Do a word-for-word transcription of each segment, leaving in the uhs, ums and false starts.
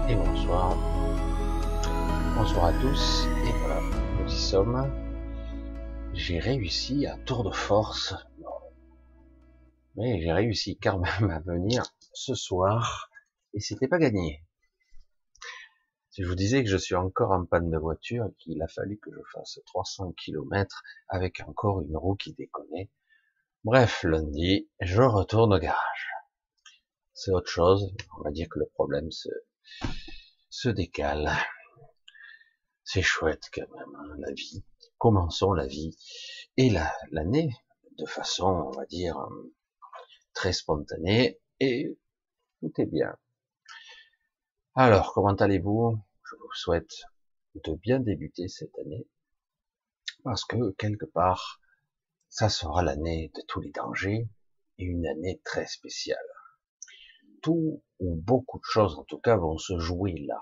et bonsoir. Bonsoir à tous. Et voilà, nous y sommes. J'ai réussi à tour de force, mais j'ai réussi quand même à venir ce soir et c'était pas gagné. Si je vous disais que je suis encore en panne de voiture et qu'il a fallu que je fasse trois cents kilomètres avec encore une roue qui déconnait. Bref, lundi, je retourne au garage. C'est autre chose. On va dire que le problème se, se décale. C'est chouette quand même, hein, la vie. Commençons la vie et la, l'année de façon, on va dire, très spontanée et tout est bien. Alors, comment allez-vous? Je vous souhaite de bien débuter cette année parce que quelque part, ça sera l'année de tous les dangers et une année très spéciale. Tout ou beaucoup de choses, en tout cas, vont se jouer là.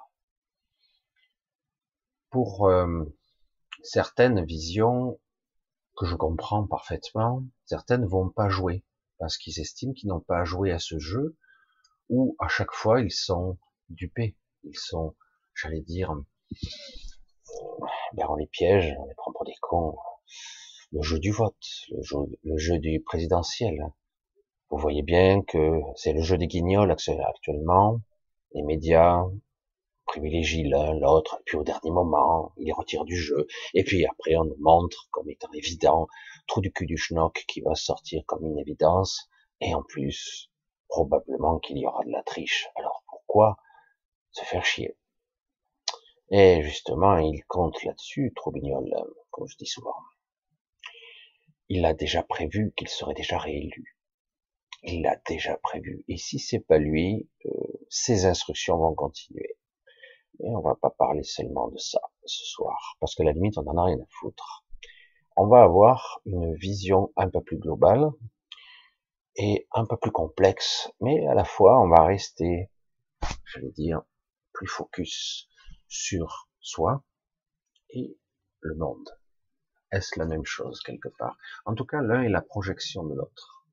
Pour euh, certaines visions que je comprends parfaitement, certaines vont pas jouer parce qu'ils estiment qu'ils n'ont pas à jouer à ce jeu où à chaque fois ils sont dupés, ils sont, j'allais dire, ben on les piège, on les prend pour des cons. Le jeu du vote, le jeu, le jeu du présidentiel. Vous voyez bien que c'est le jeu des guignols actuellement. Les médias privilégient l'un, l'autre, puis au dernier moment, ils les retirent du jeu. Et puis après, on nous montre comme étant évident, trou du cul du schnock qui va sortir comme une évidence. Et en plus, probablement qu'il y aura de la triche. Alors pourquoi se faire chier? Et justement, il compte là-dessus, Troubignol, comme je dis souvent. Il a déjà prévu qu'il serait déjà réélu. Il l'a déjà prévu. Et si c'est pas lui, euh, ses instructions vont continuer. Mais on va pas parler seulement de ça ce soir, parce que à la limite, on en a rien à foutre. On va avoir une vision un peu plus globale et un peu plus complexe, mais à la fois, on va rester, je vais dire, plus focus sur soi et le monde. Est-ce la même chose quelque part? En tout cas, l'un est la projection de l'autre.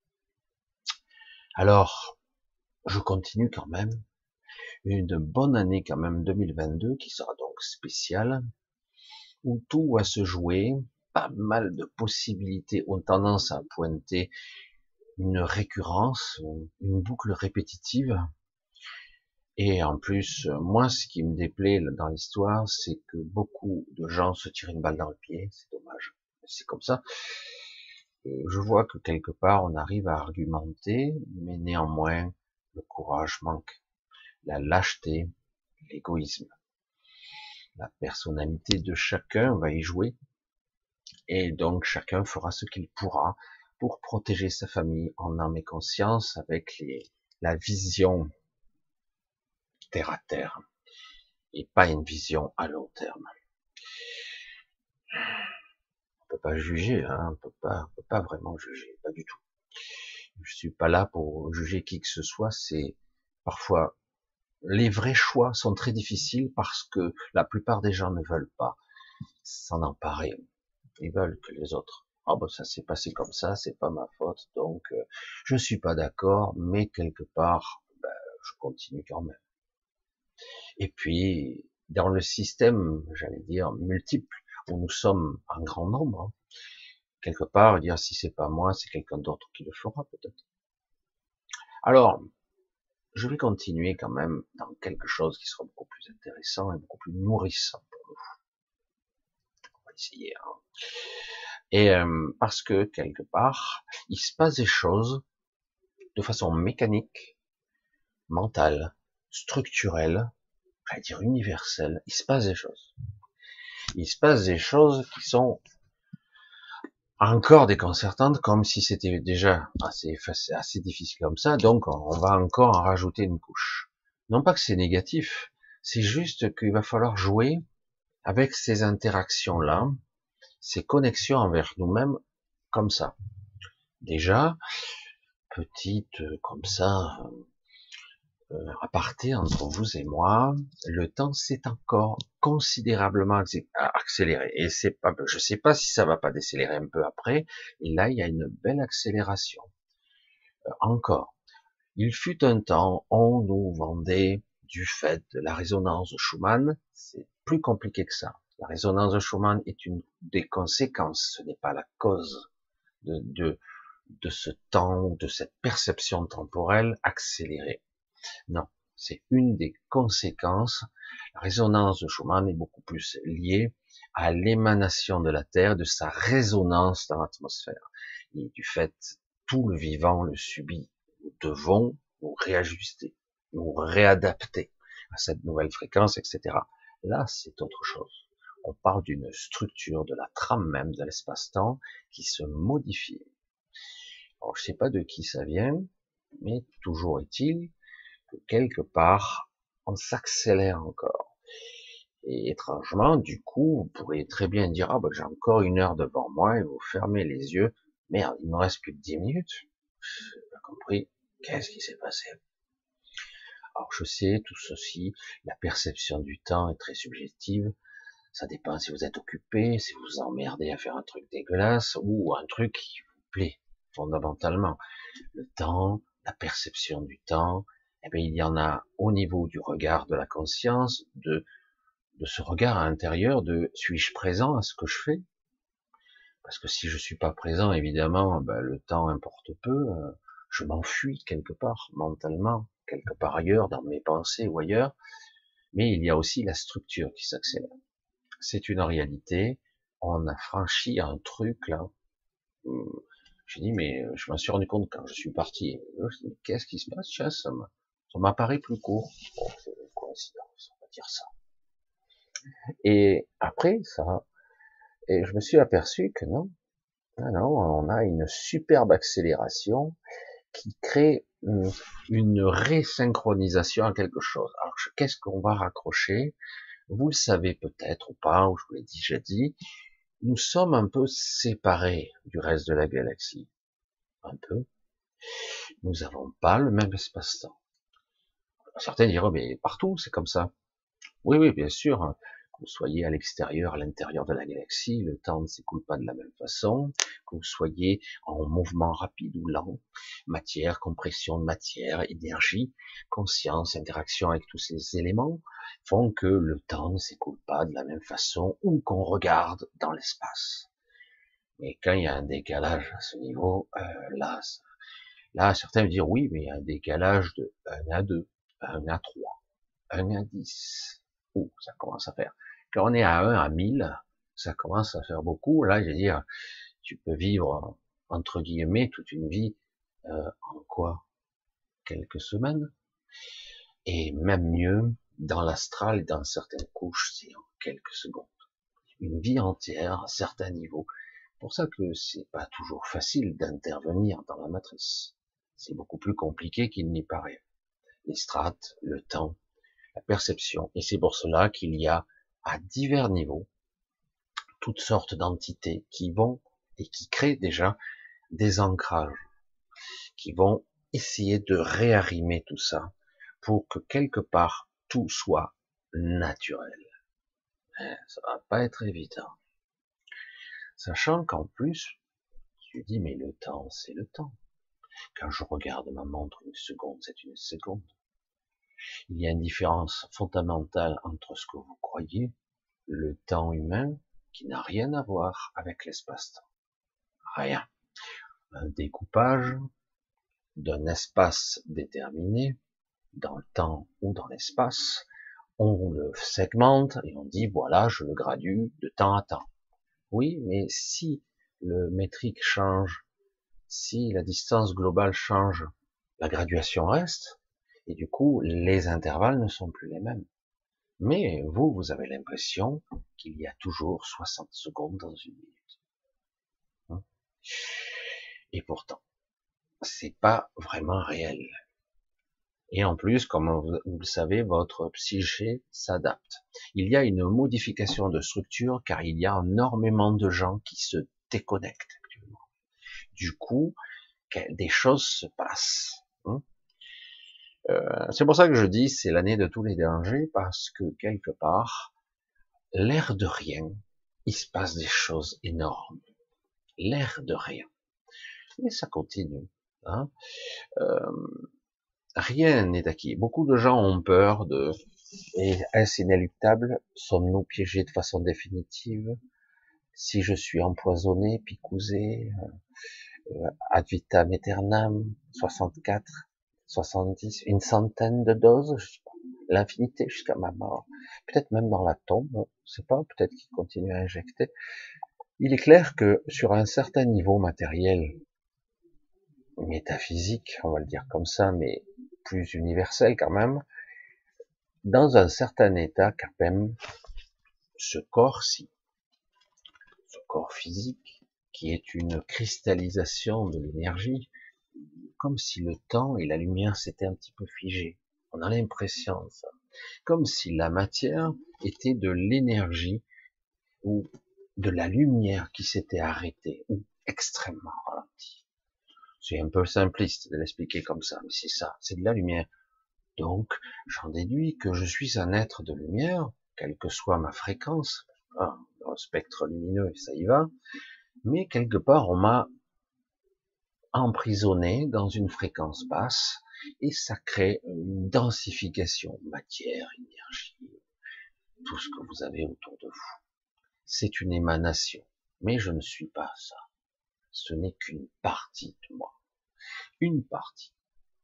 Alors, je continue quand même. Une bonne année quand même deux mille vingt-deux qui sera donc spéciale, où tout va se jouer, pas mal de possibilités ont tendance à pointer une récurrence, une boucle répétitive. Et en plus, moi, ce qui me déplaît dans l'histoire, c'est que beaucoup de gens se tirent une balle dans le pied, c'est dommage, c'est comme ça. Je vois que quelque part, on arrive à argumenter, mais néanmoins, le courage manque, la lâcheté, l'égoïsme. La personnalité de chacun va y jouer, et donc chacun fera ce qu'il pourra pour protéger sa famille en âme et conscience avec les, la vision terre à terre, et pas une vision à long terme. On peut pas juger, hein, on peut pas, on peut pas vraiment juger, pas du tout. Je suis pas là pour juger qui que ce soit, c'est parfois les vrais choix sont très difficiles parce que la plupart des gens ne veulent pas s'en emparer. Ils veulent que les autres. Ah ben ça s'est passé comme ça, c'est pas ma faute, donc euh, je suis pas d'accord, mais quelque part, ben, je continue quand même. Et puis dans le système, j'allais dire multiple, où nous sommes en grand nombre, hein, quelque part dire si c'est pas moi, c'est quelqu'un d'autre qui le fera peut-être. Alors je vais continuer quand même dans quelque chose qui sera beaucoup plus intéressant et beaucoup plus nourrissant pour nous. On va essayer. Hein. Et euh, parce que quelque part, il se passe des choses de façon mécanique, mentale, structurelle, j'allais dire universelle. Il se passe des choses. Il se passe des choses qui sont encore déconcertantes, comme si c'était déjà assez, assez difficile comme ça. Donc, on va encore en rajouter une couche. Non pas que c'est négatif, c'est juste qu'il va falloir jouer avec ces interactions-là, ces connexions envers nous-mêmes, comme ça. Déjà, petite, comme ça, euh, aparté entre vous et moi, le temps s'est encore considérablement accéléré. Et c'est pas, je sais pas si ça va pas décélérer un peu après. Et là, il y a une belle accélération. Euh, encore. Il fut un temps, on nous vendait du fait de la résonance de Schumann, c'est plus compliqué que ça. La résonance de Schumann est une des conséquences, ce n'est pas la cause de, de, de ce temps, de cette perception temporelle accélérée. Non, c'est une des conséquences. La résonance de Schumann est beaucoup plus liée à l'émanation de la Terre, de sa résonance dans l'atmosphère. Et du fait, tout le vivant le subit. Nous devons nous réajuster, nous réadapter à cette nouvelle fréquence, et cetera. Là, c'est autre chose. On parle d'une structure de la trame même de l'espace-temps qui se modifie. Alors, je sais pas de qui ça vient, mais toujours est-il que quelque part, on s'accélère encore. Et étrangement, du coup, vous pourriez très bien dire, ah ben, j'ai encore une heure devant moi, et vous fermez les yeux. Merde, il me reste plus que dix minutes. J'ai pas compris. Qu'est-ce qui s'est passé? Alors, je sais, tout ceci, la perception du temps est très subjective. Ça dépend si vous êtes occupé, si vous vous emmerdez à faire un truc dégueulasse, ou un truc qui vous plaît, fondamentalement. Le temps, la perception du temps, eh bien, il y en a au niveau du regard de la conscience, de, de ce regard intérieur de suis-je présent à ce que je fais? Parce que si je suis pas présent, évidemment, ben, le temps importe peu, euh, je m'enfuis quelque part, mentalement, quelque part ailleurs, dans mes pensées ou ailleurs, mais il y a aussi la structure qui s'accélère. C'est une réalité, on a franchi un truc là, j'ai dit, mais je m'en suis rendu compte quand je suis parti, qu'est-ce qui se passe? Tiens, ça m'apparaît plus court. Bon, c'est une coïncidence, on va dire ça. Et après, ça, et je me suis aperçu que non, non, non, on a une superbe accélération qui crée une, une résynchronisation à quelque chose. Alors, qu'est-ce qu'on va raccrocher? Vous le savez peut-être ou pas, ou je vous l'ai déjà dit, nous sommes un peu séparés du reste de la galaxie. Un peu. Nous n'avons pas le même espace-temps. Certains diront, mais partout, c'est comme ça. Oui, oui, bien sûr. Que vous soyez à l'extérieur, à l'intérieur de la galaxie, le temps ne s'écoule pas de la même façon. Que vous soyez en mouvement rapide ou lent, matière, compression de matière, énergie, conscience, interaction avec tous ces éléments font que le temps ne s'écoule pas de la même façon ou qu'on regarde dans l'espace. Mais quand il y a un décalage à ce niveau, euh, là, là, certains me diront oui, mais il y a un décalage de un à deux, un à trois, un à dix. Ouh, ça commence à faire. Quand on est à un à mille, ça commence à faire beaucoup. Là, je veux dire, tu peux vivre, entre guillemets, toute une vie, euh, en quoi? Quelques semaines. Et même mieux, dans l'astral et dans certaines couches, c'est en quelques secondes. Une vie entière, à certains niveaux. C'est pour ça que c'est pas toujours facile d'intervenir dans la matrice. C'est beaucoup plus compliqué qu'il n'y paraît. Les strates, le temps, la perception. Et c'est pour cela qu'il y a, à divers niveaux, toutes sortes d'entités qui vont et qui créent déjà des ancrages, qui vont essayer de réarrimer tout ça pour que quelque part tout soit naturel. Ça va pas être évident. Sachant qu'en plus, tu dis, mais le temps, c'est le temps. Quand je regarde ma montre, une seconde, c'est une seconde. Il y a une différence fondamentale entre ce que vous croyez, le temps humain, qui n'a rien à voir avec l'espace-temps. Rien. Un découpage d'un espace déterminé, dans le temps ou dans l'espace, on le segmente et on dit, voilà, je le gradue de temps à temps. Oui, mais si le métrique change, si la distance globale change, la graduation reste, et du coup, les intervalles ne sont plus les mêmes. Mais vous, vous avez l'impression qu'il y a toujours soixante secondes dans une minute. Et pourtant, c'est pas vraiment réel. Et en plus, comme vous le savez, votre psyché s'adapte. Il y a une modification de structure car il y a énormément de gens qui se déconnectent actuellement. Du coup, des choses se passent. Euh, c'est pour ça que je dis c'est l'année de tous les dangers parce que quelque part, l'air de rien, il se passe des choses énormes. L'air de rien. Et ça continue. Hein. Euh, Rien n'est acquis. Beaucoup de gens ont peur de, et est-ce inéluctable? Sommes-nous piégés de façon définitive? Si je suis empoisonné, picousé, euh, ad vitam aeternam, soixante-quatre, soixante-dix, une centaine de doses, je sais pas, l'infinité jusqu'à ma mort. Peut-être même dans la tombe, on sait pas, peut-être qu'il continue à injecter. Il est clair que sur un certain niveau matériel, métaphysique, on va le dire comme ça, mais plus universel quand même, dans un certain état quand même, ce corps-ci, ce corps physique, qui est une cristallisation de l'énergie, comme si le temps et la lumière s'étaient un petit peu figés. On a l'impression de ça. Comme si la matière était de l'énergie ou de la lumière qui s'était arrêtée ou extrêmement ralentie. C'est un peu simpliste de l'expliquer comme ça, mais c'est ça, c'est de la lumière. Donc, j'en déduis que je suis un être de lumière, quelle que soit ma fréquence, ah, dans le spectre lumineux, ça y va, mais quelque part, on m'a emprisonné dans une fréquence basse, et ça crée une densification, matière, énergie, tout ce que vous avez autour de vous. C'est une émanation, mais je ne suis pas ça. Ce n'est qu'une partie de moi. Une partie.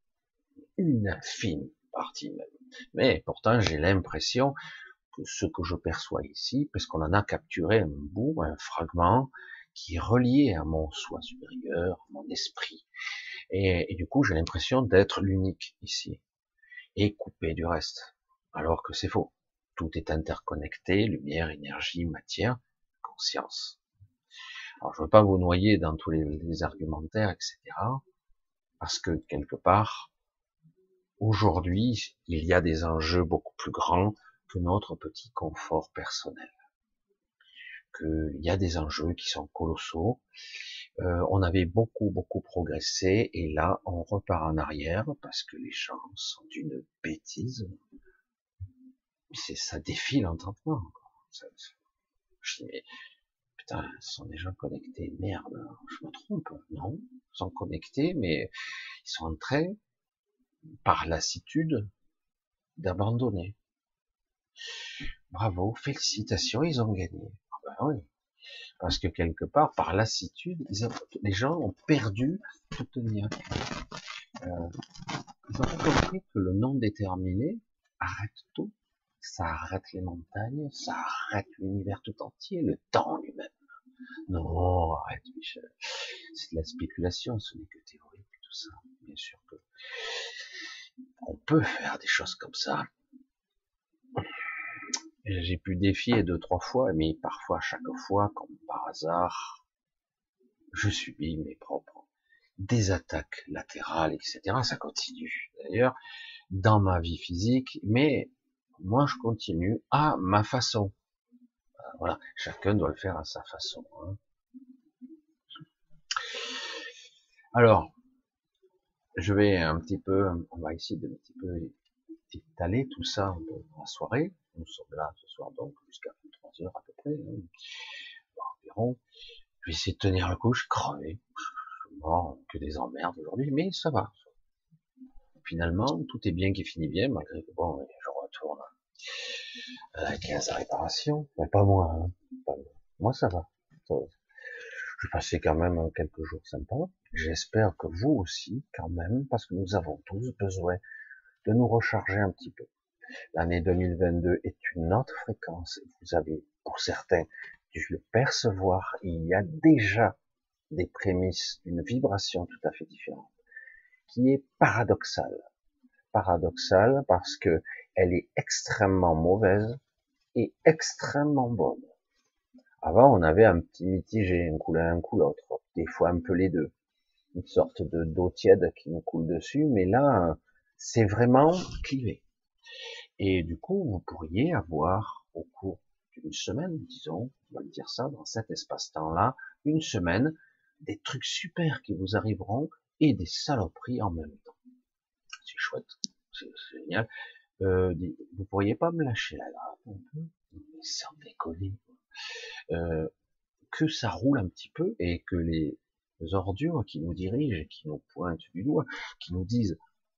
Une infime partie même. Mais pourtant, j'ai l'impression que ce que je perçois ici, parce qu'on en a capturé un bout, un fragment, qui est relié à mon soi supérieur, à mon esprit. Et, et du coup, j'ai l'impression d'être l'unique ici, et coupé du reste. Alors que c'est faux. Tout est interconnecté, lumière, énergie, matière, conscience. Alors, je ne veux pas vous noyer dans tous les, les argumentaires, et cetera. Parce que quelque part, aujourd'hui, il y a des enjeux beaucoup plus grands que notre petit confort personnel. Qu'il y a des enjeux qui sont colossaux. Euh, on avait beaucoup, beaucoup progressé, et là, on repart en arrière parce que les gens sont d'une bêtise. C'est, ça défie l'entendement. Ça, ça, je dis, mais putain, ce sont des gens connectés. Merde, je me trompe. Non, ils sont connectés, mais ils sont en train, par lassitude, d'abandonner. Bravo, félicitations, ils ont gagné. Ah ben oui, parce que quelque part, par lassitude, ils ont, les gens ont perdu toute tenir. Euh, ils ont compris que le non déterminé arrête tout. Ça arrête les montagnes, ça arrête l'univers tout entier, le temps lui-même. Non, arrête Michel. C'est de la spéculation, ce n'est que théorique, tout ça. Bien sûr que on peut faire des choses comme ça. J'ai pu défier deux, trois fois, mais parfois, chaque fois, comme par hasard, je subis mes propres des attaques latérales, et cetera. Ça continue, d'ailleurs, dans ma vie physique, mais moi, je continue à ma façon. Voilà, chacun doit le faire à sa façon. Hein. Alors, je vais un petit peu, on va essayer de un petit peu étaler tout ça dans la soirée. Nous sommes là ce soir donc jusqu'à vingt-trois heures à peu près, hein, environ. Je vais essayer de tenir le coup, je suis crevé, je suis mort, que des emmerdes aujourd'hui, mais ça va. Finalement, tout est bien qui finit bien, malgré que bon, je retourne à la case à réparation, mais pas moi, hein. Pas moi. Moi ça va. Ça va. Je passais quand même quelques jours sympas. J'espère que vous aussi, quand même, parce que nous avons tous besoin de nous recharger un petit peu. L'année deux mille vingt-deux est une autre fréquence. Vous avez, pour certains, dû le percevoir. Il y a déjà des prémices d'une vibration tout à fait différente, qui est paradoxale. Paradoxale parce que elle est extrêmement mauvaise et extrêmement bonne. Avant, on avait un petit mitigé, un coup l'un, un coup l'autre. Des fois un peu les deux. Une sorte de d'eau tiède qui nous coule dessus, mais là, c'est vraiment clivé. Et du coup, vous pourriez avoir au cours d'une semaine, disons, on va dire ça, dans cet espace-temps-là, une semaine, des trucs super qui vous arriveront et des saloperies en même temps. C'est chouette, c'est génial. Euh, vous pourriez pas me lâcher la grappe un peu, sans déconner. Euh, que ça roule un petit peu et que les ordures qui nous dirigent, qui nous pointent du doigt, qui nous disent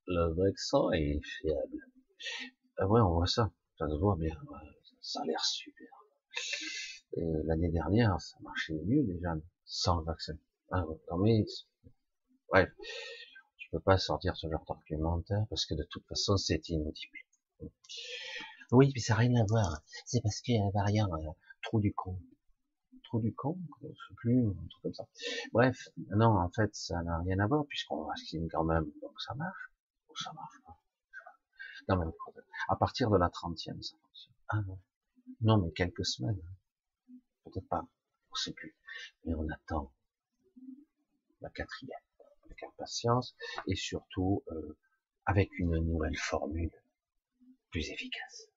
Le vaccin est fiable. Ah ouais, on voit ça. Ça se voit bien. Ouais, ça a l'air super. Et l'année dernière, ça marchait mieux déjà, sans le vaccin. Ah ouais, non mais, bref, tu peux pas sortir ce genre d'argumentaire parce que de toute façon, c'est inaudible. Oui, mais ça n'a rien à voir. C'est parce qu'il y a un variant, euh, trou du con. Trou du con, je sais plus, un truc comme ça. Bref, non, en fait, ça n'a rien à voir puisqu'on vaccine quand même, donc ça marche. Ou ça marche pas. Non, mais à partir de la trentième, ça fonctionne. Ah non, non, mais quelques semaines, peut-être pas, on sait plus. Mais on attend la quatrième avec impatience et surtout euh, avec une nouvelle formule plus efficace.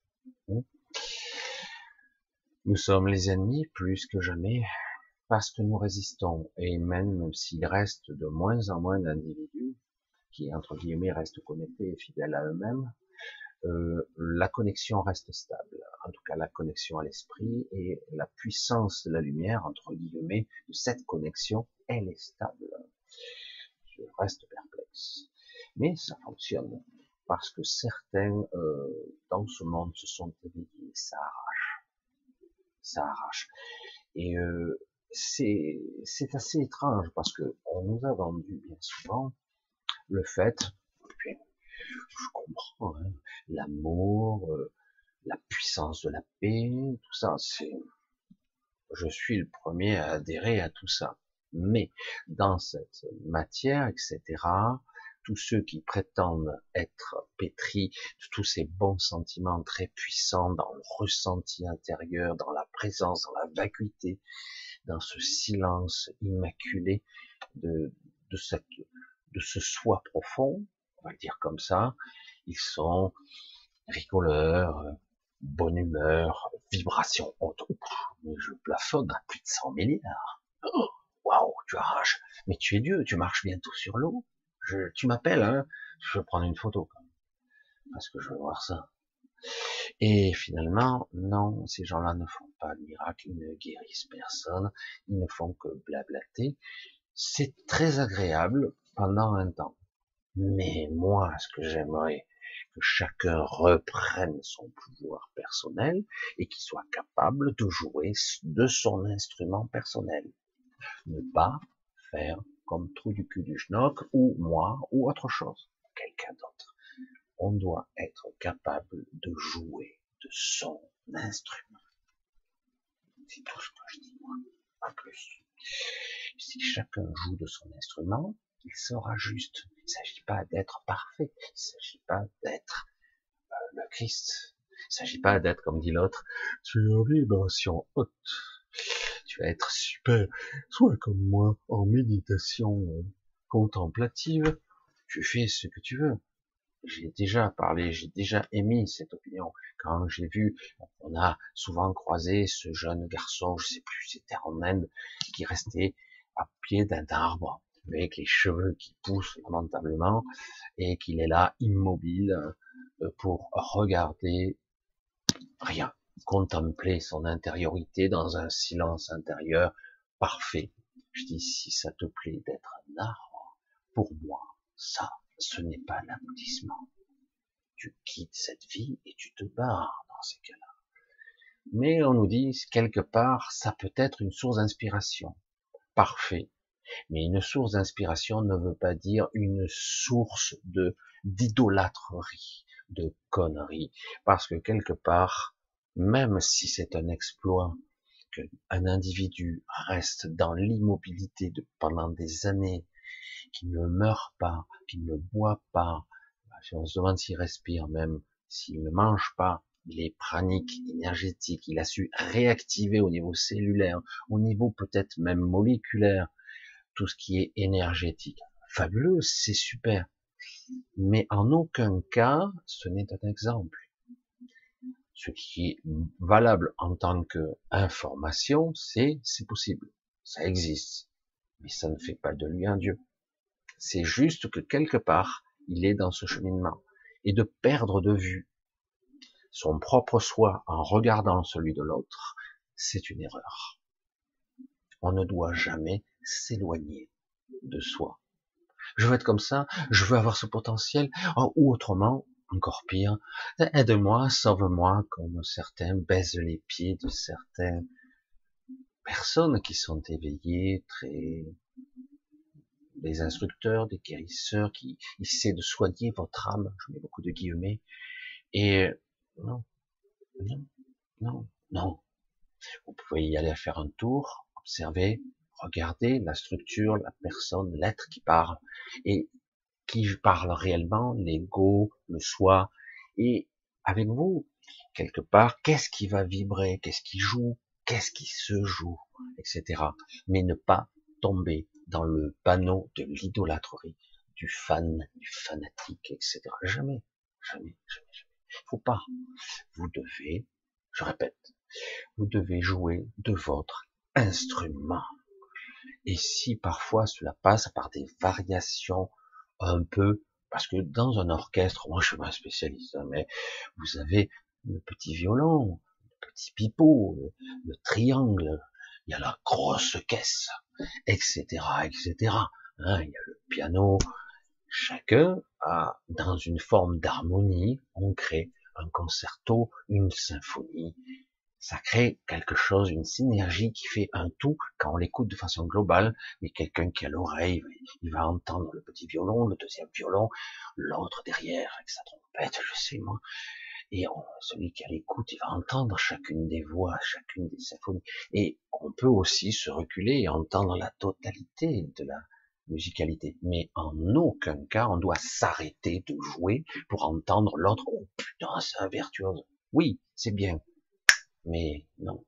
Nous sommes les ennemis plus que jamais parce que nous résistons et même, même s'il reste de moins en moins d'individus qui entre guillemets restent connectés et fidèles à eux-mêmes, euh, la connexion reste stable. En tout cas, la connexion à l'esprit et la puissance de la lumière entre guillemets de cette connexion, elle est stable. Je reste perplexe, mais ça fonctionne parce que certains euh, dans ce monde se sont éveillés, ça arrache, ça arrache. Et euh, c'est c'est assez étrange parce que on nous a vendu bien souvent le fait, puis, je comprends, hein, l'amour, euh, la puissance de la paix, tout ça, c'est, je suis le premier à adhérer à tout ça. Mais dans cette matière, et cetera, tous ceux qui prétendent être pétris de tous ces bons sentiments très puissants dans le ressenti intérieur, dans la présence, dans la vacuité, dans ce silence immaculé de, de cette, de ce soi profond, on va le dire comme ça, ils sont rigoleurs, bonne humeur, vibration haute. Mais je plafonne à plus de cent milliards. Oh, waouh, tu arraches. Mais tu es Dieu, tu marches bientôt sur l'eau. Je, tu m'appelles, hein. Je vais prendre une photo, quand même, parce que je veux voir ça. Et finalement, non, ces gens-là ne font pas de miracle, ils ne guérissent personne, ils ne font que blablater. C'est très agréable pendant un temps. Mais moi, ce que j'aimerais, que chacun reprenne son pouvoir personnel et qu'il soit capable de jouer de son instrument personnel. Ne pas faire comme trou du cul du schnock ou moi ou autre chose, quelqu'un d'autre. On doit être capable de jouer de son instrument. C'est tout ce que je dis, moi, pas plus. Si chacun joue de son instrument, il sera juste. Il ne s'agit pas d'être parfait. Il ne s'agit pas d'être euh, le Christ. Il ne s'agit pas d'être, comme dit l'autre, tu es en vibration haute. Tu vas être super. Sois comme moi, en méditation euh, contemplative. Tu fais ce que tu veux. J'ai déjà parlé, j'ai déjà émis cette opinion. Quand j'ai vu, on a souvent croisé ce jeune garçon, je sais plus, c'était en Inde, qui restait à pied d'un arbre, avec les cheveux qui poussent lamentablement, et qu'il est là, immobile, pour regarder rien, contempler son intériorité dans un silence intérieur parfait. Je dis, si ça te plaît d'être un arbre, pour moi, ça, ce n'est pas l'aboutissement. Tu quittes cette vie et tu te barres dans ces cas-là. Mais on nous dit, quelque part, ça peut être une source d'inspiration. Parfait. Mais une source d'inspiration ne veut pas dire une source de d'idolâtrerie, de conneries. Parce que quelque part, même si c'est un exploit, qu'un individu reste dans l'immobilité de, pendant des années, qu'il ne meurt pas, qu'il ne boit pas, si on se demande s'il respire même, s'il ne mange pas, il est pranique, énergétique, il a su réactiver au niveau cellulaire, au niveau peut-être même moléculaire, tout ce qui est énergétique. Fabuleux, c'est super. Mais en aucun cas, ce n'est un exemple. Ce qui est valable en tant qu'information, c'est, c'est possible. Ça existe. Mais ça ne fait pas de lui un Dieu. C'est juste que quelque part, il est dans ce cheminement. Et de perdre de vue son propre soi en regardant celui de l'autre, c'est une erreur. On ne doit jamais s'éloigner de soi. je veux être comme ça, je veux avoir ce potentiel, oh, ou autrement, encore pire, aide-moi, sauve-moi, comme certains baisent les pieds de certaines personnes qui sont éveillées, très, des instructeurs, des guérisseurs qui essaient de soigner votre âme, je mets beaucoup de guillemets, et non, non, non, non. Vous pouvez y aller faire un tour, observer, regarder la structure, la personne, l'être qui parle, et qui parle réellement, l'ego, le soi, et avec vous, quelque part, qu'est-ce qui va vibrer, qu'est-ce qui joue, qu'est-ce qui se joue, et cetera. Mais ne pas tomber dans le panneau de l'idolâtrerie, du fan, du fanatique, et cetera. Jamais, jamais, jamais, jamais. Il faut pas. Vous devez, je répète, vous devez jouer de votre instrument. Et si parfois cela passe par des variations un peu, parce que dans un orchestre, moi je suis pas un spécialiste, hein, mais vous avez le petit violon, le petit pipeau, le, le triangle, il y a la grosse caisse, et cetera, et cetera. Hein, il y a le piano. Chacun a, dans une forme d'harmonie, on crée un concerto, une symphonie. Ça crée quelque chose, une synergie qui fait un tout quand on l'écoute de façon globale, mais quelqu'un qui a l'oreille, il va entendre le petit violon, le deuxième violon, l'autre derrière avec sa trompette, je sais moi, et on, celui qui a l'écoute, il va entendre chacune des voix, chacune des symphonies, et on peut aussi se reculer et entendre la totalité de la musicalité, mais en aucun cas on doit s'arrêter de jouer pour entendre l'autre. Oh putain, c'est un virtuose. Oui, c'est bien. Mais non,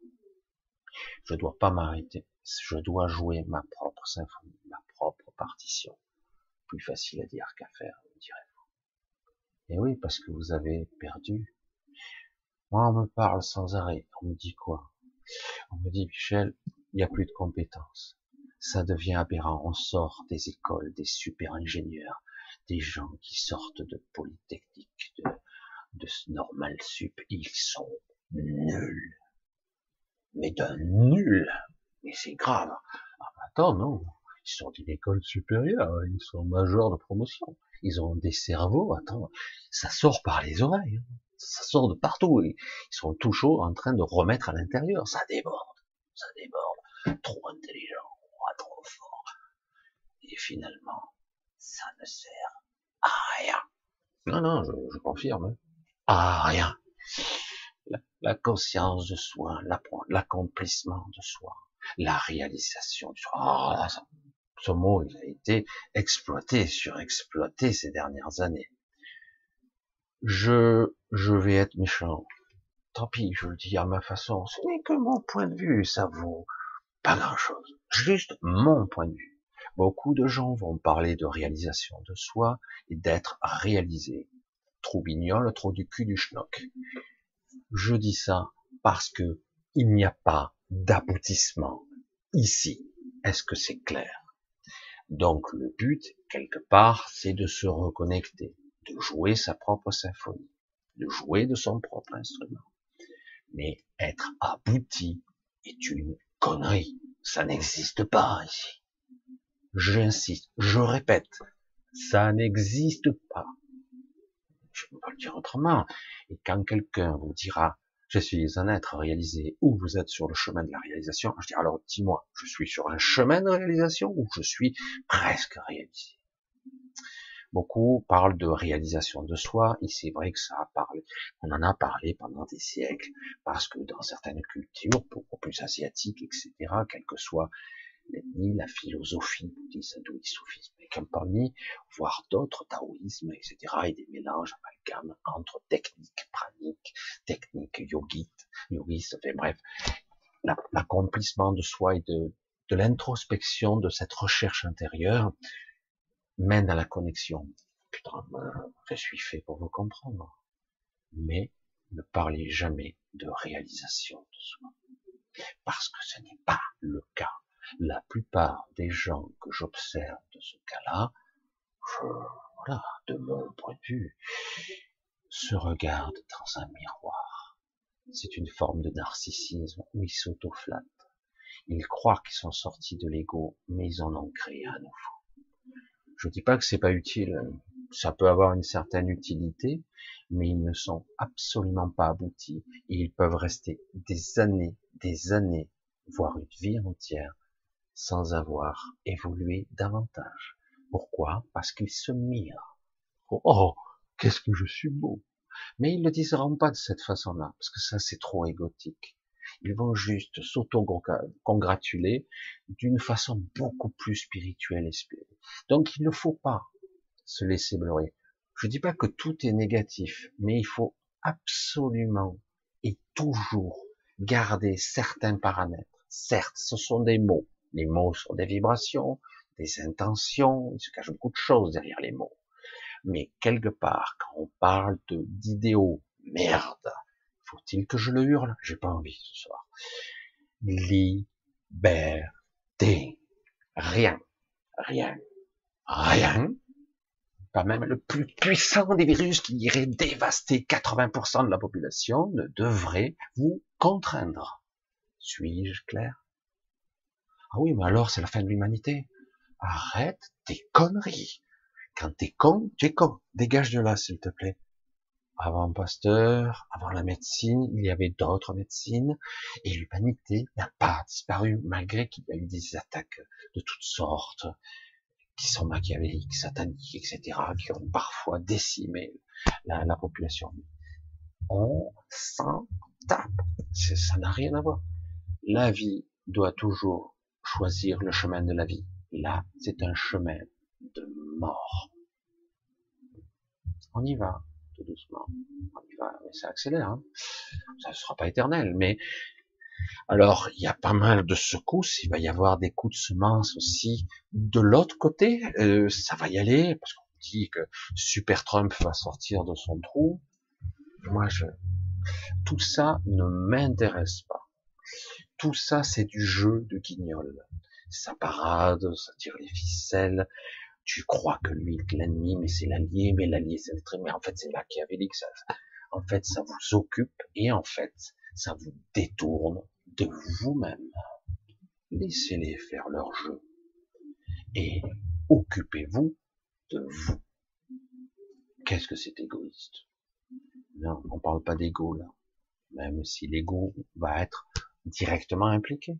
je dois pas m'arrêter. Je dois jouer ma propre symphonie, ma propre partition. Plus facile à dire qu'à faire, me direz-vous. Et oui, parce que vous avez perdu. Moi, on me parle sans arrêt. On me dit quoi? On me dit, Michel, il n'y a plus de compétences. Ça devient aberrant. On sort des écoles, des super ingénieurs, des gens qui sortent de Polytechnique, de, de Normal Sup. Ils sont nuls. Mais d'un nul. Mais c'est grave. Ah, bah, attends, non. Ils sont d'une école supérieure. Ils sont majeurs de promotion. Ils ont des cerveaux. Attends. Ça sort par les oreilles. Ça sort de partout. Ils sont toujours en train de remettre à l'intérieur. Ça déborde. Ça déborde. Trop intelligent. Trop fort. Et finalement, ça ne sert à rien. Non, non, je, je confirme. À rien. La, la conscience de soi, l'accomplissement de soi, la réalisation du soi. Oh, là, ça, ce mot, il a été exploité, surexploité ces dernières années. Je, je vais être méchant. Tant pis, je le dis à ma façon. Ce n'est que mon point de vue, ça vaut pas grand chose. Juste mon point de vue. Beaucoup de gens vont parler de réalisation de soi et d'être réalisé. Trop bignol, trop du cul du schnock. Je dis ça parce que il n'y a pas d'aboutissement ici. Est-ce que c'est clair? Donc le but, quelque part, c'est de se reconnecter, de jouer sa propre symphonie, de jouer de son propre instrument. Mais être abouti est une connerie. Ça n'existe pas ici. J'insiste, je répète, ça n'existe pas. Je ne peux pas le dire autrement. Et quand quelqu'un vous dira, je suis un être réalisé, ou vous êtes sur le chemin de la réalisation, je dirais, alors dis-moi, je suis sur un chemin de réalisation, ou je suis presque réalisé? Beaucoup parlent de réalisation de soi, et c'est vrai que ça a parlé, on en a parlé pendant des siècles, parce que dans certaines cultures, beaucoup plus asiatiques, et cetera, quelle que soit l'ethnie, la philosophie bouddhiste, hindouiste, soufisme et compagnie, voire d'autres, taoïsme, et cetera, et des mélanges amalgames entre techniques praniques, techniques yogiques, yogistes, enfin bref, l'accomplissement de soi et de, de l'introspection de cette recherche intérieure mène à la connexion. Putain, je suis fait pour vous comprendre. Mais ne parlez jamais de réalisation de soi. Parce que ce n'est pas le cas. La plupart des gens que j'observe de ce cas-là, je, voilà, de mon point de vue, se regardent dans un miroir. C'est une forme de narcissisme où ils s'autoflattent. Ils croient qu'ils sont sortis de l'ego, mais ils en ont créé un nouveau. Je dis pas que c'est pas utile, ça peut avoir une certaine utilité, mais ils ne sont absolument pas aboutis et ils peuvent rester des années, des années, voire une vie entière sans avoir évolué davantage. Pourquoi? Parce qu'ils se mirent. Oh, oh, qu'est-ce que je suis beau! Mais ils ne le diront pas de cette façon-là, parce que ça c'est trop égotique. Ils vont juste s'auto-congratuler d'une façon beaucoup plus spirituelle et spirituelle. Donc il ne faut pas se laisser bleurer. Je dis pas que tout est négatif, mais il faut absolument et toujours garder certains paramètres. Certes, ce sont des mots. Les mots sont des vibrations, des intentions, il se cache beaucoup de choses derrière les mots. Mais quelque part, quand on parle de d'idéaux, merde, faut-il que je le hurle? J'ai pas envie ce soir. Liberté. Rien, rien, rien, pas même le plus puissant des virus qui irait dévaster quatre-vingts pour cent de la population ne devrait vous contraindre. Suis-je clair? Ah oui, mais alors c'est la fin de l'humanité. Arrête tes conneries. Quand t'es con, tu es con. Dégage de là, s'il te plaît. Avant Pasteur, avant la médecine, il y avait d'autres médecines, et l'humanité n'a pas disparu, malgré qu'il y a eu des attaques de toutes sortes, qui sont machiavéliques, sataniques, et cetera, qui ont parfois décimé la, la population. On s'en tape. Ça n'a rien à voir. La vie doit toujours choisir le chemin de la vie. Là, c'est un chemin de mort. On y va, tout doucement. On y va, mais ça accélère. Hein. Ça ne sera pas éternel, mais alors il y a pas mal de secousses. Il va y avoir des coups de semence aussi de l'autre côté. Euh, ça va y aller parce qu'on dit que Super Trump va sortir de son trou. Moi, je tout ça ne m'intéresse pas. Tout ça, c'est du jeu de guignol. Ça parade, ça tire les ficelles. Tu crois que lui est l'ennemi, mais c'est l'allié, mais l'allié c'est le mais en fait c'est machiavélique, ça, en fait ça vous occupe, et en fait ça vous détourne de vous-même. Laissez-les faire leur jeu, et occupez-vous de vous. Qu'est-ce que c'est égoïste? Non, on parle pas d'ego là, même si l'ego va être directement impliqué.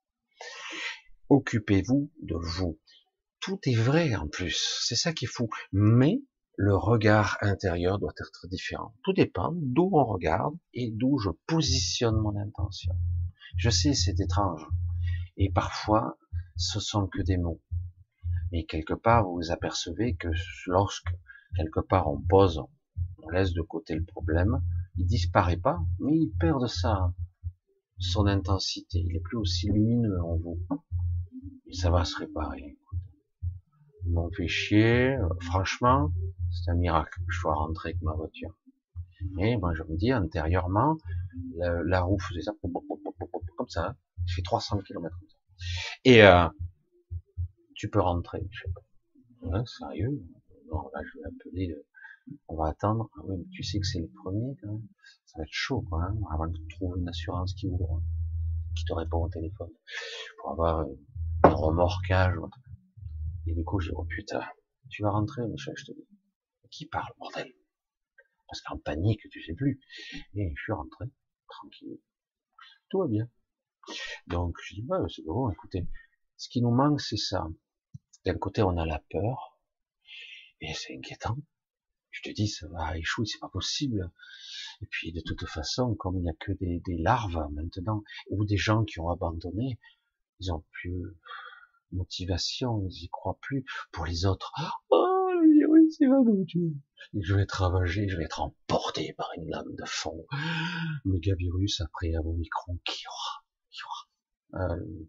Occupez-vous de vous. Tout est vrai en plus, c'est ça qui est fou. Mais le regard intérieur doit être différent. Tout dépend d'où on regarde et d'où je positionne mon intention. Je sais, c'est étrange. Et parfois, ce sont que des mots. Mais quelque part, vous vous apercevez que lorsque, quelque part, on pose, on laisse de côté le problème, il disparaît pas, mais il perd de sa, son intensité. Il est plus aussi lumineux en vous. Et ça va se réparer. Ils m'ont fait chier, franchement, c'est un miracle que je sois rentré avec ma voiture. Et moi, je me dis, intérieurement, la, la roue faisait ça, comme ça, je fais trois cents kilomètres comme ça. Et euh, tu peux rentrer, je sais pas. Ouais, sérieux? Non, là, je vais appeler, euh, on va attendre. Ah oui, mais tu sais que c'est le premier, quand même. Ça va être chaud, quoi, hein, avant que tu trouves une assurance qui ouvre, hein, qui te répond au téléphone, pour avoir euh, un remorquage. Et du coup, j'ai dit, oh putain, tu vas rentrer, Michel, je te dis. Qui parle, bordel? Parce qu'en panique, tu sais plus. Et je suis rentré, tranquille. Tout va bien. Donc, je dis, bah, c'est bon, écoutez. Ce qui nous manque, c'est ça. D'un côté, on a la peur. Et c'est inquiétant. Je te dis, ça va échouer, c'est pas possible. Et puis, de toute façon, comme il n'y a que des, des larves maintenant, ou des gens qui ont abandonné, ils ont plus motivation, ils y croient plus. Pour les autres, oh, le virus, il va nous tuer. Je vais être ravagé, je vais être emporté par une lame de fond. Mégavirus après un Omicron, qui aura, qui aura. Euh,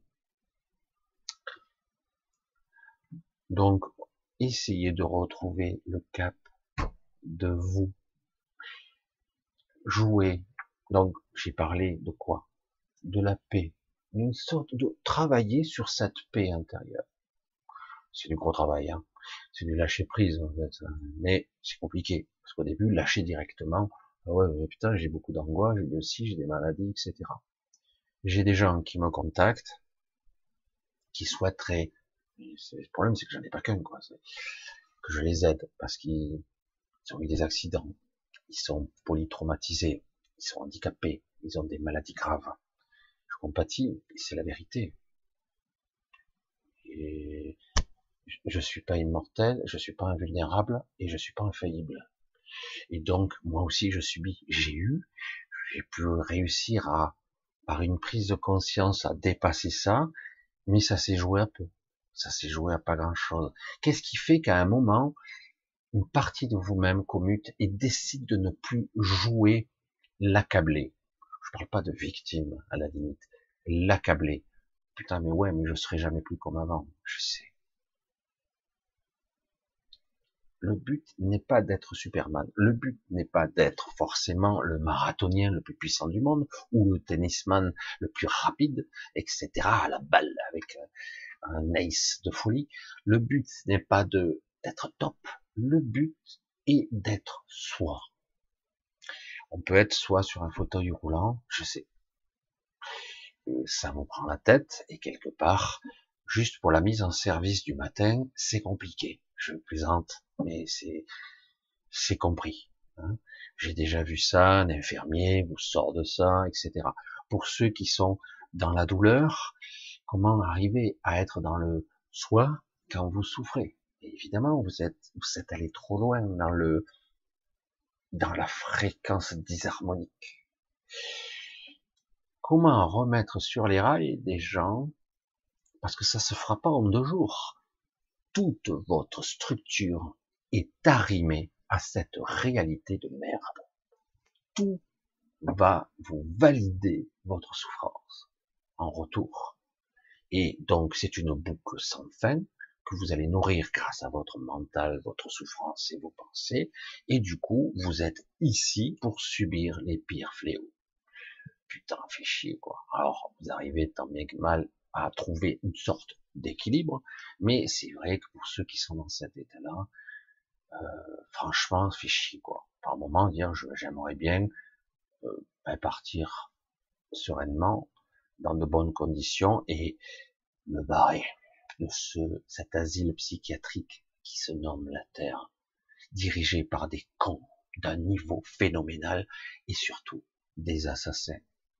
donc, essayez de retrouver le cap de vous. Jouez. Donc, j'ai parlé de quoi? De la paix. Une sorte de travailler sur cette paix intérieure. C'est du gros travail, hein. C'est du lâcher prise, en fait. Mais c'est compliqué. Parce qu'au début, lâcher directement, ah ouais, mais putain, j'ai beaucoup d'angoisse, j'ai de ci, j'ai des maladies, et cetera. J'ai des gens qui me contactent, qui souhaiteraient Et le problème, c'est que j'en ai pas qu'un, quoi. C'est que je les aide parce qu'ils ont eu des accidents, ils sont polytraumatisés, ils sont handicapés, ils ont des maladies graves. Je compatis, et c'est la vérité. Et je suis pas immortel, je suis pas invulnérable et je suis pas infaillible. Et donc, moi aussi, je subis. J'ai eu, j'ai pu réussir à, par une prise de conscience, à dépasser ça, mais ça s'est joué un peu. Ça s'est joué à pas grand chose. Qu'est-ce qui fait qu'à un moment, une partie de vous-même commute et décide de ne plus jouer l'accabler? Je parle pas de victime, à la limite. L'accabler. Putain, mais ouais, mais je serai jamais plus comme avant. Je sais. Le but n'est pas d'être Superman. Le but n'est pas d'être forcément le marathonien le plus puissant du monde ou le tennisman le plus rapide, et cetera à la balle avec un ace de folie. Le but n'est pas de d'être top. Le but est d'être soi. On peut être soi sur un fauteuil roulant, je sais. Ça vous prend la tête et quelque part, juste pour la mise en service du matin, c'est compliqué. Je plaisante, mais c'est c'est compris. Hein. J'ai déjà vu ça, un infirmier vous sort de ça, et cetera. Pour ceux qui sont dans la douleur, comment arriver à être dans le soi quand vous souffrez? Et évidemment, vous êtes vous êtes allé trop loin dans le dans la fréquence disharmonique. Comment remettre sur les rails des gens, parce que ça se fera pas en deux jours. Toute votre structure est arrimée à cette réalité de merde. Tout va vous valider votre souffrance en retour. Et donc, c'est une boucle sans fin que vous allez nourrir grâce à votre mental, votre souffrance et vos pensées. Et du coup, vous êtes ici pour subir les pires fléaux. Putain, fait chier, quoi. Alors, vous arrivez tant bien que mal à trouver une sorte d'équilibre, mais c'est vrai que pour ceux qui sont dans cet état-là, euh, franchement, fait chier, quoi. Par moment, dire, j'aimerais bien euh, ben, partir sereinement, dans de bonnes conditions, et me barrer de ce, cet asile psychiatrique qui se nomme la Terre, dirigé par des cons d'un niveau phénoménal, et surtout des assassins.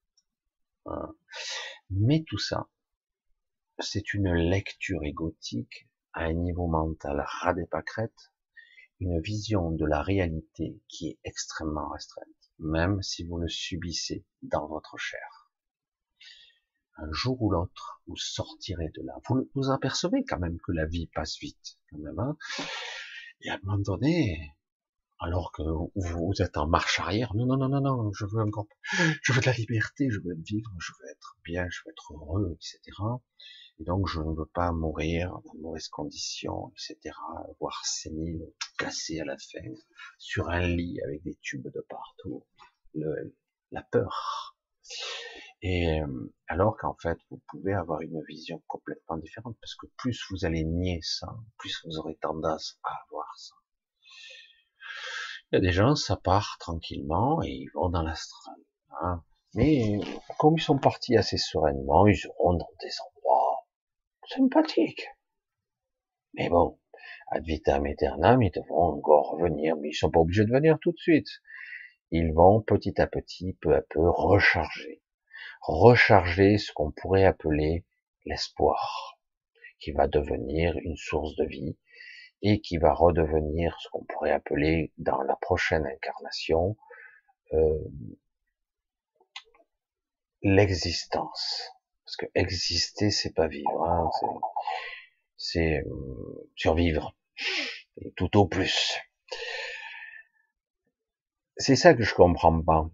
Mais tout ça, c'est une lecture égotique à un niveau mental ras des pâquerettes, une vision de la réalité qui est extrêmement restreinte, même si vous le subissez dans votre chair. Un jour ou l'autre, vous sortirez de là. Vous vous apercevez quand même que la vie passe vite, quand même, hein. Et à un moment donné, alors que vous êtes en marche arrière, non, non, non, non, non, je veux encore, je veux de la liberté, je veux vivre, je veux être bien, je veux être heureux, et cetera. Et donc, je ne veux pas mourir dans de mauvaises conditions, et cetera. Voir sénile, tout cassé à la fin, sur un lit avec des tubes de partout, le, la peur. Et euh, alors qu'en fait, vous pouvez avoir une vision complètement différente, parce que plus vous allez nier ça, plus vous aurez tendance à avoir ça. Il y a des gens, ça part tranquillement et ils vont dans l'astral. Hein. Mais comme ils sont partis assez sereinement, ils seront dans des endroits sympathiques. Mais bon, ad vitam aeternam, ils devront encore revenir, mais ils sont pas obligés de venir tout de suite. Ils vont petit à petit, peu à peu, recharger. Recharger ce qu'on pourrait appeler l'espoir, qui va devenir une source de vie, et qui va redevenir ce qu'on pourrait appeler dans la prochaine incarnation euh, l'existence. Parce que exister, c'est pas vivre, hein, c'est euh, survivre, et tout au plus. C'est ça que je comprends pas.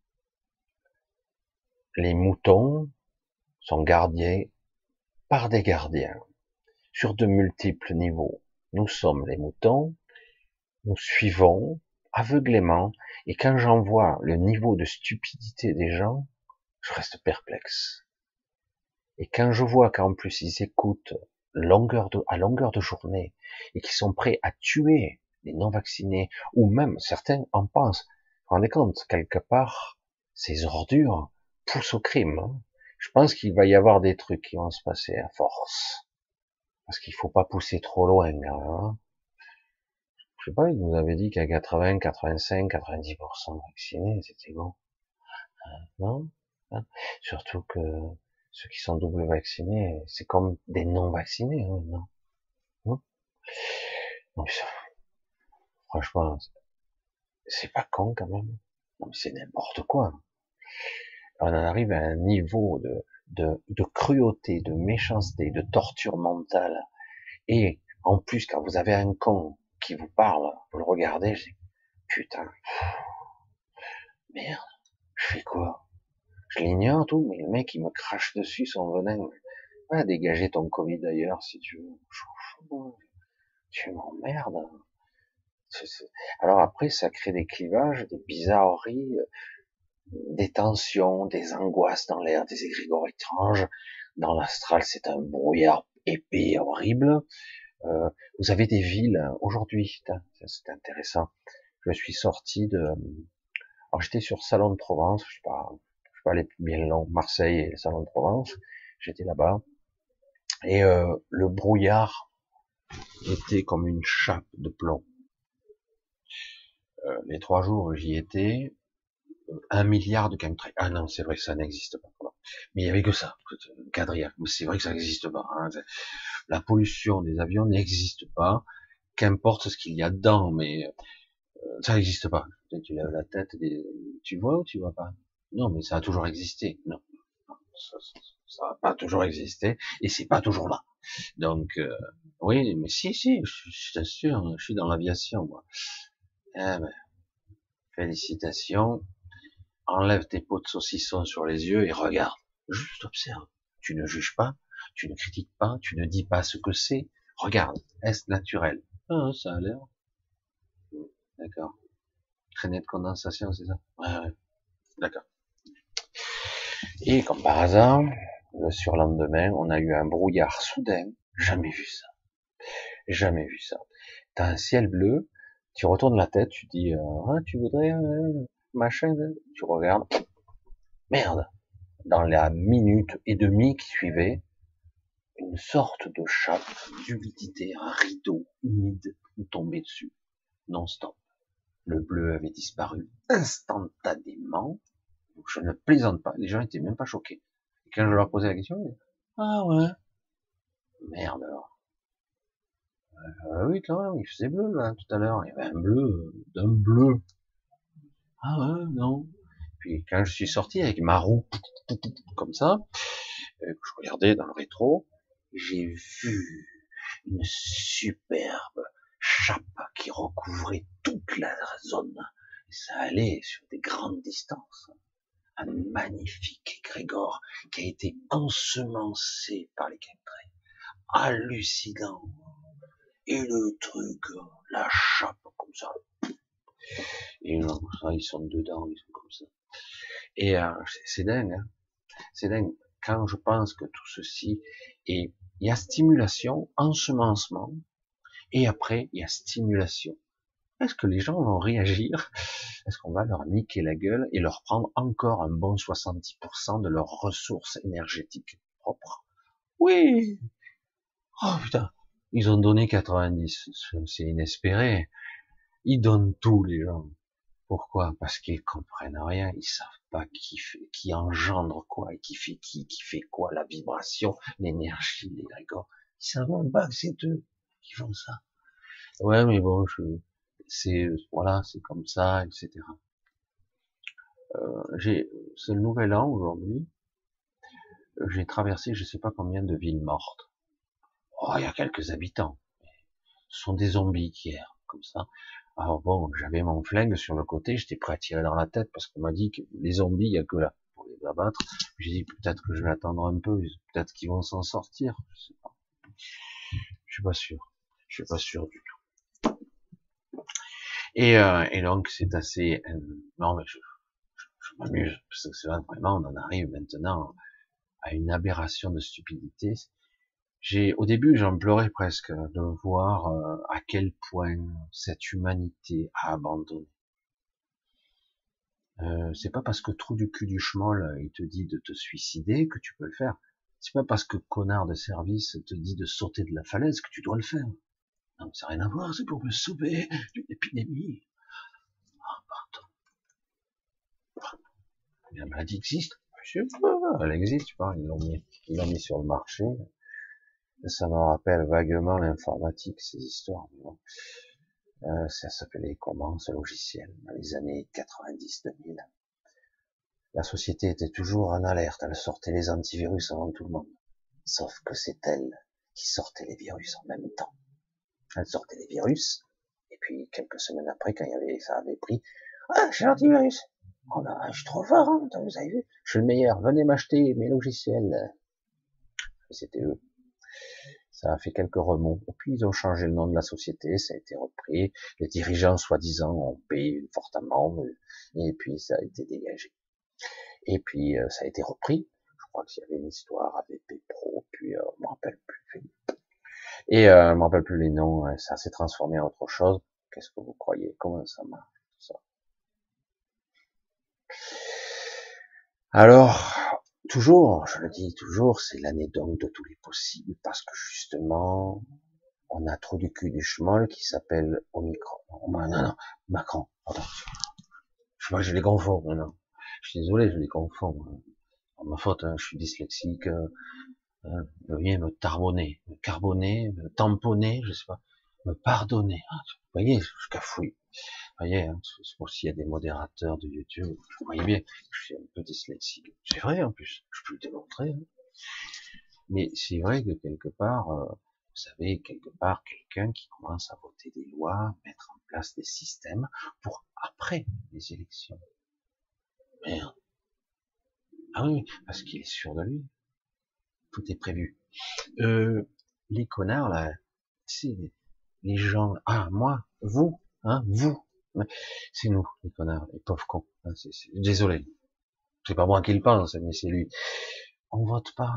Les moutons sont gardiens par des gardiens sur de multiples niveaux. Nous sommes les moutons, nous suivons aveuglément, et quand j'en vois le niveau de stupidité des gens, je reste perplexe. Et quand je vois qu'en plus ils écoutent longueur de, à longueur de journée et qu'ils sont prêts à tuer les non-vaccinés, ou même certains en pensent, vous vous rendez compte, quelque part, ces ordures poussent au crime. Hein. Je pense qu'il va y avoir des trucs qui vont se passer à force. Parce qu'il faut pas pousser trop loin, hein. Je sais pas, il nous avait dit qu'à quatre-vingts, quatre-vingt-cinq, quatre-vingt-dix pour cent vaccinés, c'était bon. Non? Hein, surtout que ceux qui sont double vaccinés, c'est comme des non vaccinés, hein, maintenant. Hein. Donc, ça, franchement, c'est pas con quand même. Non, mais c'est n'importe quoi. On en arrive à un niveau de, de, de cruauté, de méchanceté, de torture mentale. Et en plus, quand vous avez un con qui vous parle, vous le regardez, je dis, putain, merde, je fais quoi? Je l'ignore tout, mais le mec il me crache dessus son venin. Va dégager ton Covid d'ailleurs si tu veux. Tu m'emmerdes. Alors après, ça crée des clivages, des bizarreries, des tensions, des angoisses dans l'air, des égrégores étranges. Dans l'astral, c'est un brouillard épais, horrible. Euh, vous avez des villes, aujourd'hui, c'est intéressant. Je suis sorti de... Alors j'étais sur Salon de Provence, je sais pas, je sais pas aller bien long, Marseille et Salon de Provence, j'étais là-bas, et euh, le brouillard était comme une chape de plomb. Euh, les trois jours où j'y étais, un milliard de chemtrails. Ah non, c'est vrai que ça n'existe pas. Mais il y avait que ça, quadrillage. C'est vrai que ça n'existe pas. Hein. La pollution des avions n'existe pas. Qu'importe ce qu'il y a dedans, mais euh, ça n'existe pas. Tu lèves la tête, et tu vois ou tu vois pas? Non, mais ça a toujours existé. Non, ça n'a pas toujours existé et c'est pas toujours là. Donc euh, oui, mais si, si, je, je t'assure, je suis dans l'aviation, moi. Eh ben, félicitations. Enlève tes pots de saucisson sur les yeux et regarde. Juste observe. Tu ne juges pas, tu ne critiques pas, tu ne dis pas ce que c'est. Regarde, est-ce naturel? Ah, ça a l'air. D'accord. Traînée de condensation, c'est ça? Ouais, ouais. D'accord. Et comme par hasard, le surlendemain, on a eu un brouillard soudain. Jamais vu ça. Jamais vu ça. T'as un ciel bleu, tu retournes la tête, tu dis, euh, ah, tu voudrais, euh, machin, euh, tu regardes. Merde. Dans la minute et demie qui suivait, une sorte de chape d'humidité, un rideau humide nous tombait dessus, non-stop. Le bleu avait disparu instantanément. Je ne plaisante pas. Les gens étaient même pas choqués. Et quand je leur posais la question, ils disaient, ah ouais, merde alors. Euh, oui, quand même, il faisait bleu là tout à l'heure. Il y avait un bleu, euh, d'un bleu. Ah ouais, non. Puis quand je suis sorti avec ma roue comme ça, euh, que je regardais dans le rétro, j'ai vu une superbe chape qui recouvrait toute la zone. Et ça allait sur des grandes distances. Un magnifique égrégore qui a été ensemencé par les chemtrails. Hallucinant. Et le truc, la chape comme ça. Et non, ça, ils sont dedans, ils sont comme ça. Et euh, c'est dingue, hein. C'est dingue. Quand je pense que tout ceci est, il y a stimulation, ensemencement, et après il y a stimulation. Est-ce que les gens vont réagir? Est-ce qu'on va leur niquer la gueule et leur prendre encore un bon soixante-dix pour cent de leurs ressources énergétiques propres? Oui. Oh putain, ils ont donné quatre-vingt-dix, c'est inespéré. Ils donnent tout, les gens. Pourquoi? Parce qu'ils comprennent rien, ils savent pas qui fait, qui engendre quoi, et qui fait qui, qui fait quoi, la vibration, l'énergie, les l'égrégore. Ils savent même pas que c'est eux qui font ça. Ouais, mais bon, je, c'est, voilà, c'est comme ça, et cetera. Euh, j'ai, c'est le nouvel an aujourd'hui. J'ai traversé, je sais pas combien de villes mortes. Oh, il y a quelques habitants. Ce sont des zombies qui errent, comme ça. Alors bon, j'avais mon flingue sur le côté, j'étais prêt à tirer dans la tête parce qu'on m'a dit que les zombies, il y a que là pour les abattre. J'ai dit peut-être que je vais attendre un peu, peut-être qu'ils vont s'en sortir. Je sais pas. Je suis pas sûr. Je suis pas sûr du tout. Et, euh, et donc c'est assez. Euh, non mais je, je, je m'amuse parce que c'est vrai, vraiment, on en arrive maintenant à une aberration de stupidité. J'ai, au début, j'en pleurais presque de voir euh, à quel point cette humanité a abandonné. Euh, c'est pas parce que trou du cul du schmoll il te dit de te suicider que tu peux le faire. C'est pas parce que connard de service te dit de sauter de la falaise que tu dois le faire. Non, mais ça n'a rien à voir, c'est pour me sauver d'une épidémie. Ah, pardon. La maladie existe. Monsieur, elle existe, tu vois, ils l'ont mis, ils l'ont mis sur le marché. Ça me rappelle vaguement l'informatique, ces histoires. Euh, ça s'appelait comment, ce logiciel? Dans les années quatre-vingt-dix deux mille. La société était toujours en alerte, elle sortait les antivirus avant tout le monde. Sauf que c'est elle qui sortait les virus en même temps. Elle sortait les virus, et puis quelques semaines après, quand il y avait, ça avait pris, ah, j'ai l'antivirus. Oh ben, je suis trop fort, hein, vous avez vu? Je suis le meilleur, venez m'acheter mes logiciels. C'était eux. Ça a fait quelques remous. Et puis ils ont changé le nom de la société, ça a été repris. Les dirigeants, soi-disant, ont payé une forte amende, et puis ça a été dégagé. Et puis euh, ça a été repris. Je crois qu'il y avait une histoire avec P Pro, puis euh, je me rappelle plus. Et euh, je me rappelle plus les noms. Ça s'est transformé en autre chose. Qu'est-ce que vous croyez? Comment ça marche tout ça? Alors, toujours, je le dis toujours, c'est l'année donc de tous les possibles, parce que justement, on a trop du cul du schmoll qui s'appelle Omicron. Non, non, non, Macron. Pardon. Je sais pas, je les confonds maintenant. Je suis désolé, je les confonds. C'est ma faute, hein, je suis dyslexique. Euh, hein, vient me tarbonner, me carbonner, me tamponner, je sais pas, me pardonner. Ah, vous voyez, je cafouille. Vous voyez, hein, c'est pour s'il y a des modérateurs de YouTube, vous voyez bien, je suis un peu dyslexique. C'est vrai en plus, je peux le démontrer. Hein. Mais c'est vrai que quelque part, euh, vous savez, quelque part, quelqu'un qui commence à voter des lois, mettre en place des systèmes pour après les élections. Merde. Ah oui, parce qu'il est sûr de lui. Tout est prévu. Euh, les connards, là, c'est les gens, ah, moi, vous, hein, vous, c'est nous, les connards, les pauvres cons. Hein, c'est, c'est, désolé. C'est pas moi qui le pense, mais c'est lui. On vote pas.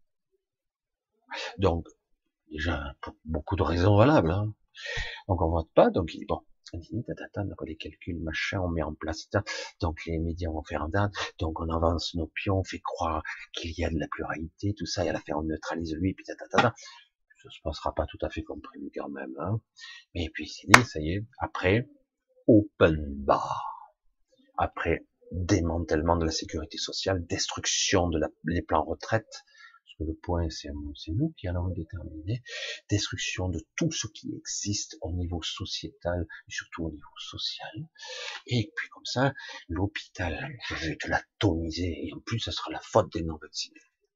Donc, déjà, pour beaucoup de raisons valables, hein. Donc on vote pas, donc il, bon, on dit, tatata, donc les calculs, machin, on met en place, donc les médias vont faire un date, donc on avance nos pions, on fait croire qu'il y a de la pluralité, tout ça, et à la fin on neutralise lui, puis tatata, ça se passera pas tout à fait comme prévu quand même, hein. Mais puis c'est dit, ça y est, après, open bar, après démantèlement de la sécurité sociale, destruction de la, les plans retraite, le point, c'est nous qui allons le déterminer, destruction de tout ce qui existe au niveau sociétal, et surtout au niveau social, et puis comme ça, l'hôpital, je vais te l'atomiser, et en plus, ça sera la faute des non-vaccinés.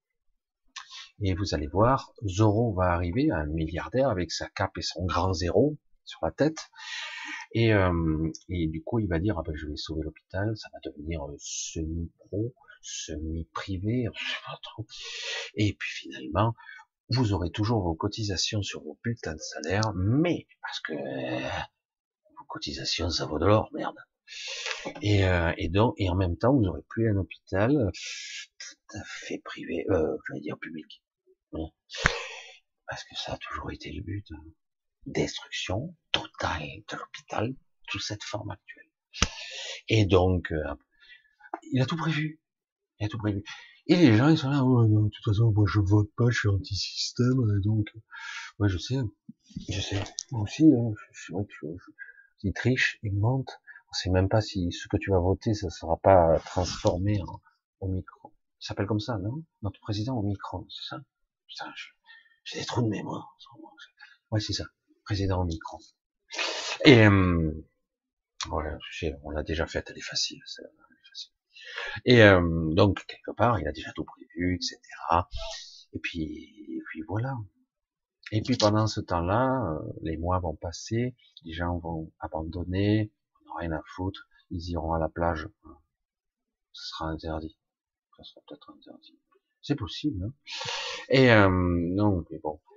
Et vous allez voir, Zorro va arriver, un milliardaire, avec sa cape et son grand zéro sur la tête, et, euh, et du coup, il va dire, ah ben, je vais sauver l'hôpital, ça va devenir euh, semi-pro, semi-privé, je sais pas trop. Et puis finalement, vous aurez toujours vos cotisations sur vos bulletins de salaire, mais parce que euh, vos cotisations, ça vaut de l'or, merde. Et, euh, et donc, et en même temps, vous n'aurez plus un hôpital tout à fait privé, euh, je vais dire public, hein, parce que ça a toujours été le but. Hein. Destruction totale de l'hôpital sous cette forme actuelle. Et donc, euh, il a tout prévu. Il a tout prévu. Et les gens, ils sont là, oh, non, de toute façon, moi, je vote pas, je suis anti-système, donc, ouais, je sais, je sais. Moi aussi, hein, je, je, je, je, ils trichent, ils mentent. On sait même pas si ce que tu vas voter, ça sera pas transformé en Omicron. Ça s'appelle comme ça, non? Notre président Omicron, c'est ça? Putain, j'ai des trous de mémoire. Ouais, c'est ça. Président Omicron. Et, euh, ouais, on l'a déjà fait, elle est facile, celle-là. Et euh, donc quelque part, il a déjà tout prévu, et cetera. Et puis, et puis voilà. Et puis pendant ce temps-là, euh, les mois vont passer, les gens vont abandonner, on n'a rien à foutre, ils iront à la plage. Ce sera interdit. Ça sera peut-être interdit. C'est possible. Hein. Et euh, non, mais bon.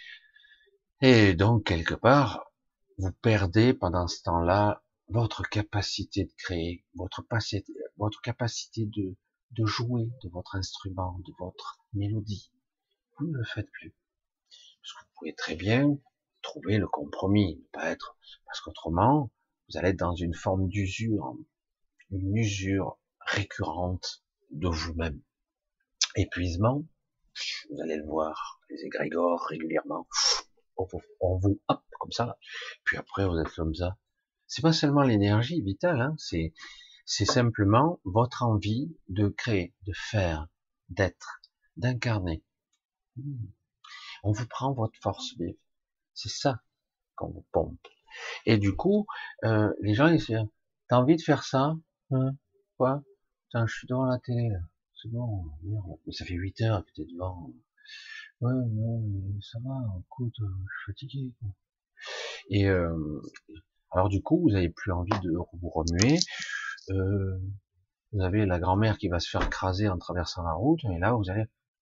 Et donc quelque part, vous perdez pendant ce temps-là votre capacité de créer, votre capacité, votre capacité de, de jouer de votre instrument, de votre mélodie. Vous ne le faites plus. Parce que vous pouvez très bien trouver le compromis, ne pas être, parce qu'autrement, vous allez être dans une forme d'usure, une usure récurrente de vous-même. Épuisement, Vous allez le voir, les égrégores régulièrement. On vous, on vous hop, comme ça. Puis après, vous êtes comme ça. C'est pas seulement l'énergie vitale, hein, c'est, c'est simplement votre envie de créer, de faire, d'être, d'incarner. On vous prend votre force vive. C'est ça qu'on vous pompe. Et du coup, euh, les gens, ils se disent, t'as envie de faire ça? Hein? Quoi? Putain, je suis devant la télé, là. C'est bon, merde. Mais ça fait huit heures que t'es devant. Ouais, non, mais ça va, écoute, euh, je suis fatigué, quoi. Et euh, alors du coup, vous avez plus envie de vous remuer. Euh, vous avez la grand-mère qui va se faire écraser en traversant la route, et là, vous allez...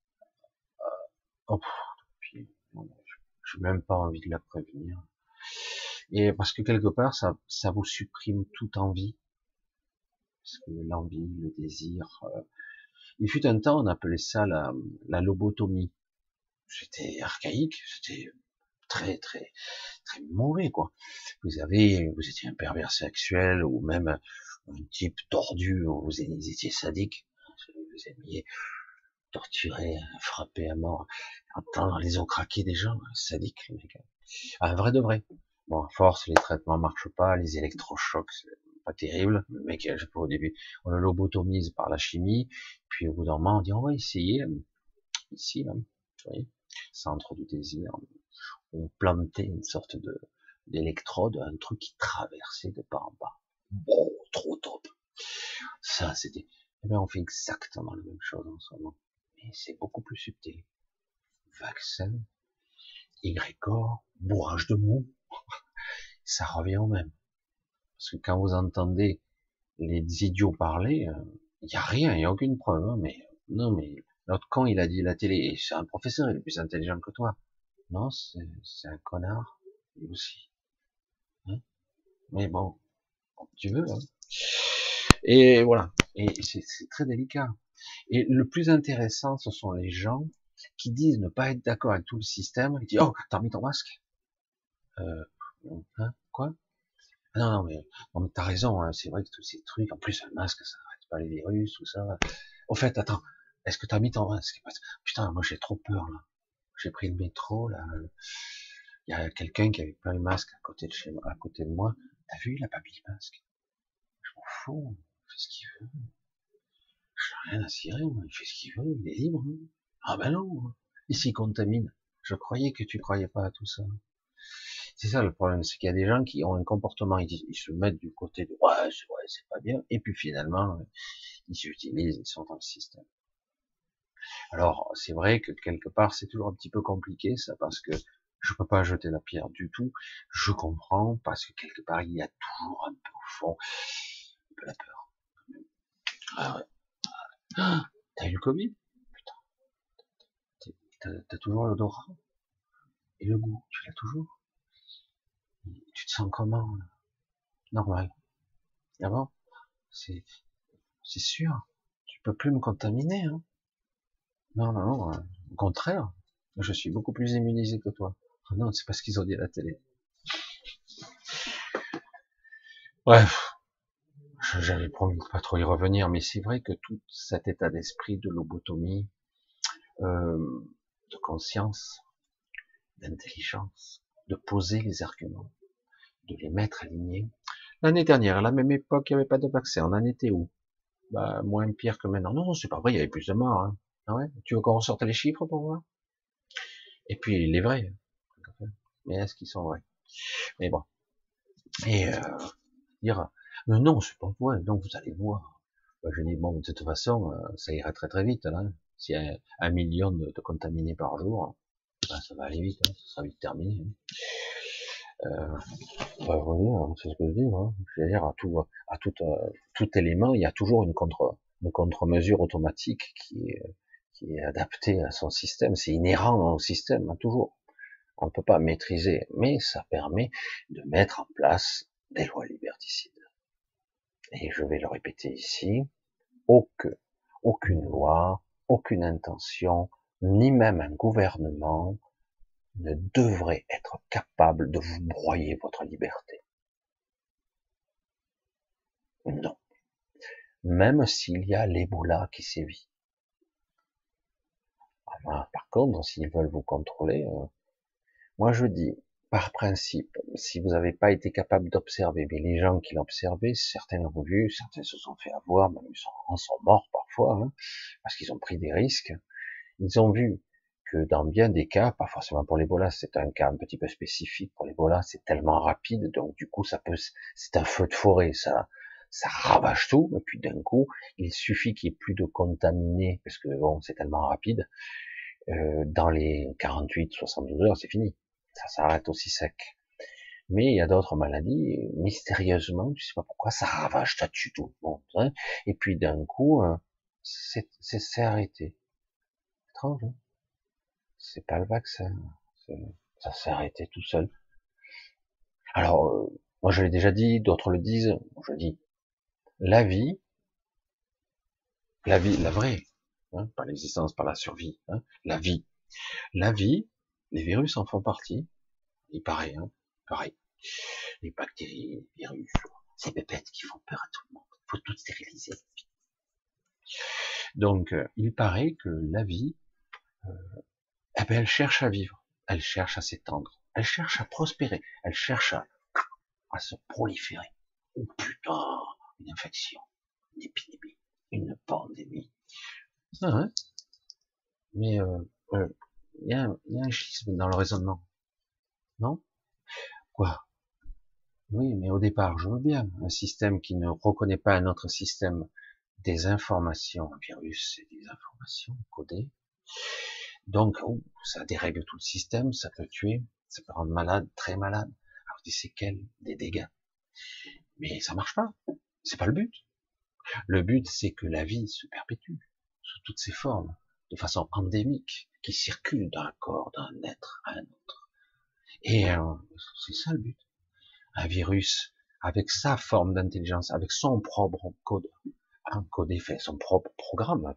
Oh, puis, non, je n'ai même pas envie de la prévenir. Et parce que quelque part, ça, ça vous supprime toute envie. Parce que l'envie, le désir... Euh... Il fut un temps, on appelait ça la, la lobotomie. C'était archaïque, c'était très, très, très mauvais, quoi. Vous avez, vous étiez un pervers sexuel, ou même un type tordu, vous étiez sadique, vous aimiez torturer, frapper à mort, entendre les os craquer des gens, sadique, le mec. Un vrai de vrai. Bon, à force, les traitements marchent pas, les électrochocs, c'est pas terrible. Le mec, je sais pas, au début, on le lobotomise par la chimie, puis au bout d'un moment, on dit, on va essayer, ici, là, vous voyez, centre du désir, on plantait une sorte de, d'électrode, un truc qui traversait de part en part. Bon, trop top. Ça, c'était, eh bien, on fait exactement la même chose en ce moment. Mais c'est beaucoup plus subtil. Vaccin, égrégore, bourrage de mou, ça revient au même. Parce que quand vous entendez les idiots parler, il euh, y a rien, il y a aucune preuve, hein, mais, non, mais, l'autre con, il a dit la télé, et c'est un professeur, il est plus intelligent que toi. Non, c'est, c'est un connard, lui aussi. Hein, mais bon, comme tu veux, hein. Et voilà. Et c'est, c'est très délicat. Et le plus intéressant, ce sont les gens qui disent ne pas être d'accord avec tout le système, qui disent, oh, t'as mis ton masque? Euh, hein, quoi? Ah non, non, mais, non, mais t'as raison, hein, c'est vrai que tous ces trucs, en plus, un masque, ça n'arrête pas les virus, tout ça. Au fait, attends, est-ce que t'as mis ton masque? Putain, moi j'ai trop peur, là. J'ai pris le métro, là. Il y a quelqu'un qui avait pas le masque à côté de chez moi, à côté de moi. T'as vu, il a pas mis le masque. Je m'en fous, il fait ce qu'il veut. Je n'ai rien à cirer, moi. Il fait ce qu'il veut, il est libre. Hein. Ah ben non, il s'y contamine. Je croyais que tu croyais pas à tout ça. C'est ça le problème, c'est qu'il y a des gens qui ont un comportement, ils, ils se mettent du côté de ouais, c'est ouais, c'est pas bien, et puis finalement, ils s'utilisent, ils sont dans le système. Alors, c'est vrai que quelque part, c'est toujours un petit peu compliqué, ça, parce que je peux pas jeter la pierre du tout. Je comprends, parce que quelque part, il y a toujours un peu au fond, un peu la peur. Ah ouais. Ah, t'as eu le Covid? Putain, t'as, t'as toujours l'odorat? Et le goût, tu l'as toujours? Tu te sens comment? Normal. D'abord, c'est, c'est sûr. Tu peux plus me contaminer, hein. Non, non, non, euh, au contraire. Je suis beaucoup plus immunisé que toi. Ah non, c'est parce qu'ils ont dit à la télé. Bref, j'avais promis de pas trop y revenir, mais c'est vrai que tout cet état d'esprit de lobotomie, euh, de conscience, d'intelligence, de poser les arguments, de les mettre alignés. L'année dernière, à la même époque, il n'y avait pas de vaccin. On en était où? Bah, moins pire que maintenant. Non, c'est pas vrai, il y avait plus de morts. Hein. Ah ouais? Tu veux qu'on ressorte les chiffres pour voir? Et puis, il est vrai. Mais est-ce qu'ils sont vrais? Mais bon. Et euh, dire, non, non, c'est pas vrai, donc vous allez voir. Ben, je dis, bon, de toute façon, euh, ça ira très très vite. Là. S'il y a un million de, de contaminés par jour, ben, ça va aller vite, hein, ça sera vite terminé. Hein. Euh, ben, voilà, c'est ce que je dis. Hein. Je veux dire, à tout, à tout, euh, tout élément, il y a toujours une contre, une contre-mesure automatique qui est, qui est adaptée à son système. C'est inhérent au système, hein, toujours. On ne peut pas maîtriser, mais ça permet de mettre en place des lois liberticides. Et je vais le répéter ici, aucune, aucune loi, aucune intention, ni même un gouvernement ne devrait être capable de vous broyer votre liberté. Non. Même s'il y a l'Ebola qui sévit. Alors, par contre, s'ils veulent vous contrôler, euh, moi je dis, par principe, si vous n'avez pas été capable d'observer, mais les gens qui l'observaient, certains l'ont vu, certains se sont fait avoir, même ils sont, en sont morts parfois, hein, parce qu'ils ont pris des risques. Ils ont vu que dans bien des cas, pas forcément pour l'Ebola, c'est un cas un petit peu spécifique. Pour l'Ebola, c'est tellement rapide, donc du coup, ça peut, c'est un feu de forêt, ça, ça ravage tout. Et puis d'un coup, il suffit qu'il n'y ait plus de contaminés, parce que bon, c'est tellement rapide. Euh, dans les quarante-huit, soixante-douze heures, c'est fini. Ça s'arrête aussi sec. Mais il y a d'autres maladies, mystérieusement, tu sais pas pourquoi, ça ravage, ça tue tout le monde. Hein. Et puis d'un coup, euh, c'est c'est arrêté. Étrange, hein. C'est pas le vaccin. Ça s'est arrêté tout seul. Alors, euh, moi je l'ai déjà dit, d'autres le disent, je dis, la vie, la vie, la vraie, hein, pas l'existence, pas la survie, hein, la vie. La vie, les virus en font partie, il paraît, hein, pareil. Les bactéries, les virus, ces bébêtes qui font peur à tout le monde. Il faut tout stériliser. Donc, euh, il paraît que la vie, euh, eh ben, elle cherche à vivre, elle cherche à s'étendre, elle cherche à prospérer, elle cherche à, à se proliférer. Oh putain, une infection, une épidémie, une pandémie. Ah, hein. Mais euh, euh, il y, a, y a un schisme dans le raisonnement, non? Quoi? Oui, mais au départ, je veux bien un système qui ne reconnaît pas un autre système, des informations, un virus, c'est des informations codées. Donc, oh, ça dérègle tout le système, ça peut tuer, ça peut rendre malade, très malade, alors des séquelles, des dégâts. Mais ça marche pas. C'est pas le but. Le but, c'est que la vie se perpétue sous toutes ses formes, de façon endémique, qui circule dans le corps d'un être à un autre. Et euh, c'est ça le but. Un virus, avec sa forme d'intelligence, avec son propre code, un code fait, son propre programme,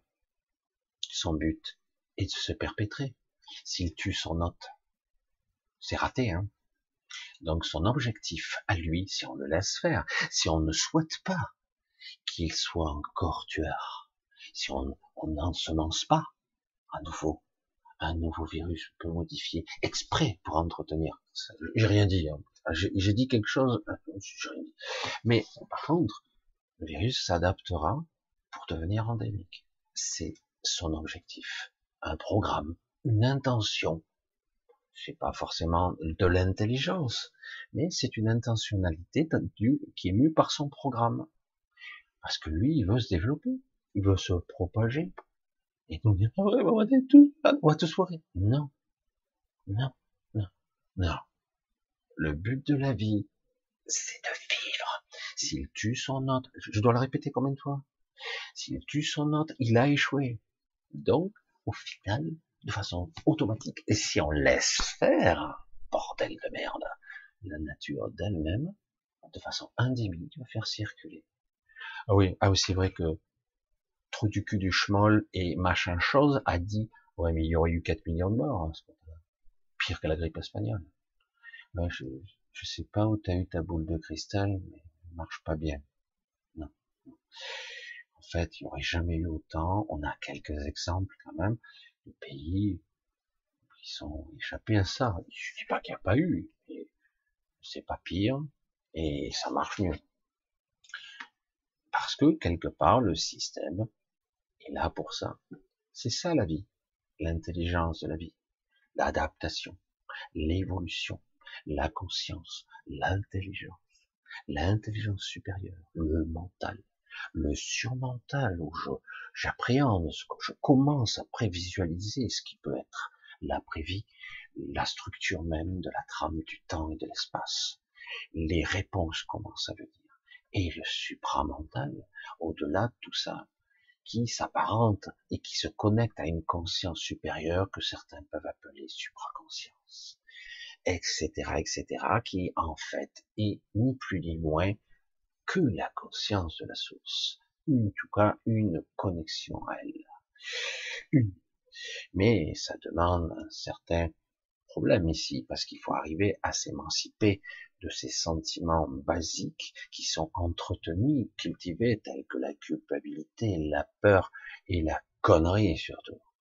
son but est de se perpétrer. S'il tue son hôte, c'est raté, hein. Donc son objectif à lui, si on le laisse faire, si on ne souhaite pas qu'il soit encore tueur, si on n'ensemence pas à nouveau un nouveau virus peut modifier exprès pour entretenir. J'ai rien dit, hein. J'ai dit quelque chose, j'ai rien dit. Mais par contre, le virus s'adaptera pour devenir endémique. C'est son objectif, un programme, une intention. C'est pas forcément de l'intelligence, mais c'est une intentionnalité qui est mue par son programme. Parce que lui, il veut se développer, il veut se propager. Et nous dire, ah ouais, on va tous, on va tous foirer. Non, non, non, non. Le but de la vie, c'est de vivre. S'il tue son hôte, je dois le répéter combien de fois? S'il tue son hôte, il a échoué. Donc, au final, de façon automatique, et si on laisse faire, bordel de merde, la nature d'elle-même, de façon indémie, va faire circuler. Ah oui, ah oui, c'est vrai que trou du cul du schmoll et machin chose a dit, ouais, mais il y aurait eu quatre millions de morts, hein, pire que la grippe espagnole. Ouais, je, je sais pas où t'as eu ta boule de cristal, mais elle marche pas bien. Non. En fait, il n'y aurait jamais eu autant. On a quelques exemples quand même de pays qui sont échappés à ça. Je dis pas qu'il n'y a pas eu, mais c'est pas pire et ça marche mieux. Parce que quelque part, le système est là pour ça. C'est ça la vie, l'intelligence de la vie, l'adaptation, l'évolution, la conscience, l'intelligence, l'intelligence supérieure, le mental, le surmental où je, j'appréhende, ce que je commence à prévisualiser ce qui peut être l'après-vie, la structure même de la trame du temps et de l'espace. Les réponses commencent à venir. Et le supramental, au-delà de tout ça, qui s'apparente et qui se connecte à une conscience supérieure que certains peuvent appeler supraconscience, et cetera, et cetera, qui en fait est ni plus ni moins que la conscience de la source, en tout cas une connexion à elle. Une. Mais ça demande un certain problème ici, parce qu'il faut arriver à s'émanciper de ces sentiments basiques qui sont entretenus, cultivés, tels que la culpabilité, la peur et la connerie surtout.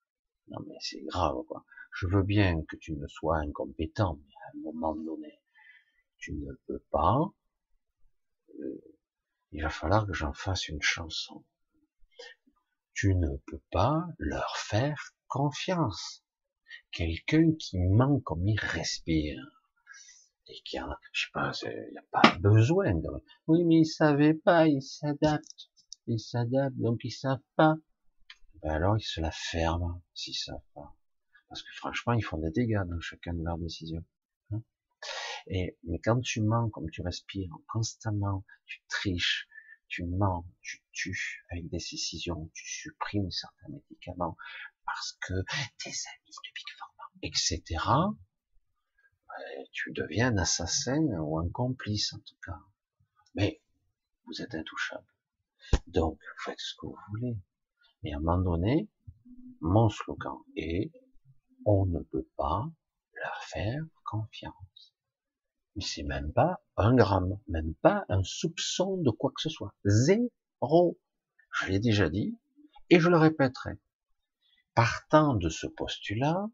Non mais c'est grave, quoi. Je veux bien que tu ne sois incompétent, mais à un moment donné, tu ne peux pas. euh, il va falloir que j'en fasse une chanson. Tu ne peux pas leur faire confiance. Quelqu'un qui ment comme il respire et qui a, je sais pas, il n'y a pas besoin de. Oui, mais ils savaient pas, ils s'adaptent, ils s'adaptent, donc ils savent pas. Ben alors ils se la ferment s'ils savent pas. Parce que franchement, ils font des dégâts dans chacun de leurs décisions. Hein. Et, mais quand tu mens comme tu respires constamment, tu triches, tu mens, tu tues avec des décisions, tu supprimes certains médicaments parce que tes amis de Big Pharma, et cetera, tu deviens un assassin ou un complice en tout cas. Mais vous êtes intouchable. Donc, faites ce que vous voulez. Mais à un moment donné, mon slogan est on ne peut pas leur faire confiance. Mais c'est même pas un gramme, même pas un soupçon de quoi que ce soit. Zéro. Je l'ai déjà dit et je le répéterai. Partant de ce postulat,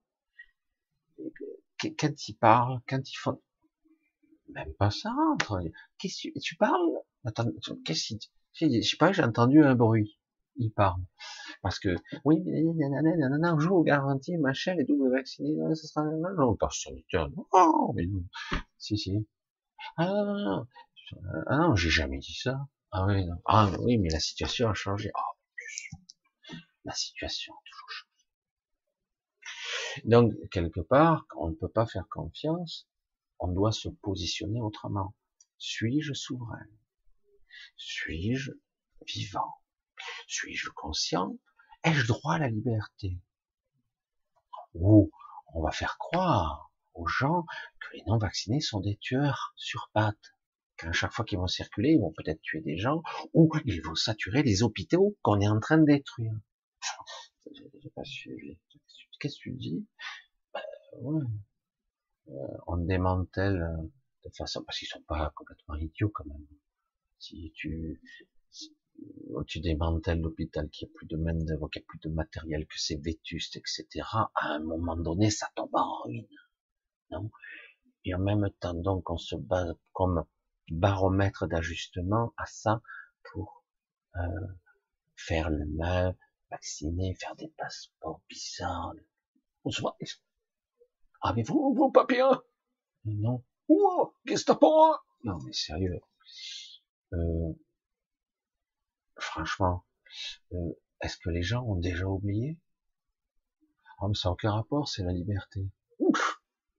quand ils parlent, quand ils font, même pas ça rentre. Qu'est-ce que tu parles? Attends, qu'est-ce que je sais pas, j'ai entendu un bruit. Il parle. Parce que, oui, nanana, nanana, on joue aux garanties, machin, les doubles vaccinés, ça sera, non, pas sanitaire, non, mais non. Si, si. Ah, non, non, non. Ah, non, j'ai jamais dit ça. Ah oui, non. Ah, oui, mais la situation a changé. Oh, la situation a toujours changé. Donc, quelque part, on ne peut pas faire confiance, on doit se positionner autrement. Suis-je souverain? Suis-je vivant? Suis-je conscient? Ai-je droit à la liberté? Ou on va faire croire aux gens que les non-vaccinés sont des tueurs sur pattes, qu'à chaque fois qu'ils vont circuler, ils vont peut-être tuer des gens, ou ils vont saturer les hôpitaux qu'on est en train de détruire. J'ai pas suivi. Qu'est-ce que tu dis? Ben, ouais. euh, on démantèle euh, de façon, parce qu'ils sont pas complètement idiots quand même. Si tu si tu démantèles l'hôpital qui a plus de main d'œuvre, qui a plus de matériel, que c'est vétuste, et cetera. À un moment donné, ça tombe en ruine, non? Et en même temps, donc, on se base comme baromètre d'ajustement à ça pour euh, faire le mal, vacciner, faire des passeports bizarres. On se voit. Avez-vous vos papiers? Non. Ouah, qu'est-ce que t'as pour moi? Non, mais sérieux. Euh, franchement, euh, est-ce que les gens ont déjà oublié? Ah, mais ça n'a aucun rapport, c'est la liberté. Ouf,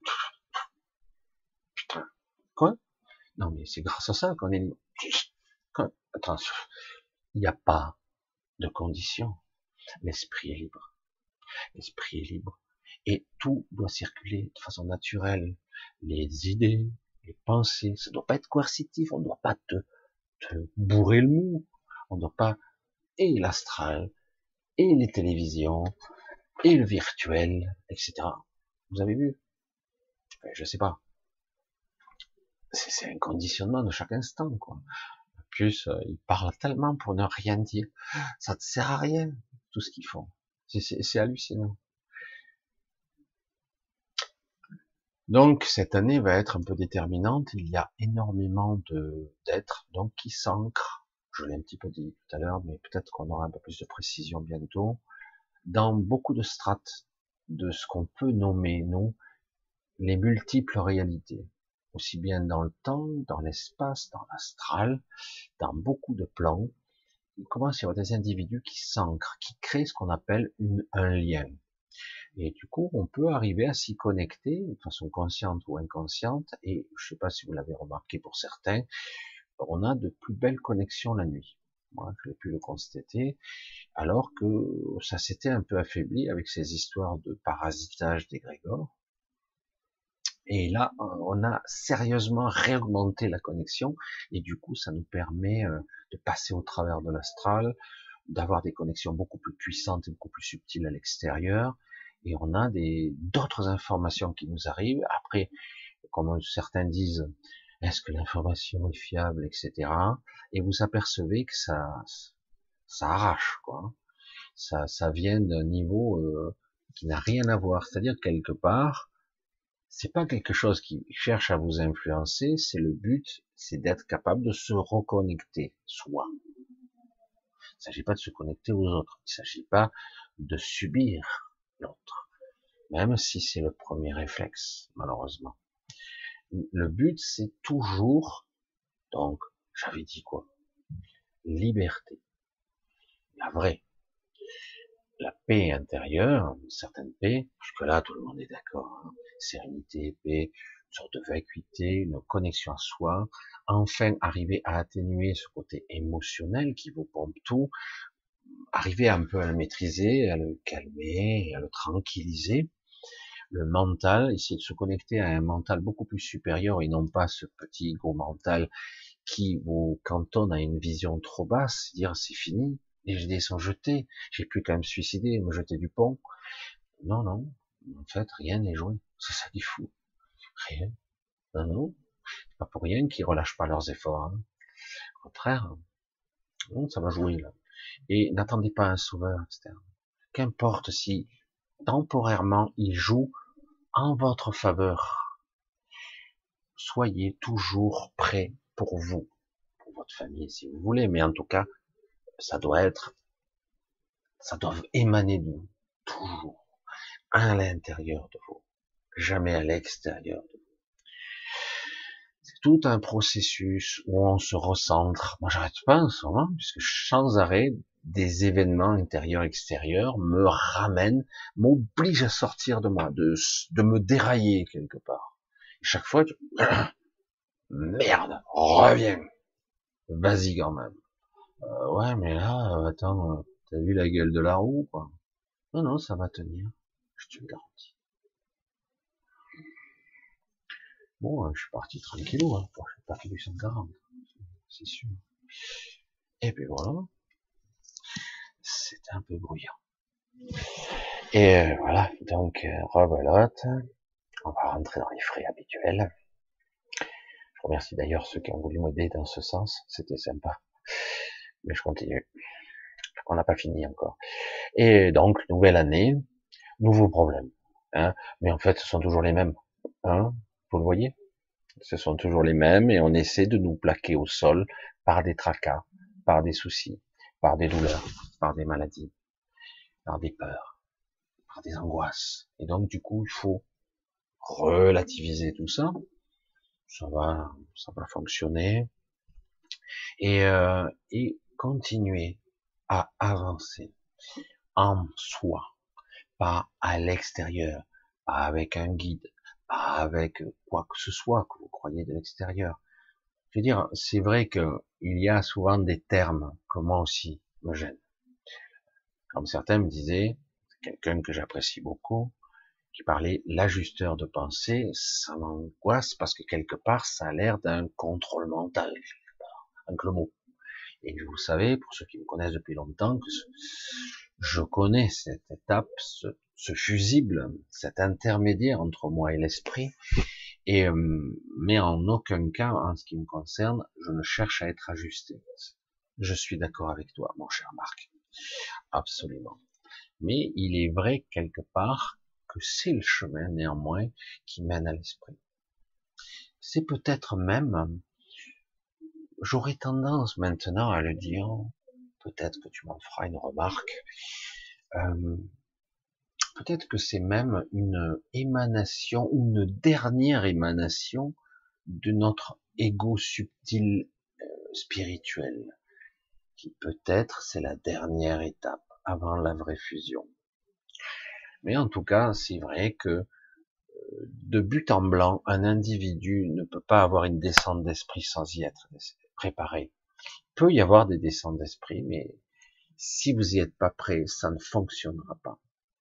putain. Quoi? Non, mais c'est grâce à ça qu'on est libre. Quoi? Attends, il n'y a pas de conditions. L'esprit est libre. L'esprit est libre. Et tout doit circuler de façon naturelle. Les idées, les pensées, ça ne doit pas être coercitif, on ne doit pas te, te bourrer le mou. On ne doit pas, et l'astral, et les télévisions, et le virtuel, et cetera. Vous avez vu? Je sais pas. C'est un conditionnement de chaque instant, quoi. En plus, euh, ils parlent tellement pour ne rien dire. Ça ne sert à rien, tout ce qu'ils font. C'est hallucinant. Donc, cette année va être un peu déterminante. Il y a énormément de d'êtres, donc, qui s'ancrent. Je l'ai un petit peu dit tout à l'heure, mais peut-être qu'on aura un peu plus de précision bientôt. Dans beaucoup de strates de ce qu'on peut nommer, nous, les multiples réalités. Aussi bien dans le temps, dans l'espace, dans l'astral, dans beaucoup de plans. Il commence à y avoir des individus qui s'ancrent, qui créent ce qu'on appelle une, un lien. Et du coup, on peut arriver à s'y connecter de façon consciente ou inconsciente. Et je ne sais pas si vous l'avez remarqué pour certains, on a de plus belles connexions la nuit. Moi, j'ai pu le constater, alors que ça s'était un peu affaibli avec ces histoires de parasitage d'égrégores. Et là, on a sérieusement réaugmenté la connexion, et du coup, ça nous permet de passer au travers de l'astral, d'avoir des connexions beaucoup plus puissantes et beaucoup plus subtiles à l'extérieur, et on a des d'autres informations qui nous arrivent. Après, comme certains disent, est-ce que l'information est fiable, et cetera. Et vous apercevez que ça, ça arrache, quoi. Ça, ça vient d'un niveau euh, qui n'a rien à voir. C'est-à-dire quelque part, c'est pas quelque chose qui cherche à vous influencer, c'est le but, c'est d'être capable de se reconnecter soi. Il ne s'agit pas de se connecter aux autres, il ne s'agit pas de subir l'autre, même si c'est le premier réflexe, malheureusement. Le but, c'est toujours, donc, j'avais dit quoi? Liberté. La vraie. La paix intérieure, une certaine paix, jusque-là, tout le monde est d'accord. Hein. Sérénité, paix, une sorte de vacuité, une connexion à soi. Enfin, arriver à atténuer ce côté émotionnel qui vous pompe tout. Arriver un peu à le maîtriser, à le calmer, à le tranquilliser. Le mental, essayer de se connecter à un mental beaucoup plus supérieur et non pas ce petit gros mental qui vous cantonne à une vision trop basse, dire c'est fini, les dés sont jetés, j'ai plus qu'à me suicider, me jeter du pont. Non, non, en fait, rien n'est joué. C'est ça qui est fou. Rien. Non, non. C'est pas pour rien qu'ils relâchent pas leurs efforts. Hein. Au contraire, non, ça va jouer là. Et n'attendez pas un sauveur externe. Qu'importe si temporairement il joue en votre faveur. Soyez toujours prêt pour vous, pour votre famille si vous voulez, mais en tout cas, ça doit être, ça doit émaner de vous, toujours, à l'intérieur de vous, jamais à l'extérieur de vous. C'est tout un processus où on se recentre. Moi, j'arrête pas en ce moment, puisque sans arrêt, des événements intérieurs, extérieurs me ramènent, m'obligent à sortir de moi, de, de me dérailler quelque part. Et chaque fois, tu... merde, reviens, vas-y quand même. Euh, ouais, mais là, euh, attends, euh, t'as vu la gueule de la roue, quoi. Non, non, ça va tenir, je te le garantis. Bon, euh, je suis parti tranquillou, hein. Bon, je suis parti du cent quarante, c'est sûr. Et puis voilà, c'était un peu bruyant. Et euh, voilà, donc, euh, rebelote, on va rentrer dans les frais habituels. Je remercie d'ailleurs ceux qui ont voulu m'aider dans ce sens, c'était sympa. Mais je continue. On n'a pas fini encore. Et donc, nouvelle année, nouveaux problèmes. Hein. Mais en fait, ce sont toujours les mêmes. Hein. Vous le voyez? Ce sont toujours les mêmes et on essaie de nous plaquer au sol par des tracas, par des soucis, par des douleurs, par des maladies, par des peurs, par des angoisses. Et donc, du coup, il faut relativiser tout ça. Ça va, ça va fonctionner. Et, euh, et continuer à avancer en soi, pas à l'extérieur, pas avec un guide, pas avec quoi que ce soit que vous croyez de l'extérieur. Je veux dire, c'est vrai que il y a souvent des termes que moi aussi me gênent. Comme certains me disaient, quelqu'un que j'apprécie beaucoup, qui parlait l'ajusteur de pensée, ça m'angoisse parce que quelque part, ça a l'air d'un contrôle mental, avec le mot. Et vous savez, pour ceux qui me connaissent depuis longtemps, que je connais cette étape, ce, ce fusible, cet intermédiaire entre moi et l'esprit, et euh, mais en aucun cas, en ce qui me concerne, je ne cherche à être ajusté. Je suis d'accord avec toi, mon cher Marc, absolument. Mais il est vrai quelque part que c'est le chemin néanmoins qui mène à l'esprit. C'est peut-être même, j'aurais tendance maintenant à le dire, peut-être que tu m'en feras une remarque, euh, peut-être que c'est même une émanation, ou une dernière émanation de notre ego subtil euh, spirituel, qui peut-être c'est la dernière étape avant la vraie fusion. Mais en tout cas, c'est vrai que de but en blanc, un individu ne peut pas avoir une descente d'esprit sans y être préparé. Il peut y avoir des descentes d'esprit, mais si vous n'y êtes pas prêt, ça ne fonctionnera pas.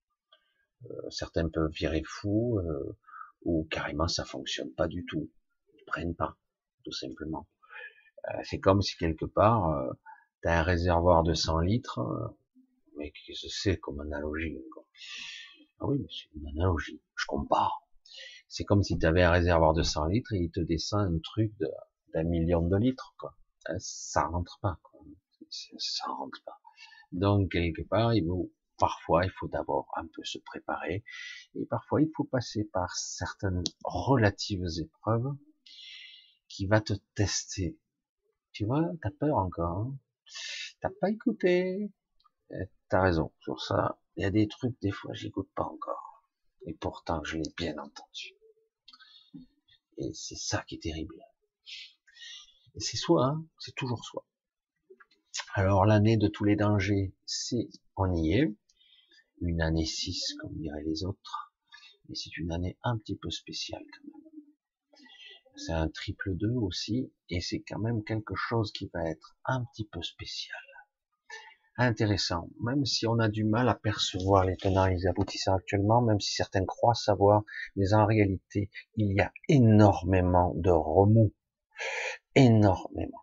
Euh, certains peuvent virer fou, euh, ou carrément ça fonctionne pas du tout. Ils prennent pas, tout simplement. Euh, c'est comme si quelque part, euh, tu as un réservoir de cent litres, euh, mais qu'est-ce que c'est comme analogie encore? Ah oui, mais c'est une analogie, je compare. C'est comme si tu avais un réservoir de cent litres et il te descend un truc de, d'un million de litres, quoi. Ça rentre pas, quoi. Ça rentre pas. Donc, quelque part, il faut Parfois, il faut d'abord un peu se préparer, et parfois, il faut passer par certaines relatives épreuves qui va te tester. Tu vois, t'as peur encore, hein, t'as pas écouté. Eh, t'as raison sur ça. Il y a des trucs, des fois, j'écoute pas encore. Et pourtant, je l'ai bien entendu. Et c'est ça qui est terrible. Et c'est soi, hein, c'est toujours soi. Alors, l'année de tous les dangers, c'est, on y est. Une année six, comme diraient les autres. Mais c'est une année un petit peu spéciale, quand même. C'est un triple deux aussi. Et c'est quand même quelque chose qui va être un petit peu spécial. Intéressant, même si on a du mal à percevoir les tenants et les aboutissants actuellement, même si certains croient savoir, mais en réalité, il y a énormément de remous, énormément.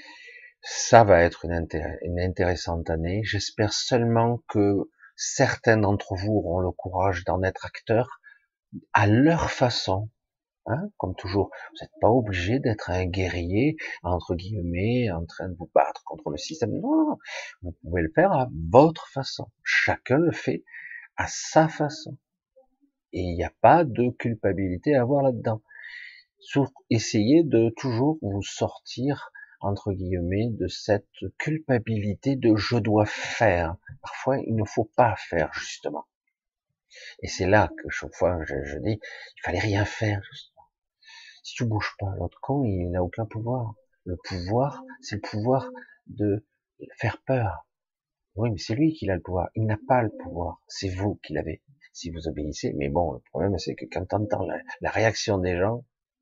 Ça va être une, intéress- une intéressante année. J'espère seulement que certains d'entre vous auront le courage d'en être acteurs à leur façon. Hein, comme toujours, vous n'êtes pas obligé d'être un guerrier, entre guillemets, en train de vous battre contre le système. Non, non, non. Vous pouvez le faire à votre façon. Chacun le fait à sa façon. Et il n'y a pas de culpabilité à avoir là-dedans. Sur, essayez de toujours vous sortir, entre guillemets, de cette culpabilité de je dois faire. Parfois, il ne faut pas faire, justement. Et c'est là que chaque fois, je, je dis, il fallait rien faire, justement. Si tu bouges pas, l'autre con, il n'a aucun pouvoir. Le pouvoir, c'est le pouvoir de faire peur. Oui, mais c'est lui qui a le pouvoir. Il n'a pas le pouvoir. C'est vous qui l'avez. Si vous obéissez. Mais bon, le problème, c'est que quand on entend la, la réaction des gens,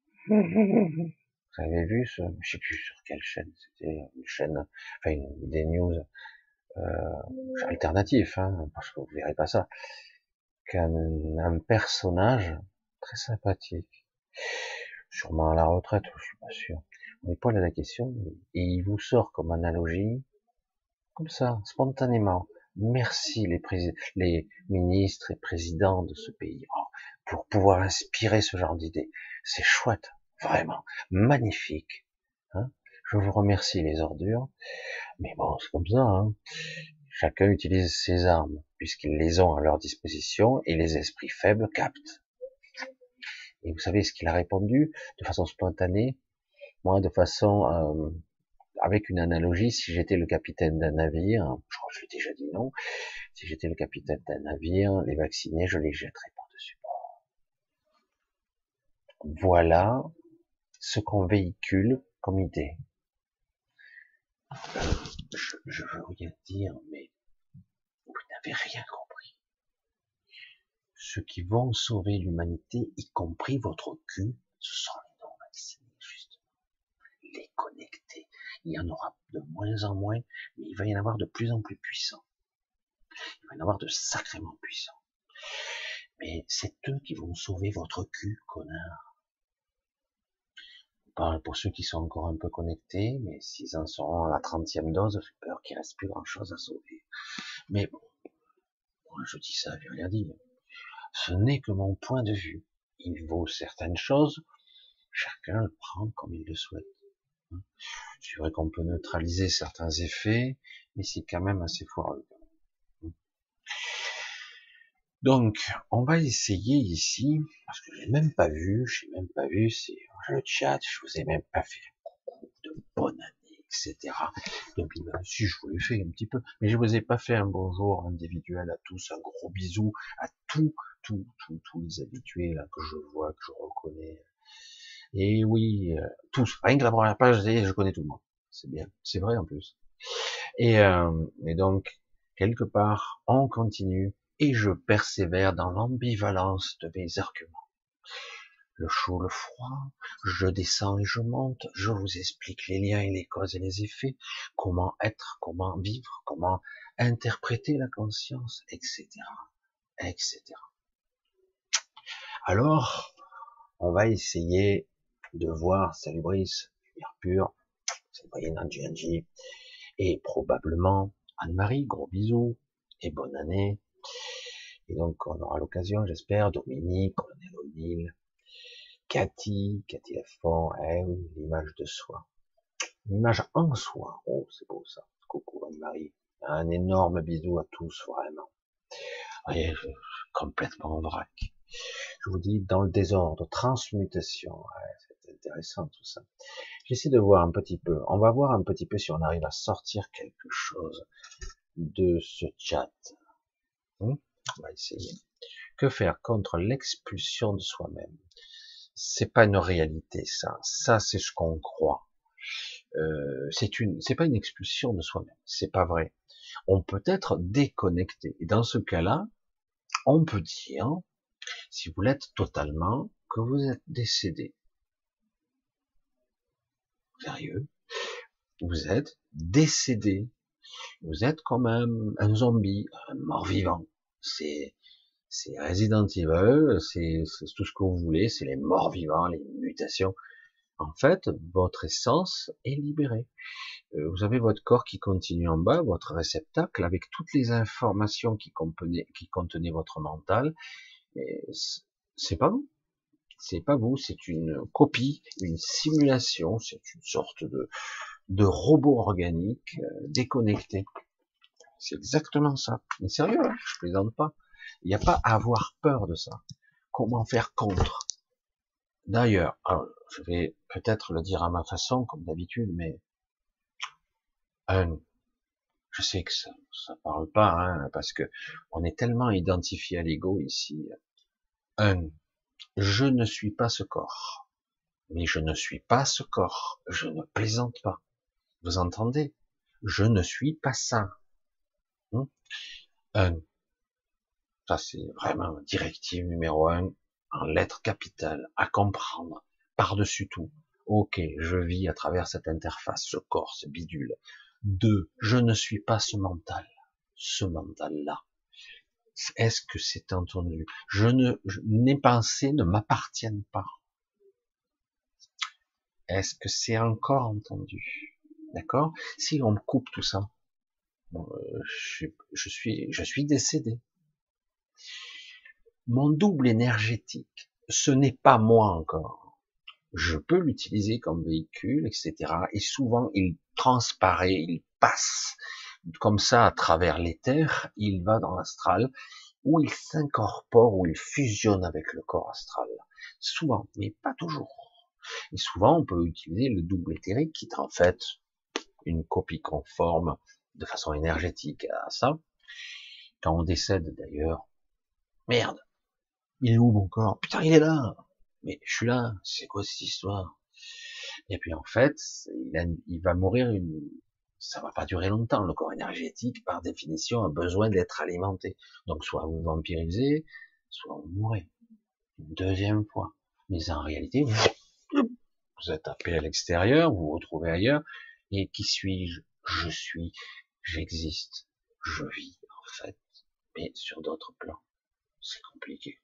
vous avez vu ce, je sais plus sur quelle chaîne, c'était une chaîne, enfin une, des news euh, alternatives, hein, parce que vous verrez pas ça, qu'un un personnage très sympathique, sûrement à la retraite, je suis pas sûr, on n'est pas là la question, et il vous sort comme analogie, comme ça, spontanément. Merci les, les ministres et présidents de ce pays oh, pour pouvoir inspirer ce genre d'idées. C'est chouette, vraiment, magnifique. Hein, je vous remercie les ordures, mais bon, c'est comme ça. Hein. Chacun utilise ses armes puisqu'ils les ont à leur disposition et les esprits faibles captent. Et vous savez ce qu'il a répondu de façon spontanée, moi de façon euh, avec une analogie, si j'étais le capitaine d'un navire, je crois que je l'ai déjà dit non, si j'étais le capitaine d'un navire, les vaccinés, je les jetterais par-dessus. Voilà ce qu'on véhicule comme idée. Je, je veux rien dire, mais vous n'avez rien compris. Ceux qui vont sauver l'humanité, y compris votre cul, ce sont les non-vaccinés, justement. Les connectés. Il y en aura de moins en moins, mais il va y en avoir de plus en plus puissants. Il va y en avoir de sacrément puissants. Mais c'est eux qui vont sauver votre cul, connard. Je parle pour ceux qui sont encore un peu connectés, mais s'ils en seront à la trentième dose, j'ai peur qu'il reste plus grand chose à sauver. Mais bon, moi je dis ça, j'ai rien dit. Ce n'est que mon point de vue. Il vaut certaines choses, chacun le prend comme il le souhaite. C'est vrai qu'on peut neutraliser certains effets, mais c'est quand même assez foireux. Donc, on va essayer ici, parce que j'ai même pas vu, j'ai même pas vu, c'est le chat, je vous ai même pas fait un coucou de bonne année, et cetera. Donc, si je vous l'ai fait un petit peu, mais je vous ai pas fait un bonjour individuel à tous, un gros bisou à tous, tous, tous, tous les habitués là que je vois, que je reconnais. Et oui, euh, tous, rien que la première page, je connais tout le monde. C'est bien, c'est vrai en plus. Et, euh, et donc, quelque part, on continue et je persévère dans l'ambivalence de mes arguments. Le chaud, le froid, je descends et je monte, je vous explique les liens et les causes et les effets, comment être, comment vivre, comment interpréter la conscience, et cetera, et cetera. Alors, on va essayer de voir, salut Brice, lumière pure, c'est Brian G N J, et probablement Anne-Marie, gros bisous, et bonne année. Et donc, on aura l'occasion, j'espère, Dominique, Colonel O'Neill, Cathy, Cathy Lafont, eh oui, l'image de soi. L'image en soi. Oh, c'est beau ça. Coucou Anne-Marie. Un énorme bisou à tous, vraiment. voyez, je, je, complètement en vrac. Je vous dis, dans le désordre, transmutation, ouais, c'est intéressant tout ça. J'essaie de voir un petit peu, on va voir un petit peu si on arrive à sortir quelque chose de ce chat. Hum, on va essayer. Que faire contre l'expulsion de soi-même? C'est pas une réalité, ça. Ça, c'est ce qu'on croit. Euh, c'est une, c'est pas une expulsion de soi-même. C'est pas vrai. On peut être déconnecté. Et dans ce cas-là, on peut dire, si vous l'êtes totalement, que vous êtes décédé. Sérieux? Vous êtes décédé. Vous êtes comme un, un zombie, un mort-vivant. C'est, c'est Resident Evil, c'est, c'est tout ce que vous voulez, c'est les morts-vivants, les mutations. En fait, votre essence est libérée. Euh, vous avez votre corps qui continue en bas, votre réceptacle, avec toutes les informations qui contenaient, qui contenaient votre mental. Mais c'est pas vous. C'est pas vous, c'est une copie, une simulation, c'est une sorte de, de robot organique euh, déconnecté. C'est exactement ça. Mais sérieux, hein, je plaisante pas. Il n'y a pas à avoir peur de ça. Comment faire contre? D'ailleurs, alors, je vais peut-être le dire à ma façon, comme d'habitude, mais un, je sais que ça, ça parle pas, hein, parce que on est tellement identifié à l'ego ici. Un, je ne suis pas ce corps, mais je ne suis pas ce corps. Je ne plaisante pas. Vous entendez? Je ne suis pas ça. Hum un, ça c'est vraiment directive numéro un, en lettres capitales, à comprendre, par-dessus tout. Ok, je vis à travers cette interface, ce corps, ce bidule. Deux, je ne suis pas ce mental, ce mental-là. Est-ce que c'est entendu? Je ne, je, mes pensées ne m'appartiennent pas. Est-ce que c'est encore entendu? D'accord? Si on me coupe tout ça, bon, euh, je, je suis, je suis décédé. Mon double énergétique, ce n'est pas moi encore. Je peux l'utiliser comme véhicule, et cetera. Et souvent, il transparaît, il passe comme ça à travers l'éther, il va dans l'astral, où il s'incorpore, où il fusionne avec le corps astral. Souvent, mais pas toujours. Et souvent, on peut utiliser le double éthérique, qui est en fait une copie conforme de façon énergétique à ça. Quand on décède d'ailleurs, merde, il est où mon corps? Putain, il est là. Mais je suis là. C'est quoi cette histoire? Et puis en fait, il, a, il va mourir une. Ça va pas durer longtemps. Le corps énergétique, par définition, a besoin d'être alimenté. Donc soit vous vampirisez, soit vous mourrez une deuxième fois. Mais en réalité, vous, vous êtes appelé à l'extérieur, vous vous retrouvez ailleurs. Et qui suis-je? Je suis, j'existe, je vis en fait, mais sur d'autres plans. C'est compliqué.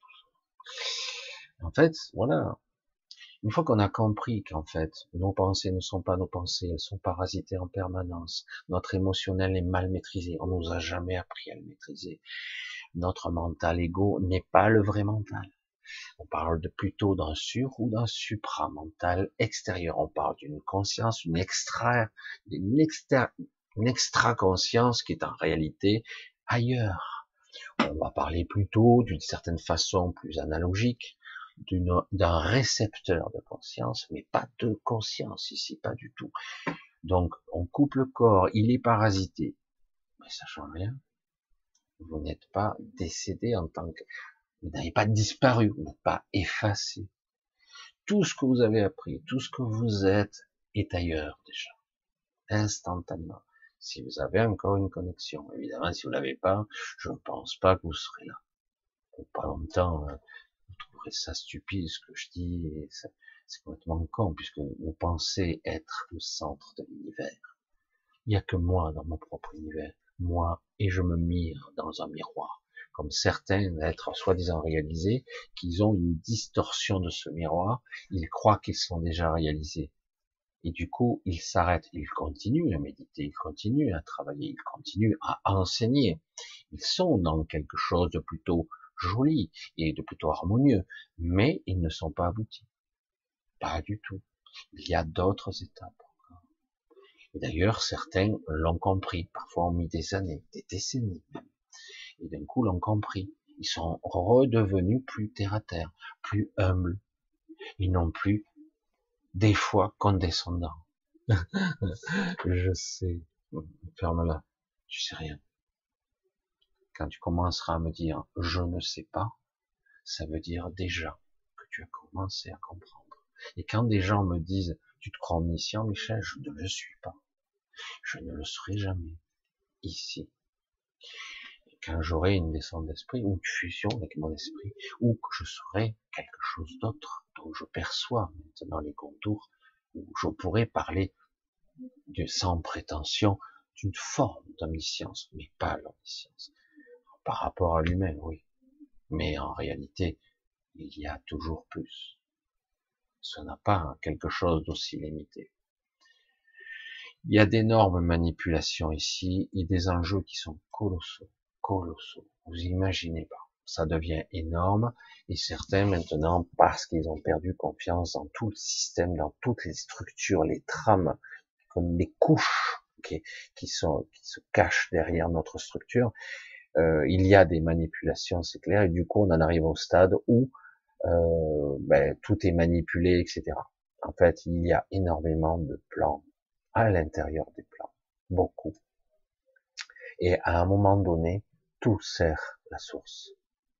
En fait, voilà. Une fois qu'on a compris qu'en fait, nos pensées ne sont pas nos pensées, elles sont parasitées en permanence, notre émotionnel est mal maîtrisé, on nous a jamais appris à le maîtriser. Notre mental ego n'est pas le vrai mental. On parle de plutôt d'un sur ou d'un supramental extérieur. On parle d'une conscience, une extra, une extra, une extra-conscience qui est en réalité ailleurs. On va parler plutôt d'une certaine façon plus analogique, d'un récepteur de conscience, mais pas de conscience ici, pas du tout. Donc, on coupe le corps, il est parasité, mais ça change rien. Vous n'êtes pas décédé en tant que, vous n'avez pas disparu, vous n'êtes pas effacé. Tout ce que vous avez appris, tout ce que vous êtes est ailleurs déjà, instantanément. Si vous avez encore une connexion, évidemment, si vous l'avez pas, je ne pense pas que vous serez là. Pour pas longtemps, vous trouverez ça stupide ce que je dis, et c'est complètement con, puisque vous pensez être le centre de l'univers. Il n'y a que moi dans mon propre univers, moi, et je me mire dans un miroir, comme certains êtres soi-disant réalisés, qu'ils ont une distorsion de ce miroir, ils croient qu'ils sont déjà réalisés. Et du coup, ils s'arrêtent, ils continuent à méditer, ils continuent à travailler, ils continuent à enseigner. Ils sont dans quelque chose de plutôt joli et de plutôt harmonieux, mais ils ne sont pas aboutis. Pas du tout. Il y a d'autres étapes. Et d'ailleurs, certains l'ont compris. Parfois, ont mis des années, des décennies même. et d'un coup l'ont compris. Ils sont redevenus plus terre à terre, plus humbles. Ils n'ont plus des fois condescendants. Je sais. Ferme-la. Tu sais rien. Quand tu commenceras à me dire je ne sais pas, ça veut dire déjà que tu as commencé à comprendre. Et quand des gens me disent tu te crois omniscient, Michel, je ne le suis pas. Je ne le serai jamais. Ici. Et quand j'aurai une descente d'esprit, ou une fusion avec mon esprit, ou que je serai quelque chose d'autre, dont je perçois maintenant les contours, où je pourrais parler de, sans prétention, d'une forme d'omniscience, mais pas l'omniscience. Par rapport à l'humain, oui. Mais en réalité, il y a toujours plus. Ce n'a pas quelque chose d'aussi limité. Il y a d'énormes manipulations ici et des enjeux qui sont colossaux, colossaux. Vous imaginez pas. Ça devient énorme et certains maintenant, parce qu'ils ont perdu confiance dans tout le système, dans toutes les structures, les trames, comme les couches qui, qui sont qui se cachent derrière notre structure, euh, il y a des manipulations, c'est clair, et du coup on en arrive au stade où euh, ben, tout est manipulé, et cetera. En fait, il y a énormément de plans à l'intérieur des plans, beaucoup. Et à un moment donné, tout sert la source.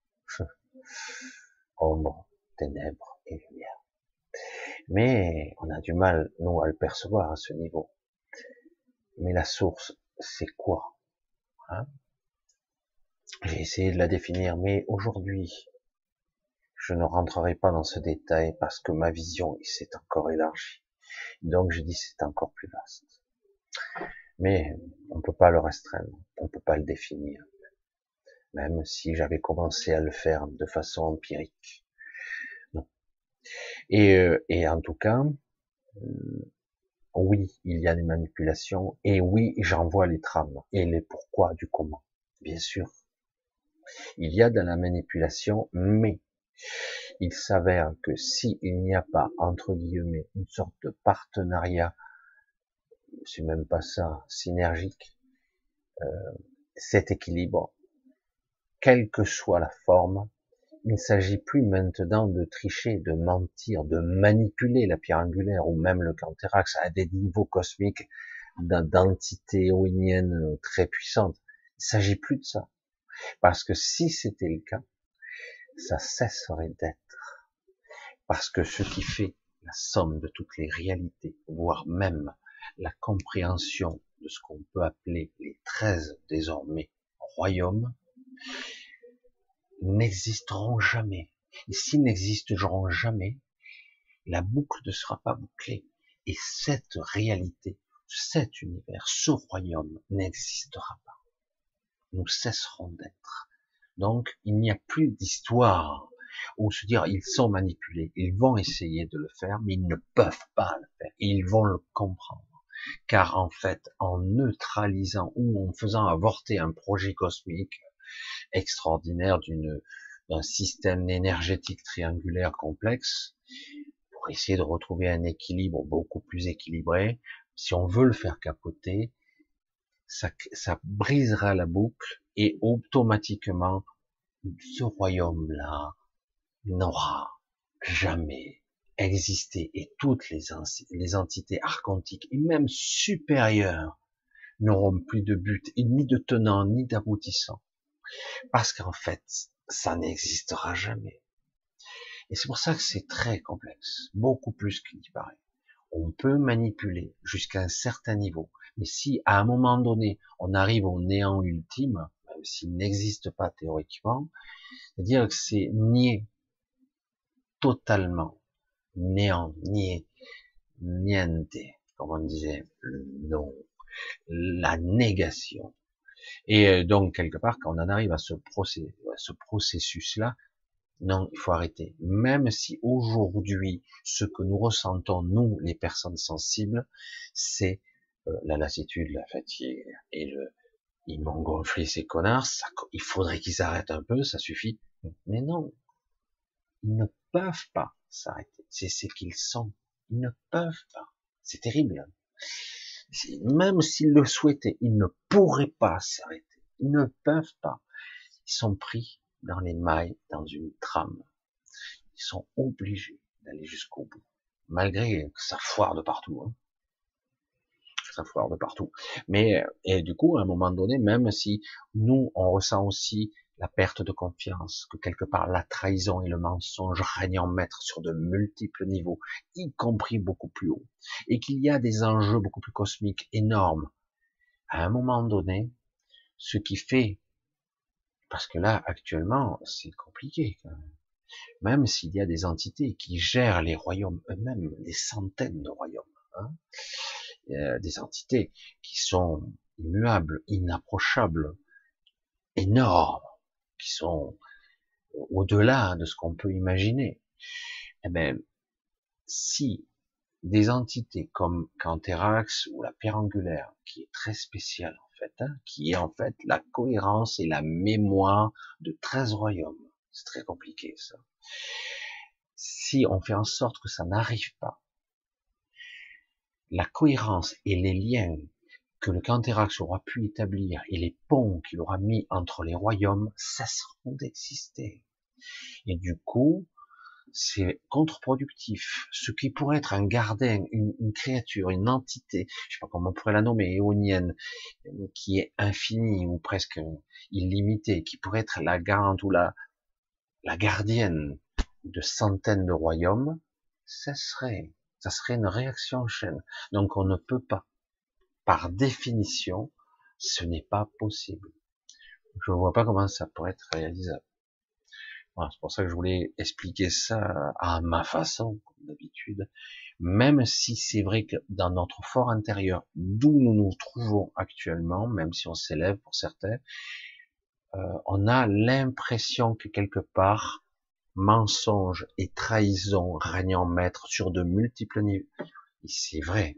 Ombre, ténèbres et lumière. Mais on a du mal, nous, à le percevoir à ce niveau. Mais la source, c'est quoi, hein? J'ai essayé de la définir, mais aujourd'hui, je ne rentrerai pas dans ce détail parce que ma vision s'est encore élargie. Donc je dis c'est encore plus vaste. Mais on peut pas le restreindre, on peut pas le définir. Même si j'avais commencé à le faire de façon empirique. Non. Et, euh, et en tout cas, euh, oui, il y a des manipulations, et oui, j'en vois les trames, et les pourquoi du comment, bien sûr. Il y a de la manipulation, mais il s'avère que si il n'y a pas, entre guillemets, une sorte de partenariat, c'est même pas ça, synergique, euh, cet équilibre, quelle que soit la forme, il ne s'agit plus maintenant de tricher, de mentir, de manipuler la pierre angulaire ou même le Canthérax à des niveaux cosmiques d'entités éoiniennes très puissantes. Il ne s'agit plus de ça. Parce que si c'était le cas, ça cesserait d'être. Parce que ce qui fait la somme de toutes les réalités, voire même la compréhension de ce qu'on peut appeler les treize désormais royaumes, n'existeront jamais. Et s'ils n'existeront jamais, la boucle ne sera pas bouclée. Et cette réalité, cet univers, ce royaume n'existera pas. Nous cesserons d'être. Donc, il n'y a plus d'histoire où se dire ils sont manipulés. Ils vont essayer de le faire, mais ils ne peuvent pas le faire. Et ils vont le comprendre. Car en fait, en neutralisant ou en faisant avorter un projet cosmique extraordinaire d'une d'un système énergétique triangulaire complexe, pour essayer de retrouver un équilibre beaucoup plus équilibré, si on veut le faire capoter, ça, ça brisera la boucle et automatiquement ce royaume-là n'aura jamais existé et toutes les, les entités archontiques et même supérieures n'auront plus de but et ni de tenant ni d'aboutissant. Parce qu'en fait, ça n'existera jamais. Et c'est pour ça que c'est très complexe, beaucoup plus qu'il n'y paraît. On peut manipuler jusqu'à un certain niveau, mais si à un moment donné, on arrive au néant ultime, même s'il n'existe pas théoriquement, c'est-à-dire que c'est nier totalement, néant, nier, niente, comme on disait, le non, la négation. Et donc, quelque part, quand on en arrive à ce, process, à ce processus-là, non, il faut arrêter. Même si aujourd'hui, ce que nous ressentons, nous, les personnes sensibles, c'est euh, la lassitude, la fatigue, et le, ils m'ont gonflé ces connards, ça, il faudrait qu'ils arrêtent un peu, ça suffit. Mais non, ils ne peuvent pas s'arrêter. C'est ce qu'ils sont. Ils ne peuvent pas. C'est terrible. Même s'ils le souhaitaient, ils ne pourraient pas s'arrêter. Ils ne peuvent pas. Ils sont pris dans les mailles, dans une trame. Ils sont obligés d'aller jusqu'au bout, malgré que ça foire de partout. Hein. Ça foire de partout. Mais et du coup, à un moment donné, même si nous, on ressent aussi la perte de confiance, que quelque part la trahison et le mensonge règnent en maître sur de multiples niveaux, y compris beaucoup plus haut, et qu'il y a des enjeux beaucoup plus cosmiques, énormes, à un moment donné, ce qui fait, parce que là, actuellement, c'est compliqué, quand même. Même s'il y a des entités qui gèrent les royaumes eux-mêmes, des centaines de royaumes, hein, euh, des entités qui sont immuables, inapprochables, énormes, qui sont au-delà de ce qu'on peut imaginer. Eh ben, si des entités comme Canthérax ou la pierre angulaire, qui est très spéciale en fait, hein, qui est en fait la cohérence et la mémoire de treize royaumes, c'est très compliqué ça. Si on fait en sorte que ça n'arrive pas, la cohérence et les liens que le Canthérax aura pu établir et les ponts qu'il aura mis entre les royaumes cesseront d'exister. Et du coup, c'est contre-productif. Ce qui pourrait être un gardien, une, une créature, une entité, je sais pas comment on pourrait la nommer, éonienne, qui est infinie ou presque illimitée, qui pourrait être la garante ou la, la gardienne de centaines de royaumes, ça serait, ça serait une réaction en chaîne. Donc on ne peut pas, par définition, ce n'est pas possible. Je ne vois pas comment ça pourrait être réalisable. Voilà, c'est pour ça que je voulais expliquer ça à ma façon, comme d'habitude, même si c'est vrai que dans notre fort intérieur, d'où nous nous trouvons actuellement, même si on s'élève pour certains, euh, on a l'impression que quelque part, mensonge et trahison règnent en maître sur de multiples niveaux. Et c'est vrai.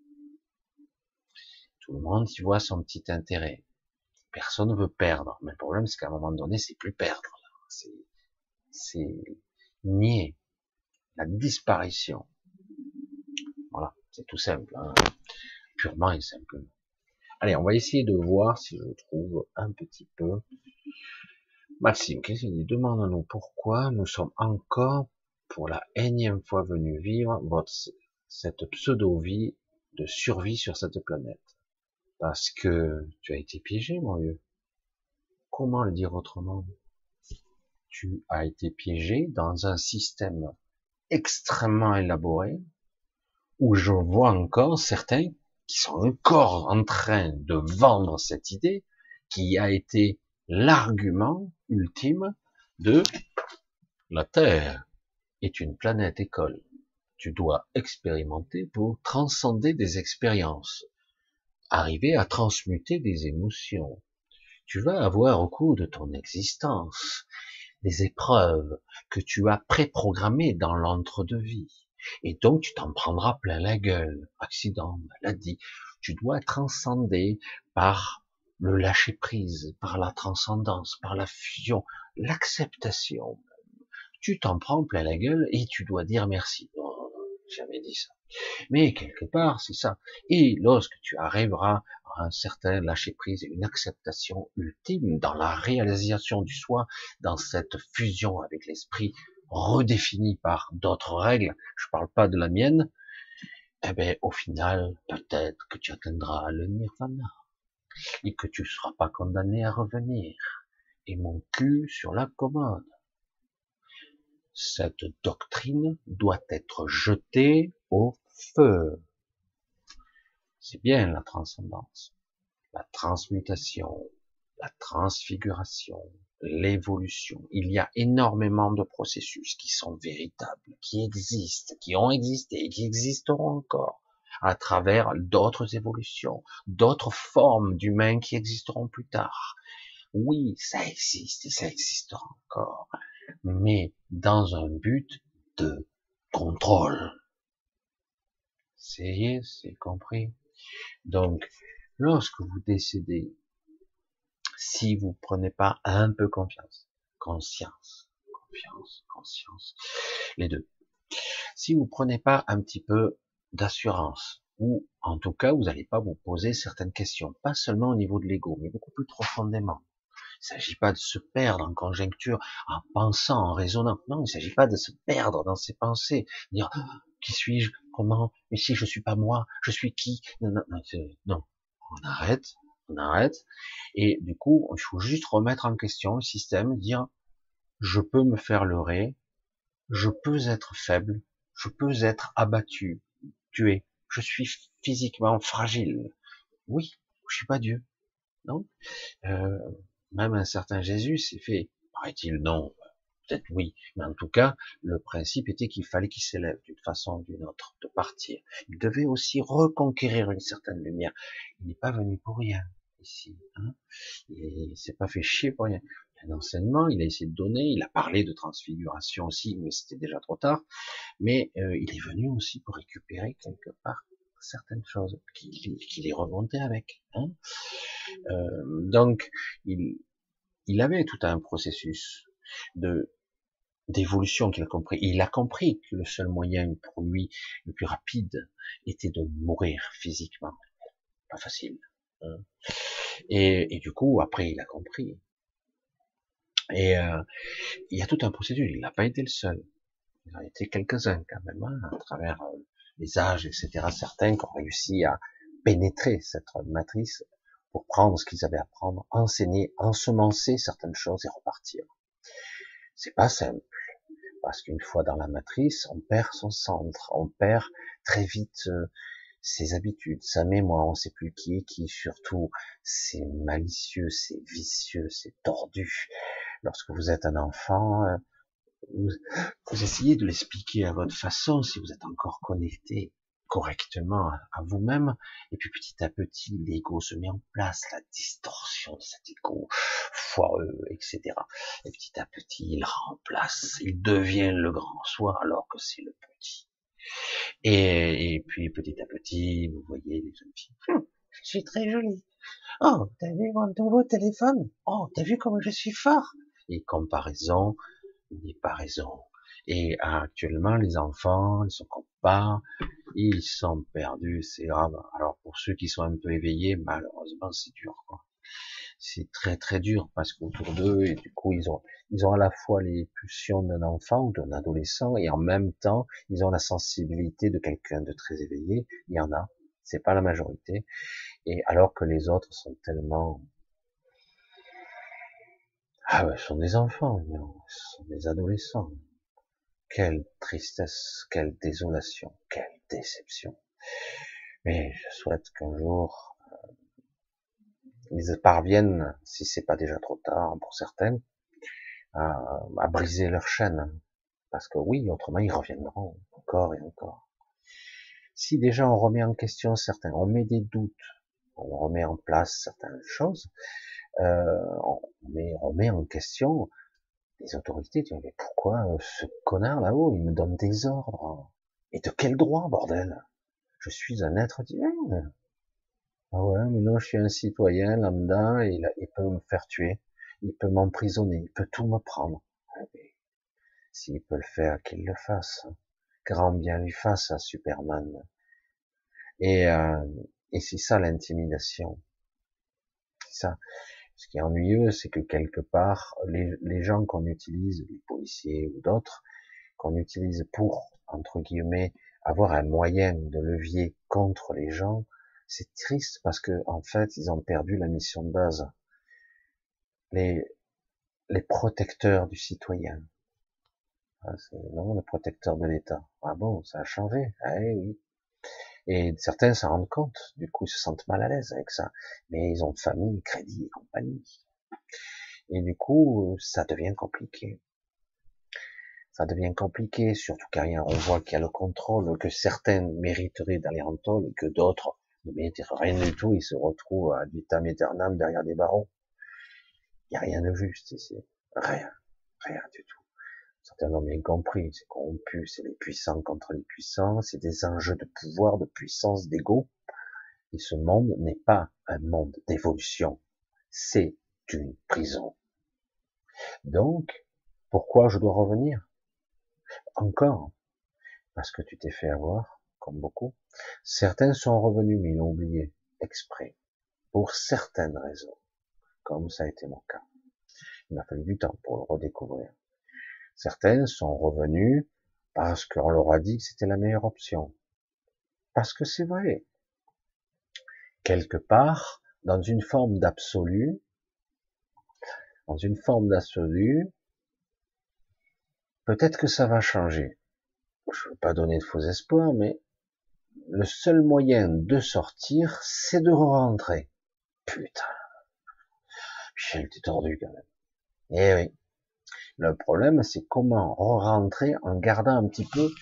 Tout le monde y voit son petit intérêt. Personne ne veut perdre. Mais le problème, c'est qu'à un moment donné, c'est plus perdre. C'est, c'est nier la disparition. Voilà, c'est tout simple, hein. Purement et simplement. Allez, on va essayer de voir si je trouve un petit peu. Maxime, qu'est-ce qu'il dit? Demande-nous pourquoi nous sommes encore, pour la énième fois, venus vivre votre, cette pseudo-vie de survie sur cette planète. Parce que tu as été piégé, mon vieux. Comment le dire autrement? Tu as été piégé dans un système extrêmement élaboré, où je vois encore certains qui sont encore en train de vendre cette idée, qui a été l'argument ultime de la Terre est une planète école. Tu dois expérimenter pour transcender des expériences, arriver à transmuter des émotions. Tu vas avoir au cours de ton existence des épreuves que tu as préprogrammées dans l'entre-deux-vie. Et donc, tu t'en prendras plein la gueule. Accident, maladie. Tu dois transcender par le lâcher-prise, par la transcendance, par la fusion, l'acceptation. Tu t'en prends plein la gueule et tu dois dire merci. Oh, jamais dit ça. Mais quelque part, c'est ça. Et lorsque tu arriveras à un certain lâcher-prise et une acceptation ultime dans la réalisation du soi, dans cette fusion avec l'esprit redéfini par d'autres règles, je parle pas de la mienne, eh ben, au final, peut-être que tu atteindras le nirvana et que tu ne seras pas condamné à revenir. Et mon cul sur la commode. Cette doctrine doit être jetée au feu. C'est bien la transcendance, la transmutation, la transfiguration, l'évolution. Il y a énormément de processus qui sont véritables, qui existent, qui ont existé et qui existeront encore à travers d'autres évolutions, d'autres formes d'humains qui existeront plus tard. Oui, ça existe et ça existera encore, mais dans un but de contrôle. C'est, c'est compris. Donc, lorsque vous décédez, si vous prenez pas un peu confiance, conscience, confiance, conscience, les deux. Si vous prenez pas un petit peu d'assurance, ou en tout cas, vous n'allez pas vous poser certaines questions, pas seulement au niveau de l'ego, mais beaucoup plus profondément. Il ne s'agit pas de se perdre en conjecture, en pensant, en raisonnant. Non, il ne s'agit pas de se perdre dans ses pensées. Dire, ah, qui suis-je? Comment? Mais si je suis pas moi, je suis qui? Non, non, non, non. On arrête, on arrête. Et du coup, il faut juste remettre en question le système, dire, je peux me faire leurrer, je peux être faible, je peux être abattu, tué. Je suis physiquement fragile. Oui, je suis pas Dieu. Non. Euh, même un certain Jésus s'est fait, paraît-il, non, peut-être oui, mais en tout cas, le principe était qu'il fallait qu'il s'élève d'une façon ou d'une autre, de partir. Il devait aussi reconquérir une certaine lumière. Il n'est pas venu pour rien ici. Hein, il s'est pas fait chier pour rien. Il y a un enseignement, il a essayé de donner, il a parlé de transfiguration aussi, mais c'était déjà trop tard. Mais euh, il est venu aussi pour récupérer quelque part certaines choses qu'il qu'il est remonté avec. Hein. Euh, donc, il, il avait tout un processus de d'évolution qu'il a compris. Il a compris que le seul moyen pour lui, le plus rapide, était de mourir physiquement. Pas facile. Hein. Et, et du coup, après, il a compris. Et euh, il y a tout un processus. Il n'a pas été le seul. Il y en a été quelques-uns quand même, hein, à travers euh, les âges, et cetera. Certains qui ont réussi à pénétrer cette matrice pour prendre ce qu'ils avaient à prendre, enseigner, ensemencer certaines choses et repartir. C'est pas simple. Parce qu'une fois dans la matrice, on perd son centre, on perd très vite euh, ses habitudes, sa mémoire, on sait plus qui est qui, surtout c'est malicieux, c'est vicieux, c'est tordu. Lorsque vous êtes un enfant, euh, vous, vous essayez de l'expliquer à votre façon, si vous êtes encore connecté correctement à vous-même, et puis petit à petit, l'ego se met en place, la distorsion de cet ego foireux, et cetera. Et petit à petit, il remplace, il devient le grand soi, alors que c'est le petit. Et, et puis petit à petit, vous voyez les jeunes filles, hum, je suis très jolie. Oh, t'as vu mon nouveau téléphone? Oh, t'as vu comme je suis fort? Et comparaison, des paraisons. Et actuellement, les enfants, ils se comptent pas, ils sont perdus, c'est grave. Alors pour ceux qui sont un peu éveillés, malheureusement, c'est dur, quoi. C'est très très dur parce qu'autour d'eux, et du coup, ils ont, ils ont à la fois les pulsions d'un enfant ou d'un adolescent, et en même temps, ils ont la sensibilité de quelqu'un de très éveillé. Il y en a, c'est pas la majorité. Et alors que les autres sont tellement, ah ouais, ce sont des enfants, ce sont des adolescents. Quelle tristesse, quelle désolation, quelle déception. Mais je souhaite qu'un jour, ils parviennent, si c'est pas déjà trop tard pour certains, à, à briser leur chaîne. Parce que oui, autrement ils reviendront encore et encore. Si déjà on remet en question certains, on met des doutes, on remet en place certaines choses, euh, on, met, on remet en question les autorités. Tu dis, mais pourquoi ce connard là-haut, il me donne des ordres? Et de quel droit, bordel? Je suis un être divin. Ah ouais, mais non, je suis un citoyen lambda et il, il peut me faire tuer, il peut m'emprisonner, il peut tout me prendre. Ah, s'il peut le faire, qu'il le fasse. Grand bien lui fasse à Superman. Et, euh, et c'est ça l'intimidation. C'est ça. Ce qui est ennuyeux, c'est que quelque part, les, les gens qu'on utilise, les policiers ou d'autres, qu'on utilise pour, entre guillemets, avoir un moyen de levier contre les gens, c'est triste parce que, en fait, ils ont perdu la mission de base. Les, les protecteurs du citoyen. Ah, c'est, non, le protecteur de l'État. Ah bon, ça a changé. Ah eh oui. Et certains s'en rendent compte. Du coup, ils se sentent mal à l'aise avec ça. Mais ils ont famille, crédit et compagnie. Et du coup, ça devient compliqué. Ça devient compliqué, surtout car on voit qu'il y a le contrôle, que certains mériteraient d'aller en tôle et que d'autres ne méritent rien du tout, ils se retrouvent à vitam aeternam derrière des barreaux. Il n'y a rien de juste ici. Rien. Rien du tout. Certains l'ont bien compris, c'est corrompu, c'est les puissants contre les puissants, c'est des enjeux de pouvoir, de puissance, d'ego. Et ce monde n'est pas un monde d'évolution. C'est une prison. Donc, pourquoi je dois revenir? Encore, parce que tu t'es fait avoir, comme beaucoup. Certains sont revenus, mais ils l'ont oublié, exprès, pour certaines raisons, comme ça a été mon cas. Il m'a fallu du temps pour le redécouvrir. Certaines sont revenues parce qu'on leur a dit que c'était la meilleure option. Parce que c'est vrai. Quelque part, dans une forme d'absolu, dans une forme d'absolu, peut-être que ça va changer. Je ne veux pas donner de faux espoirs, mais le seul moyen de sortir, c'est de rentrer. Putain, Michel, t'es tordu quand même. Eh oui. Le problème, c'est comment rentrer en gardant un petit peu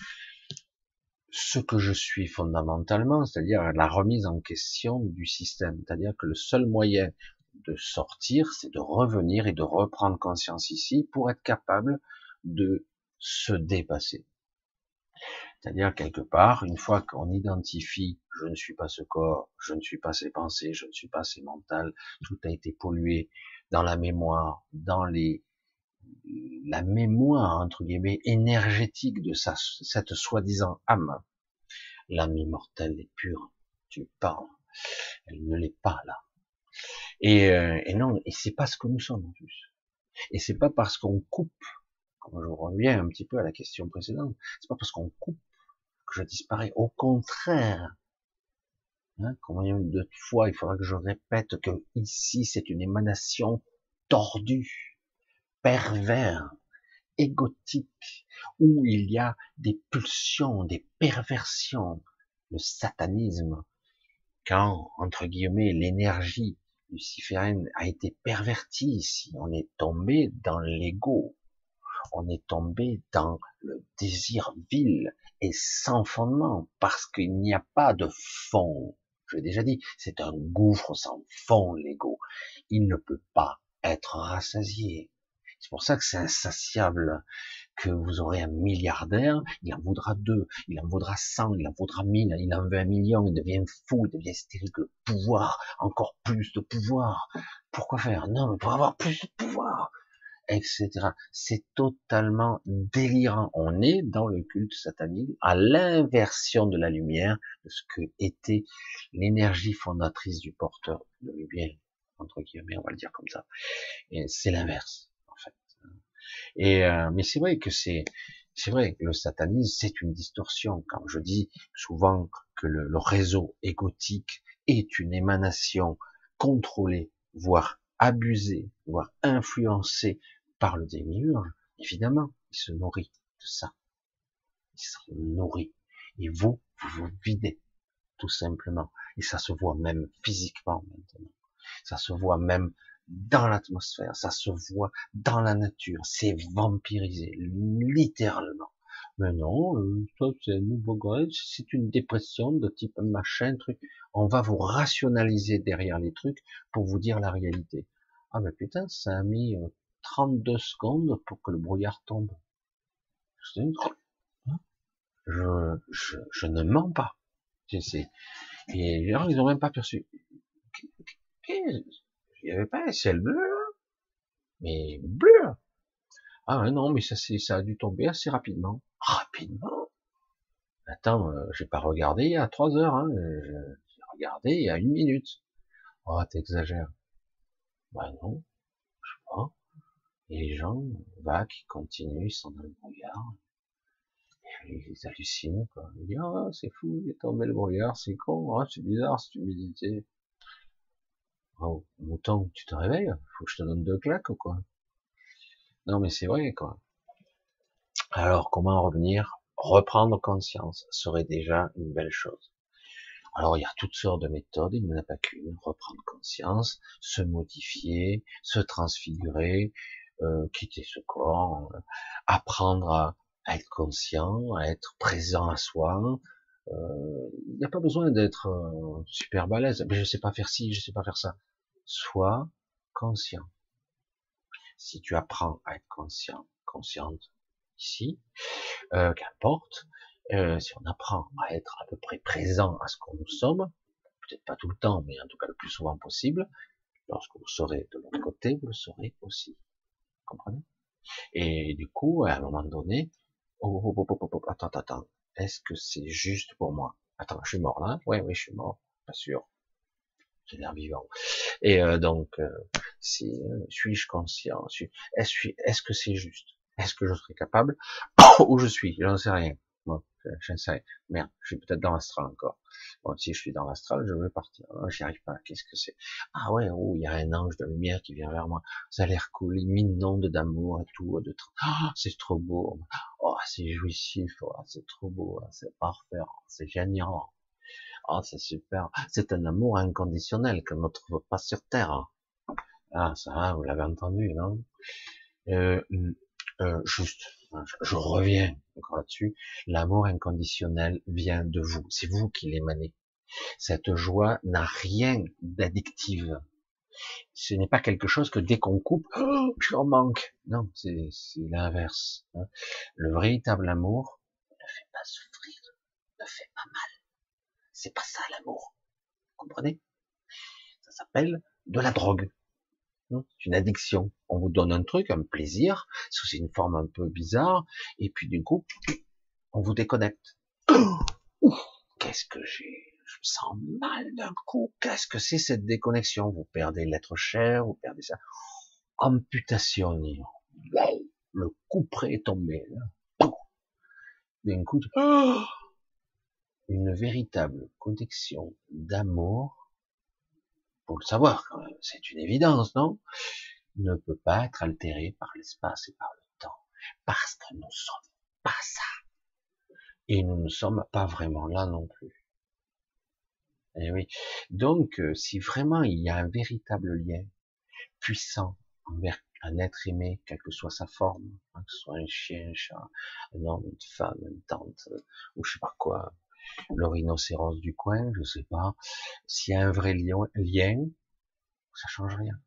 ce que je suis fondamentalement, c'est-à-dire la remise en question du système. C'est-à-dire que le seul moyen de sortir, c'est de revenir et de reprendre conscience ici pour être capable de se dépasser. C'est-à-dire quelque part, une fois qu'on identifie, je ne suis pas ce corps, je ne suis pas ces pensées, je ne suis pas ces mentales, tout a été pollué dans la mémoire, dans les la mémoire entre guillemets énergétique de sa, cette soi-disant âme. L'âme immortelle est pure, tu parles, elle ne l'est pas là. Et, euh, et non, et c'est pas ce que nous sommes en plus. Et c'est pas parce qu'on coupe, comme je reviens un petit peu à la question précédente, c'est pas parce qu'on coupe que je disparais. Au contraire, hein, combien de fois il faudra que je répète que ici c'est une émanation tordue, pervers, égotique, où il y a des pulsions, des perversions, le satanisme, quand, entre guillemets, l'énergie luciférienne a été pervertie ici, on est tombé dans l'ego, on est tombé dans le désir vil et sans fondement, parce qu'il n'y a pas de fond. Je l'ai déjà dit, c'est un gouffre sans fond, l'ego. Il ne peut pas être rassasié. C'est pour ça que c'est insatiable, que vous aurez un milliardaire, il en voudra deux, il en voudra cent, il en voudra mille, il en veut un million, il devient fou, il devient hystérique, le pouvoir, encore plus de pouvoir. Pourquoi faire? Non, mais pour avoir plus de pouvoir, et cetera. C'est totalement délirant. On est dans le culte satanique, à l'inversion de la lumière, de ce que était l'énergie fondatrice du porteur de lumière, entre guillemets, on va le dire comme ça. Et c'est l'inverse. Et euh, mais c'est vrai que c'est c'est vrai que le satanisme c'est une distorsion. Quand je dis souvent que le, le réseau égotique est une émanation contrôlée, voire abusée, voire influencée par le démiurge, évidemment, il se nourrit de ça. Il se nourrit. Et vous, vous vous videz, tout simplement. Et ça se voit même physiquement maintenant. Ça se voit même dans l'atmosphère, ça se voit dans la nature, c'est vampirisé, littéralement. Mais non, euh, ça c'est un nouveau grade, c'est une dépression de type machin, truc. On va vous rationaliser derrière les trucs pour vous dire la réalité. Ah ben putain, ça a mis euh, trente-deux secondes pour que le brouillard tombe. Je, je, je, je ne mens pas. C'est, c'est- et les gens, ils ont même pas perçu. Il n'y avait pas un ciel bleu, mais bleu. Ah ouais, non, mais ça, c'est, ça a dû tomber assez rapidement. Rapidement? Attends, euh, j'ai pas regardé il y a trois heures, hein. euh, J'ai regardé il y a une minute. Oh, t'exagères. Bah non, je sais pas. Et les gens, vagues, ils continuent, ils sont dans le brouillard. Et ils hallucinent, quoi. Ils disent, ah, c'est fou, il est tombé le brouillard, c'est con, hein, c'est bizarre, cette humidité. Oh, mouton, tu te réveilles? Faut que je te donne deux claques, ou quoi? Non, mais c'est vrai, quoi. Alors, comment revenir? Reprendre conscience serait déjà une belle chose. Alors, il y a toutes sortes de méthodes, il n'y en a pas qu'une. Reprendre conscience, se modifier, se transfigurer, euh, quitter ce corps, euh, apprendre à, à être conscient, à être présent à soi. Euh, il n'y a pas besoin d'être euh, super balèze. Mais je sais pas faire ci, je sais pas faire ça. Sois conscient. Si tu apprends à être conscient, consciente ici, euh, qu'importe, euh, si on apprend à être à peu près présent à ce que nous sommes, peut-être pas tout le temps, mais en tout cas le plus souvent possible, lorsque vous serez de l'autre côté, vous le saurez aussi. Vous comprenez? Et du coup, à un moment donné, oh, oh, oh, oh, oh, oh, attends, attends, est-ce que c'est juste pour moi? Attends, je suis mort là? Oui, oui, je suis mort, pas sûr. c'est l'air vivant. Et euh, donc, euh, si euh, suis-je conscient, suis, est-ce, est-ce que c'est juste, est-ce que je serai capable, où je suis, j'en sais rien. Bon, je ne sais rien. Merde, je suis peut-être dans l'astral encore. Bon, si je suis dans l'astral, je veux partir. Oh, j'y arrive pas. Qu'est-ce que c'est? Ah ouais, oh, il y a un ange de lumière qui vient vers moi. Ça a l'air cool, il m'inonde d'amour et tout. De tra- ah, c'est trop beau. Oh, c'est jouissif. Oh, c'est trop beau. C'est parfait. Oh, c'est génial. Oh, c'est super. C'est un amour inconditionnel que l'on ne trouve pas sur Terre. Ah, ça, vous l'avez entendu, non? Euh, euh, juste, je, je reviens encore là-dessus. L'amour inconditionnel vient de vous. C'est vous qui l'émanez. Cette joie n'a rien d'addictif. Ce n'est pas quelque chose que dès qu'on coupe, oh, je en manque. Non, c'est c'est l'inverse. Hein. Le véritable amour ne fait pas souffrir, ne fait pas mal. C'est pas ça l'amour. Vous comprenez? Ça s'appelle de la drogue. C'est une addiction. On vous donne un truc, un plaisir, sous une forme un peu bizarre, et puis du coup, on vous déconnecte. Ouf, qu'est-ce que j'ai? Je me sens mal d'un coup. Qu'est-ce que c'est cette déconnexion? Vous perdez l'être cher, vous perdez ça. Amputation. Wow, le coup près est tombé. D'un coup, oh, une véritable connexion d'amour. Faut le savoir, quand même. C'est une évidence, non? Ne peut pas être altéré par l'espace et par le temps, parce que nous ne sommes pas ça. Et nous ne sommes pas vraiment là non plus. Et oui. Donc, euh, si vraiment il y a un véritable lien puissant envers un être aimé, quelle que soit sa forme, hein, que ce soit un chien, un chat, un homme, une femme, une tante, euh, ou je sais pas quoi, le rhinocéros du coin, je sais pas, s'il y a un vrai lion- lien, ça change rien.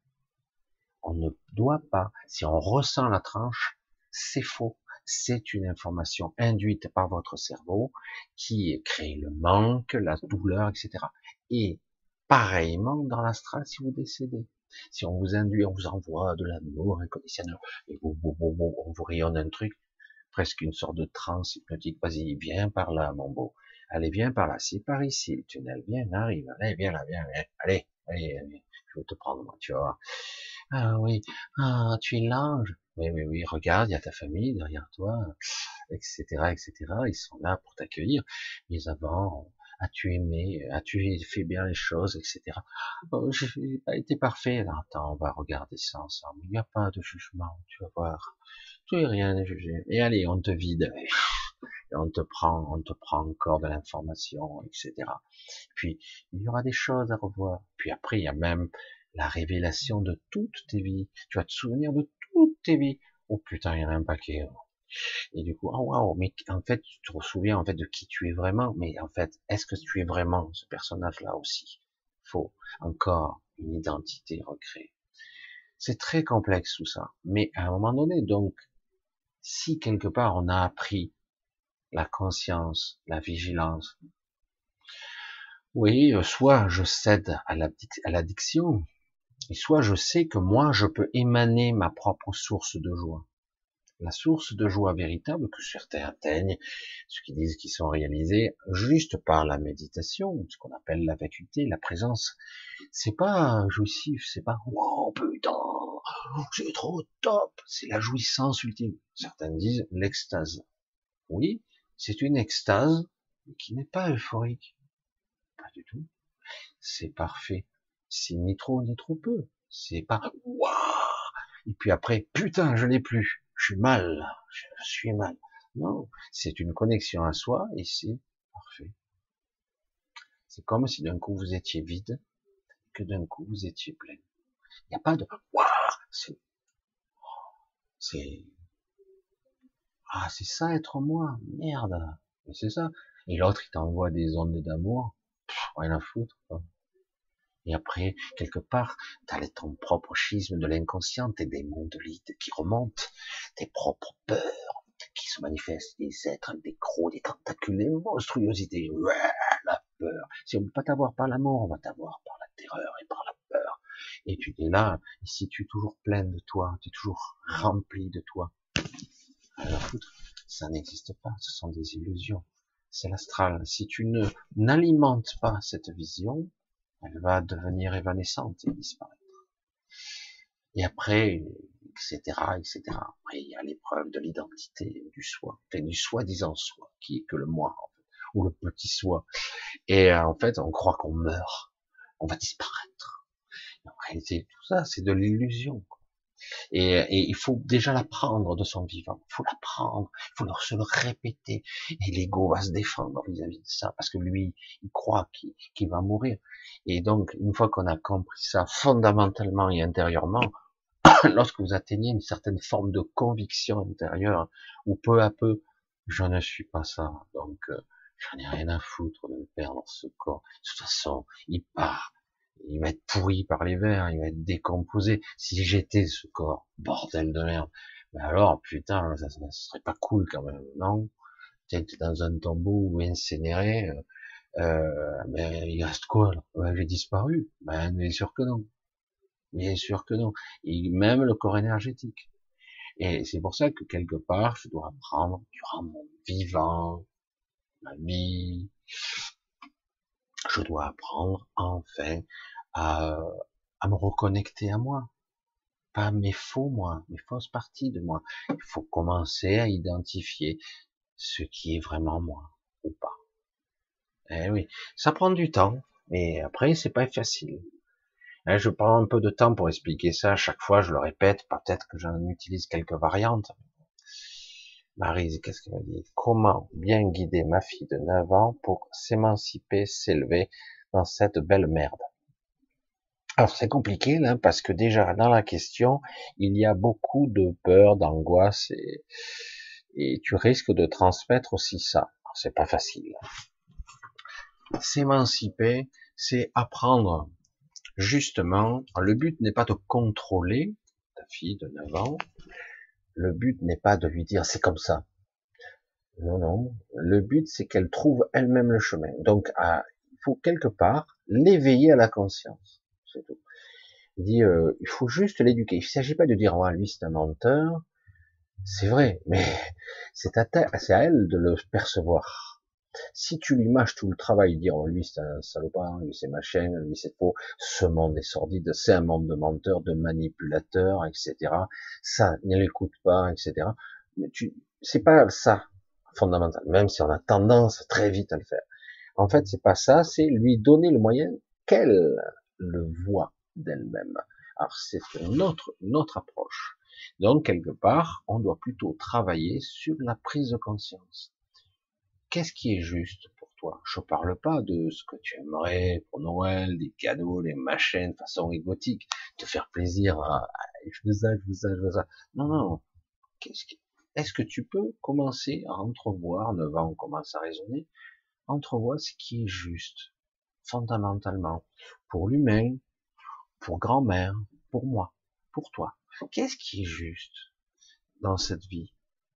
On ne doit pas, si on ressent la tranche, c'est faux. C'est une information induite par votre cerveau qui crée le manque, la douleur, et cetera. Et pareillement dans l'astral si vous décédez. Si on vous induit, on vous envoie de l'amour inconditionnel, et vous, vous, vous, vous, on vous rayonne un truc, presque une sorte de transe hypnotique. Vas-y, viens par là, mon beau. Allez, viens par là. C'est par ici, le tunnel. Viens, arrive. Allez, viens là, viens, viens. Allez, allez, allez. Je vais te prendre, moi, tu vas voir. Ah oui, ah, tu es l'ange. Oui, oui, oui, regarde, il y a ta famille derrière toi, et cetera, et cetera. Ils sont là pour t'accueillir. Mais avant, as-tu aimé, as-tu fait bien les choses, et cetera. Oh, je n'ai pas été parfait. Alors, attends, on va regarder ça ensemble. Il n'y a pas de jugement, tu vas voir. Tu n'es rien à juger. Et allez, on te vide. Et on te prend, on te prend encore de l'information, et cetera. Puis, il y aura des choses à revoir. Puis après, il y a même la révélation de toutes tes vies. Tu vas te souvenir de toutes tes vies. Oh putain, il y en a un paquet. Et du coup, oh waouh, mais en fait, tu te souviens en fait de qui tu es vraiment. Mais en fait, est-ce que tu es vraiment ce personnage-là aussi? Faut encore une identité recréée. C'est très complexe tout ça. Mais à un moment donné, donc, si quelque part on a appris la conscience, la vigilance, oui, euh, soit je cède à l'addiction, et soit je sais que moi, je peux émaner ma propre source de joie. La source de joie véritable que certains atteignent, ceux qui disent qu'ils sont réalisés juste par la méditation, ce qu'on appelle la vacuité, la présence. C'est pas jouissif, c'est pas wow putain, c'est trop top, c'est la jouissance ultime. Certains disent l'extase. Oui, c'est une extase qui n'est pas euphorique, pas du tout. C'est parfait. C'est ni trop ni trop peu. C'est pas waouh. Et puis après, putain, je l'ai plus. Je suis mal. Je suis mal. Non, c'est une connexion à soi et c'est parfait. C'est comme si d'un coup vous étiez vide, que d'un coup vous étiez plein. Il n'y a pas de waouh. C'est, c'est, ah, c'est ça être moi. Merde. Mais c'est ça. Et l'autre, il t'envoie des ondes d'amour. Pff, rien à foutre, quoi. Et après, quelque part, t'as ton propre schisme de l'inconscient, tes démons de l'ide qui remontent, tes propres peurs qui se manifestent, des êtres avec des crocs, des tentacules, des monstruosités. Ouais, la peur. Si on ne peut pas t'avoir par l'amour, on va t'avoir par la terreur et par la peur. Et tu es là, et si tu es toujours plein de toi, tu es toujours rempli de toi, à la foutre, ça n'existe pas, ce sont des illusions. C'est l'astral. Si tu ne n'alimentes pas cette vision, Elle va devenir évanescente et disparaître. Et après, et cetera, et cetera. Après, il y a l'épreuve de l'identité, du soi, enfin, du soi-disant soi, qui est que le moi, en fait, ou le petit soi. Et euh, en fait, on croit qu'on meurt, on va disparaître. En réalité, tout ça, c'est de l'illusion. Et, et il faut déjà l'apprendre de son vivant. Il faut l'apprendre, il faut leur se le répéter. Et l'ego va se défendre vis-à-vis de ça, parce que lui, il croit qu'il qu'il va mourir. Et donc, une fois qu'on a compris ça fondamentalement et intérieurement, lorsque vous atteignez une certaine forme de conviction intérieure, où peu à peu, je ne suis pas ça, donc euh, j'en ai rien à foutre de me perdre ce corps. De toute façon, il part, il va être pourri par les vers, il va être décomposé. Si j'étais ce corps, bordel de merde, ben alors putain, ça, ça serait pas cool quand même, non? T'es dans un tombeau ou incinéré, euh, euh, mais il reste quoi là? Ouais, j'ai disparu? Ben bien sûr que non. Bien sûr que non. Et même le corps énergétique. Et c'est pour ça que quelque part, je dois apprendre durant mon vivant, ma vie, je dois apprendre enfin à, à me reconnecter à moi, pas à mes faux moi, mes fausses parties de moi. Il faut commencer à identifier ce qui est vraiment moi ou pas. Eh oui, ça prend du temps, mais après c'est pas facile. Hein, je prends un peu de temps pour expliquer ça. À chaque fois, je le répète. Peut-être que j'en utilise quelques variantes. Maryse, qu'est-ce qu'elle m'a dit? Comment bien guider ma fille de neuf ans pour s'émanciper, s'élever dans cette belle merde? Alors c'est compliqué là, parce que déjà dans la question, il y a beaucoup de peur, d'angoisse et, et tu risques de transmettre aussi ça. Alors, c'est pas facile. S'émanciper, c'est apprendre justement. Le but n'est pas de contrôler ta fille de neuf ans. Le but n'est pas de lui dire c'est comme ça. Non, non. Le but, c'est qu'elle trouve elle-même le chemin. Donc, à, il faut quelque part l'éveiller à la conscience. C'est tout. Il dit, euh, il faut juste l'éduquer. Il ne s'agit pas de dire, oh, lui, c'est un menteur. C'est vrai, mais c'est à, c'est à elle de le percevoir. Si tu lui mâches tout le travail, dire, oh, lui, c'est un salopard, lui, c'est machin, lui, c'est faux, ce monde est sordide, c'est un monde de menteurs, de manipulateurs, et cetera. Ça, ne l'écoute pas, et cetera. Mais tu, c'est pas ça fondamental, même si on a tendance très vite à le faire. En fait, c'est pas ça, c'est lui donner le moyen qu'elle le voit d'elle-même. Alors c'est une autre, une autre approche. Donc quelque part, on doit plutôt travailler sur la prise de conscience. Qu'est-ce qui est juste pour toi? Je parle pas de ce que tu aimerais pour Noël, des cadeaux, des machines de façon égotique, te faire plaisir. À, je veux ça, je veux ça, je veux ça. Non, non. Qu'est-ce qui, est-ce que tu peux commencer à entrevoir, neuf ans, on commence à raisonner, entrevoir ce qui est juste, fondamentalement, pour l'humain, pour grand-mère, pour moi, pour toi. Qu'est-ce qui est juste dans cette vie?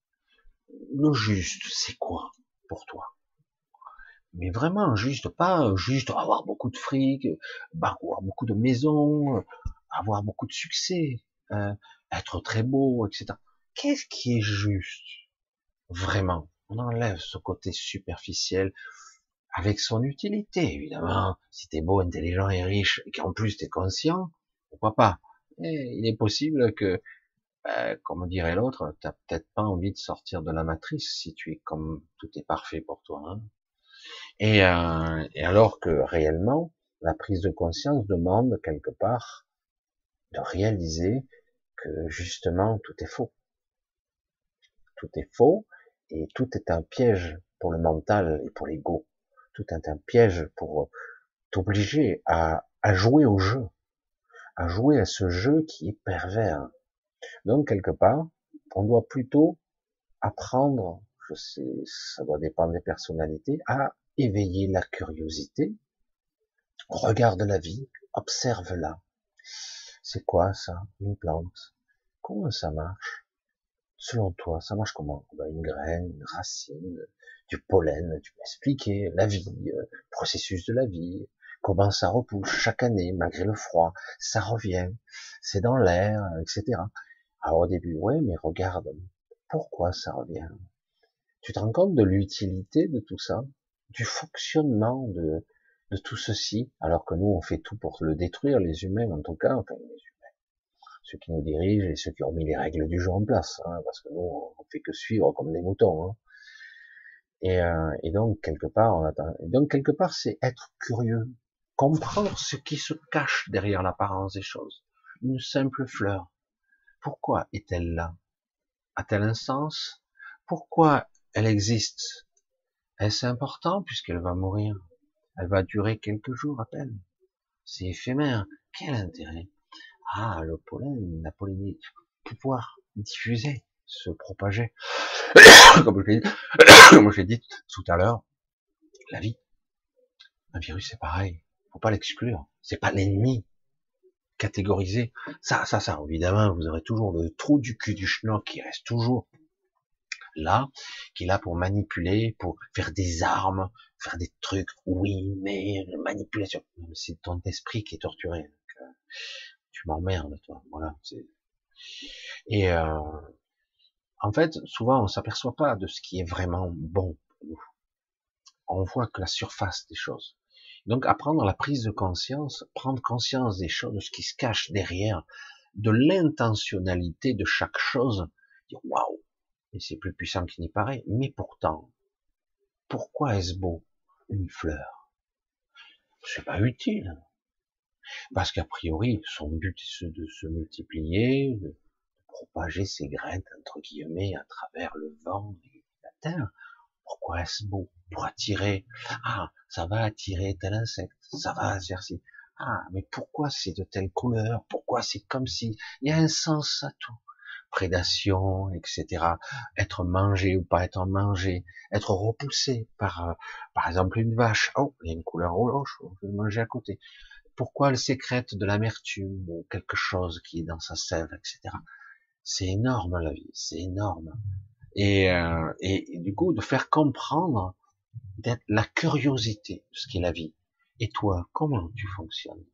Le juste, c'est quoi pour toi? Mais vraiment juste, pas juste avoir beaucoup de fric, avoir beaucoup de maisons, avoir beaucoup de succès, euh, être très beau, et cetera. Qu'est-ce qui est juste? Vraiment, on enlève ce côté superficiel avec son utilité, évidemment. Si t'es beau, intelligent et riche, et qu'en plus t'es conscient, pourquoi pas? Et il est possible que, euh, comme dirait l'autre, t'as peut-être pas envie de sortir de la matrice si tu es comme tout est parfait pour toi. Hein. Et, euh, et alors que réellement, la prise de conscience demande quelque part de réaliser que justement tout est faux. Tout est faux et tout est un piège pour le mental et pour l'ego. Tout est un piège pour t'obliger à, à jouer au jeu, à jouer à ce jeu qui est pervers. Donc quelque part, on doit plutôt apprendre, je sais, ça doit dépendre des personnalités, à éveiller la curiosité. Regarde la vie, observe-la. C'est quoi ça? Une plante. Comment ça marche? Selon toi, ça marche comment? Ben, une graine, une racine, du pollen, tu peux expliquer la vie, euh, processus de la vie, comment ça repousse chaque année, malgré le froid, ça revient, c'est dans l'air, et cetera. Alors au début, ouais, mais regarde, pourquoi ça revient? Tu te rends compte de l'utilité de tout ça, du fonctionnement de, de tout ceci, alors que nous, on fait tout pour le détruire, les humains, en tout cas, enfin, les humains, ceux qui nous dirigent et ceux qui ont mis les règles du jeu en place, hein, parce que nous, on fait que suivre comme des moutons, hein. Et, euh, et donc, quelque part, on attend, et donc, quelque part, c'est être curieux, comprendre ce qui se cache derrière l'apparence des choses. Une simple fleur. Pourquoi est-elle là? A-t-elle un sens? Pourquoi elle existe? Est-ce important puisqu'elle va mourir? Elle va durer quelques jours à peine. C'est éphémère. Quel intérêt? Ah, le pollen, la pollinisation, pouvoir diffuser, se propager. Comme je l'ai dit, comme je l'ai dit tout à l'heure, la vie, un virus c'est pareil. Faut pas l'exclure. C'est pas l'ennemi catégorisé. Ça, ça, ça, évidemment, vous aurez toujours le trou du cul du schnock qui reste toujours là, qui est là pour manipuler, pour faire des armes, faire des trucs. Oui, mais manipulation. C'est ton esprit qui est torturé. Donc, euh, tu m'emmerdes, toi. Voilà. Et euh, en fait, souvent, on s'aperçoit pas de ce qui est vraiment bon pour nous. On voit que la surface des choses. Donc, apprendre la prise de conscience, prendre conscience des choses, de ce qui se cache derrière, de l'intentionnalité de chaque chose. Dire waouh, et c'est plus puissant qu'il n'y paraît. Mais pourtant, pourquoi est-ce beau une fleur? C'est pas utile, parce qu'a priori, son but est de se multiplier, de propager ses graines entre guillemets à travers le vent et la terre. Pourquoi est-ce beau? Pour attirer. Ah, ça va attirer tel insecte, ça va faire ci. Ah, mais pourquoi c'est de telle couleur? Pourquoi c'est comme si? Il y a un sens à tout. Prédation, et cetera. Être mangé ou pas être mangé, être repoussé par, euh, par exemple, une vache. Oh, il y a une couleur rouge, je vais le manger à côté. Pourquoi elle sécrète de l'amertume ou quelque chose qui est dans sa sève, et cetera. C'est énorme la vie, c'est énorme. Et, euh, et, et du coup, de faire comprendre d'être la curiosité de ce qu'est la vie. Et toi, comment tu fonctionnes?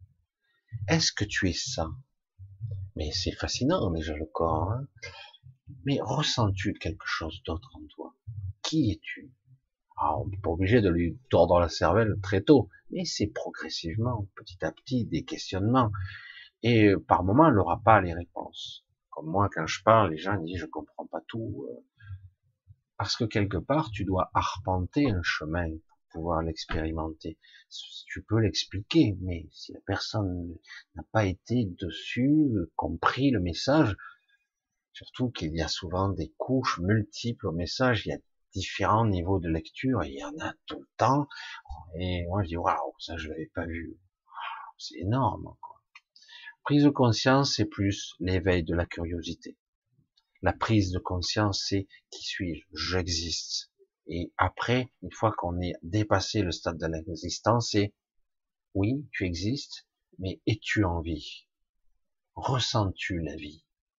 Est-ce que tu es ça? Mais c'est fascinant déjà le corps, hein. Mais ressens-tu quelque chose d'autre en toi? Qui es-tu? Alors, on n'est pas obligé de lui tordre la cervelle très tôt, mais c'est progressivement, petit à petit, des questionnements. Et euh, par moment, elle n'aura pas les réponses. Comme moi, quand je parle, les gens disent je comprends pas tout, euh, parce que quelque part, tu dois arpenter un chemin pour pouvoir l'expérimenter. Tu peux l'expliquer, mais si la personne n'a pas été dessus, compris le message, surtout qu'il y a souvent des couches multiples au message, il y a différents niveaux de lecture, et il y en a tout le temps, et moi je dis waouh, ça je l'avais pas vu, c'est énorme, quoi. Prise de conscience, c'est plus l'éveil de la curiosité. La prise de conscience, c'est qui suis-je? J'existe. Et après, une fois qu'on est dépassé le stade de l'existence, c'est oui, tu existes, mais es-tu en vie? Ressens-tu la vie?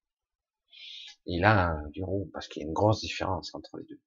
Et là, du coup, parce qu'il y a une grosse différence entre les deux.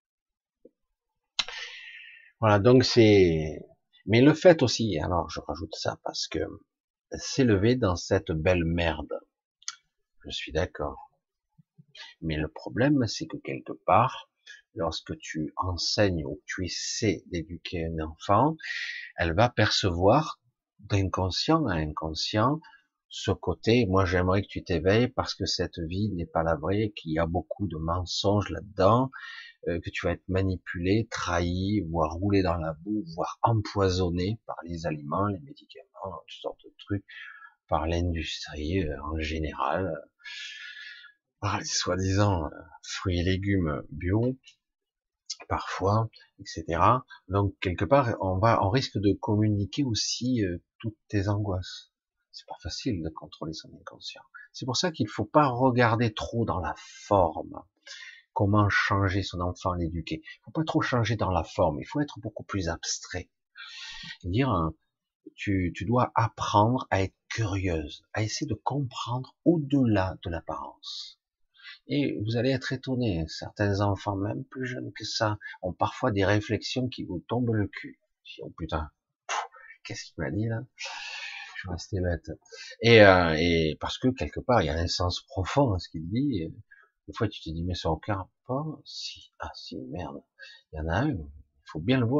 Voilà, donc c'est, mais le fait aussi, alors je rajoute ça parce que s'élever dans cette belle merde, je suis d'accord. Mais le problème, c'est que quelque part, lorsque tu enseignes ou tu essaies d'éduquer un enfant, elle va percevoir d'inconscient à inconscient ce côté, moi j'aimerais que tu t'éveilles parce que cette vie n'est pas la vraie, qu'il y a beaucoup de mensonges là-dedans, euh, que tu vas être manipulé, trahi, voire roulé dans la boue, voire empoisonné par les aliments, les médicaments, toutes sortes de trucs, par l'industrie euh, en général, euh, par les soi-disant euh, fruits et légumes bio, parfois, et cetera. Donc quelque part, on va, on risque de communiquer aussi euh, toutes tes angoisses. C'est pas facile de contrôler son inconscient. C'est pour ça qu'il faut pas regarder trop dans la forme. Comment changer son enfant, l'éduquer. Il faut pas trop changer dans la forme. Il faut être beaucoup plus abstrait. Dire, euh, tu, tu dois apprendre à être curieuse, à essayer de comprendre au-delà de l'apparence. Et vous allez être étonné, certains enfants, même plus jeunes que ça, ont parfois des réflexions qui vous tombent le cul. Oh putain, qu'est-ce qu'il m'a dit là? Je suis resté bête. Et, euh, et parce que quelque part, il y a un sens profond à ce qu'il dit. Et des fois, tu te dis, mais ça n'a aucun rapport. Si, ah si, merde, il y en a un, il faut bien le voir.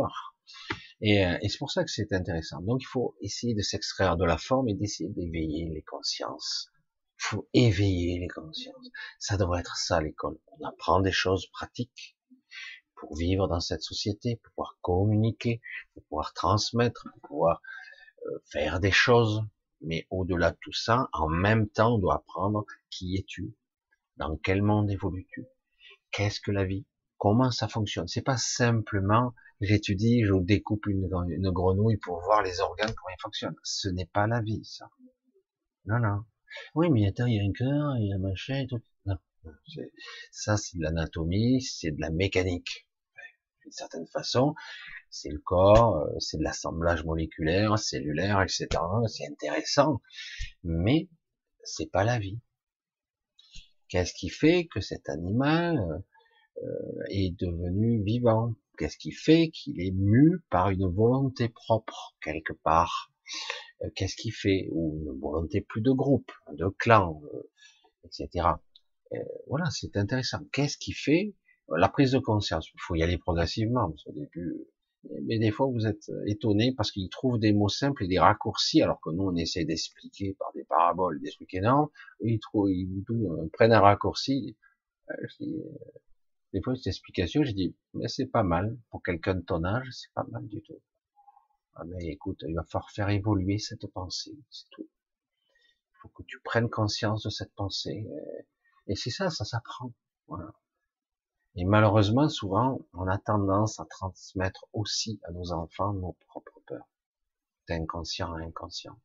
Et, euh, et c'est pour ça que c'est intéressant. Donc il faut essayer de s'extraire de la forme et d'essayer d'éveiller les consciences. Il faut éveiller les consciences. Ça devrait être ça l'école. On apprend des choses pratiques pour vivre dans cette société, pour pouvoir communiquer, pour pouvoir transmettre, pour pouvoir euh, faire des choses. Mais au-delà de tout ça, en même temps, on doit apprendre qui es-tu, dans quel monde évolues-tu, qu'est-ce que la vie, comment ça fonctionne. C'est pas simplement j'étudie, je découpe une, une grenouille pour voir les organes, comment ils fonctionnent. Ce n'est pas la vie, ça. Non, non. Oui, mais attends, il y a un cœur, il y a un machin, et tout. Non. C'est- Ça, c'est de l'anatomie, c'est de la mécanique. D'une certaine façon, c'est le corps, euh, c'est de l'assemblage moléculaire, cellulaire, et cetera. C'est intéressant, mais c'est pas la vie. Qu'est-ce qui fait que cet animal euh, est devenu vivant? Qu'est-ce qui fait qu'il est mu par une volonté propre quelque part? Euh, Qu'est-ce qui fait, ou une volonté plus de groupe, de clan, euh, et cetera. Euh, voilà, c'est intéressant. Qu'est-ce qui fait la prise de conscience? Il faut y aller progressivement, parce qu'au début, mais des fois vous êtes étonné parce qu'ils trouvent des mots simples et des raccourcis, alors que nous on essaie d'expliquer par des paraboles, des trucs énormes. Eux, ils trouvent, ils vous prennent un raccourci. Euh, je dis, euh, Des fois cette explication, je dis, mais c'est pas mal pour quelqu'un de ton âge, c'est pas mal du tout. Ah, mais écoute, il va falloir faire évoluer cette pensée, c'est tout. Il faut que tu prennes conscience de cette pensée. Et c'est ça, ça s'apprend. Voilà. Et malheureusement, souvent, on a tendance à transmettre aussi à nos enfants nos propres peurs, d'inconscient à inconscient.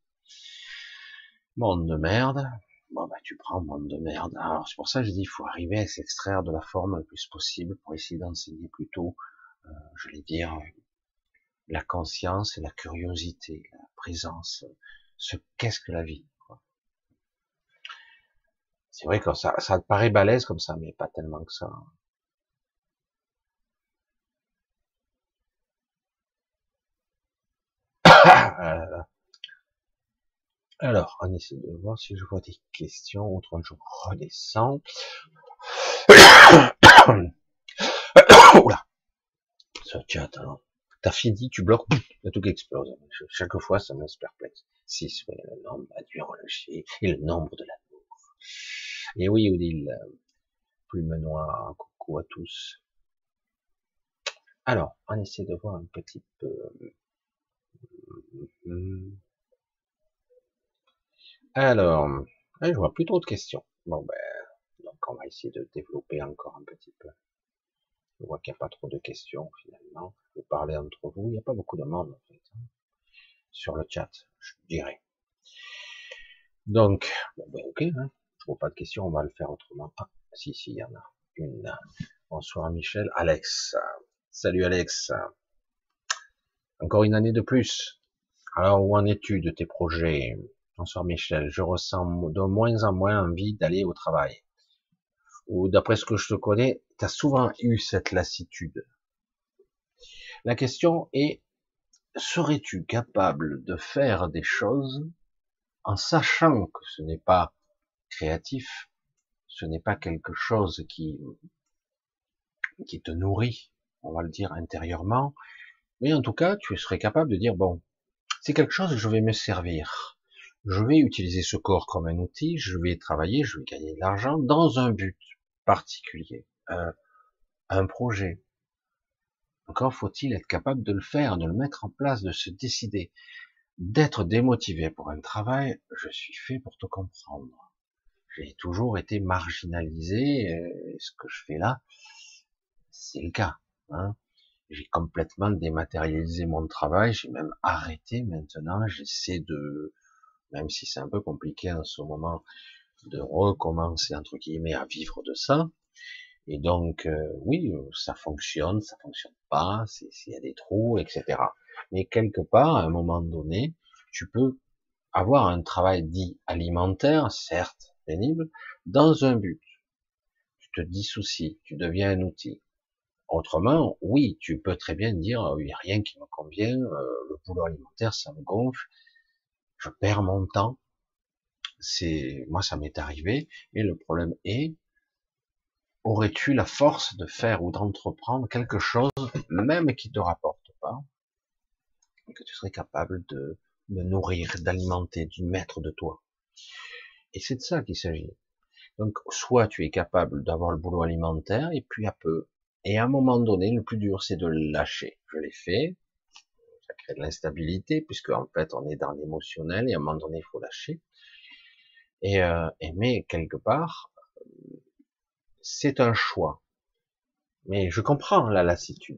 Monde de merde. Bon, bah, tu prends monde de merde. Alors, c'est pour ça que je dis, il faut arriver à s'extraire de la forme le plus possible pour essayer d'enseigner plutôt, euh, je vais dire, la conscience et la curiosité, la présence, ce qu'est-ce que la vie, quoi. C'est vrai que ça, ça paraît balèze comme ça, mais pas tellement que ça. Euh, Alors, on essaie de voir si je vois des questions. Autrement, je redescends. Oula, ce chat, alors. T'as fini, tu bloques, il y a tout qui explose. Chaque fois, ça me laisse perplexe. six, oui, le nombre a dû relâcher, et le nombre de l'amour. Et oui, Odile, plume noire, coucou à tous. Alors, on essaie de voir un petit peu. Alors, je vois plus trop de questions. Bon, ben, donc on va essayer de développer encore un petit peu. Je vois qu'il n'y a pas trop de questions, finalement. Vous parlez entre vous, il n'y a pas beaucoup de monde, en fait, hein, sur le chat, je dirais. Donc, bon, ben, ok, hein, je vois pas de questions, on va le faire autrement. Ah, si, si, il y en a une. Bonsoir Michel. Alex. Salut Alex. Encore une année de plus. Alors, où en es-tu de tes projets? Bonsoir Michel. Je ressens de moins en moins envie d'aller au travail. Ou d'après ce que je te connais, tu as souvent eu cette lassitude. La question est, serais-tu capable de faire des choses en sachant que ce n'est pas créatif, ce n'est pas quelque chose qui, qui te nourrit, on va le dire intérieurement, mais en tout cas, tu serais capable de dire, bon, c'est quelque chose que je vais me servir. Je vais utiliser ce corps comme un outil, je vais travailler, je vais gagner de l'argent dans un but particulier, un, un projet. Encore faut-il être capable de le faire, de le mettre en place, de se décider. D'être démotivé pour un travail, je suis fait pour te comprendre. J'ai toujours été marginalisé, et ce que je fais là, c'est le cas. Hein. J'ai complètement dématérialisé mon travail, j'ai même arrêté maintenant, j'essaie de, même si c'est un peu compliqué en ce moment, de recommencer entre guillemets à vivre de ça. Et donc, euh, oui, ça fonctionne, ça fonctionne pas, s'il y a des trous, et cetera. Mais quelque part, à un moment donné, tu peux avoir un travail dit alimentaire, certes pénible, dans un but. Tu te dissocies, tu deviens un outil. Autrement, oui, tu peux très bien dire, il n'y a rien qui me convient, euh, le boulot alimentaire, ça me gonfle, je perds mon temps. C'est, moi, ça m'est arrivé, et le problème est, aurais-tu la force de faire ou d'entreprendre quelque chose, même qui te rapporte pas, que tu serais capable de, de nourrir, d'alimenter, du maître de toi. Et c'est de ça qu'il s'agit. Donc, soit tu es capable d'avoir le boulot alimentaire, et puis à peu. Et à un moment donné, le plus dur, c'est de le lâcher. Je l'ai fait, ça crée de l'instabilité, puisque en fait, on est dans l'émotionnel, et à un moment donné, il faut lâcher. Et, euh, et mais quelque part, c'est un choix. Mais je comprends la lassitude.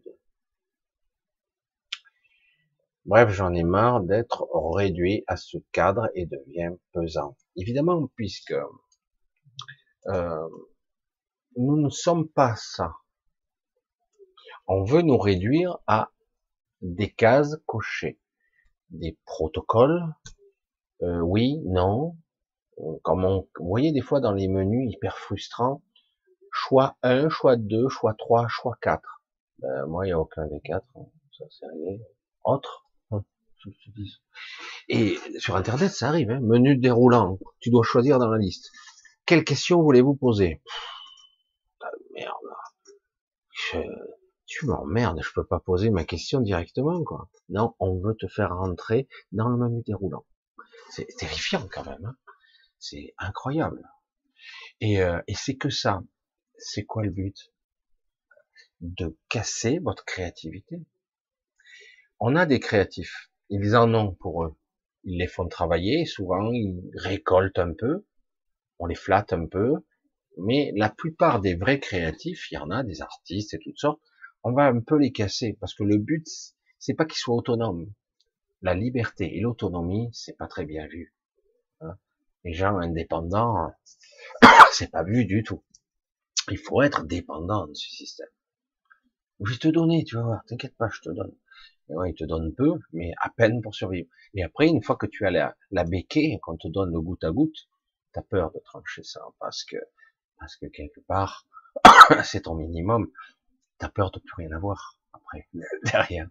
Bref, j'en ai marre d'être réduit à ce cadre et devient pesant. Évidemment, puisque euh, nous ne sommes pas ça. On veut nous réduire à des cases cochées, des protocoles, euh, oui, non. Comme on, vous voyez des fois dans les menus hyper frustrants, choix un, choix deux, choix trois, choix quatre. Ben, moi, il n'y a aucun des quatre, hein. Ça c'est arrivé. Autre, hein, je te dis. Et sur Internet, ça arrive, hein, menu déroulant. Tu dois choisir dans la liste. Quelle question voulez-vous poser? Pff, merde. Je, tu m'emmerdes, je peux pas poser ma question directement, quoi. Non, on veut te faire rentrer dans le menu déroulant. C'est terrifiant quand même, hein. C'est incroyable. Et, euh, et c'est que ça. C'est quoi le but? De casser votre créativité. On a des créatifs. Ils en ont pour eux. Ils les font travailler. Souvent, ils récoltent un peu. On les flatte un peu. Mais la plupart des vrais créatifs, il y en a, des artistes et toutes sortes, on va un peu les casser. Parce que le but, c'est pas qu'ils soient autonomes. La liberté et l'autonomie, c'est pas très bien vu. Les gens indépendants, c'est pas vu du tout. Il faut être dépendant de ce système. Je vais te donner, tu vas voir, t'inquiète pas, je te donne. Et ouais, il te donne peu, mais à peine pour survivre. Et après, une fois que tu as la, la béquille, qu'on te donne le goutte à goutte, t'as peur de trancher ça, parce que, parce que quelque part, c'est ton minimum. T'as peur de plus rien avoir après, derrière.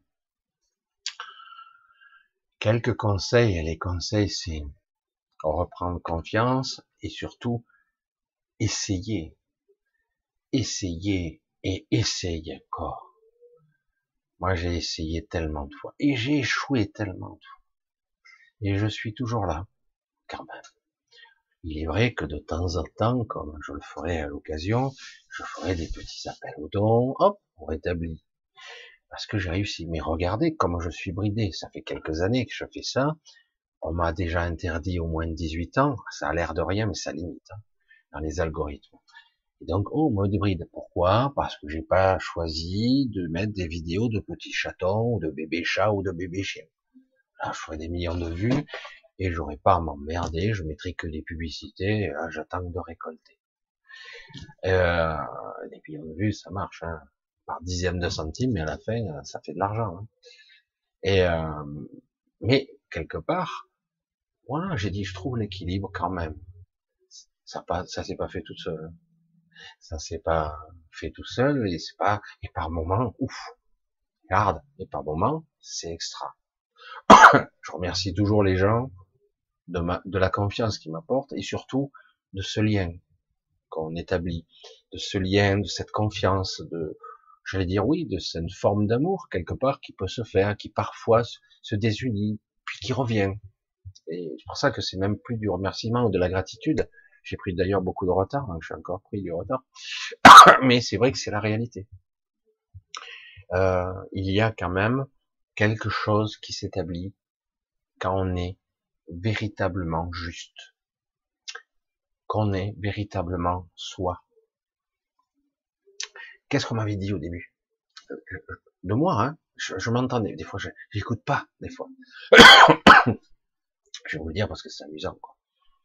Quelques conseils, et les conseils, c'est reprendre confiance, et surtout, essayer. Essayer, et essayer encore. Moi, j'ai essayé tellement de fois, et j'ai échoué tellement de fois. Et je suis toujours là, quand même. Il est vrai que de temps en temps, comme je le ferai à l'occasion, je ferai des petits appels aux dons, hop, on rétablit. Parce que j'ai réussi. Mais regardez comment je suis bridé. Ça fait quelques années que je fais ça. On m'a déjà interdit au moins de dix-huit ans. Ça a l'air de rien, mais ça limite, hein, dans les algorithmes. Et donc, oh, mode hybride. Pourquoi? Parce que j'ai pas choisi de mettre des vidéos de petits chatons, ou de bébés chats, ou de bébés chiens. Là, je ferai des millions de vues, et j'aurais pas à m'emmerder, je mettrai que des publicités, et là, j'attends de récolter. Euh, les millions de vues, ça marche, hein, par dixième de centime, mais à la fin, ça fait de l'argent, hein. Et, euh, mais, quelque part, voilà, j'ai dit, je trouve l'équilibre quand même. Ça pas, ça s'est pas fait tout seul. Ça s'est pas fait tout seul, et c'est pas, et par moment, ouf, regarde, et par moment, c'est extra. Je remercie toujours les gens de, ma, de la confiance qu'ils m'apportent, et surtout de ce lien qu'on établit, de ce lien, de cette confiance, de, j'allais dire oui, de cette forme d'amour quelque part qui peut se faire, qui parfois se désunit, puis qui revient. Et c'est pour ça que c'est même plus du remerciement ou de la gratitude. J'ai pris d'ailleurs beaucoup de retard, hein, je suis encore pris du retard, mais c'est vrai que c'est la réalité. Euh, il y a quand même quelque chose qui s'établit quand on est véritablement juste, qu'on est véritablement soi. Qu'est-ce qu'on m'avait dit au début? De moi, hein, je, je m'entendais, des fois, je j'écoute pas, des fois. Je vais vous le dire parce que c'est amusant, quoi.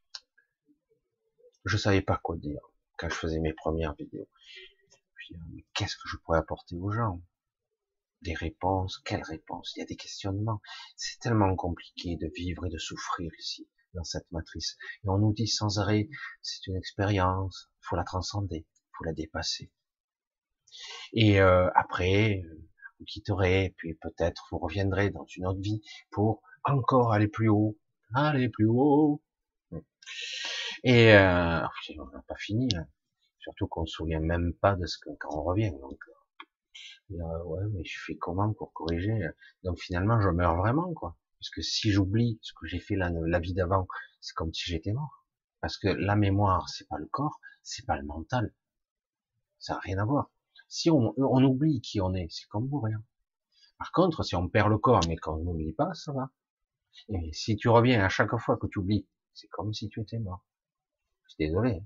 Je savais pas quoi dire quand je faisais mes premières vidéos. Je dis, mais qu'est-ce que je pourrais apporter aux gens? Des réponses, quelles réponses? Il y a des questionnements. C'est tellement compliqué de vivre et de souffrir ici, dans cette matrice. Et on nous dit sans arrêt, c'est une expérience, faut la transcender, faut la dépasser. Et euh, après, vous quitterez, puis peut-être vous reviendrez dans une autre vie pour encore aller plus haut, aller plus haut. Et euh, on n'a pas fini, hein. Surtout qu'on ne se souvient même pas de ce que quand on revient. Donc, Et, euh, ouais, mais je fais comment pour corriger? Donc finalement, je meurs vraiment, quoi. Parce que si j'oublie ce que j'ai fait la, la vie d'avant, c'est comme si j'étais mort. Parce que la mémoire, c'est pas le corps, c'est pas le mental, ça n'a rien à voir. Si on, on oublie qui on est, c'est comme mourir. Par contre, si on perd le corps, mais qu'on n'oublie pas, ça va. Et si tu reviens à chaque fois que tu oublies, c'est comme si tu étais mort. Je suis désolé.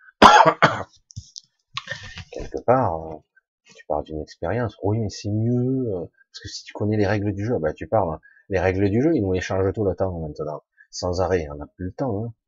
Quelque part, euh, tu parles d'une expérience. Oui, mais c'est mieux, euh, parce que si tu connais les règles du jeu, bah, tu parles, hein. Les règles du jeu, ils nous les changent tout le temps, maintenant. Sans arrêt, on n'a plus le temps, hein.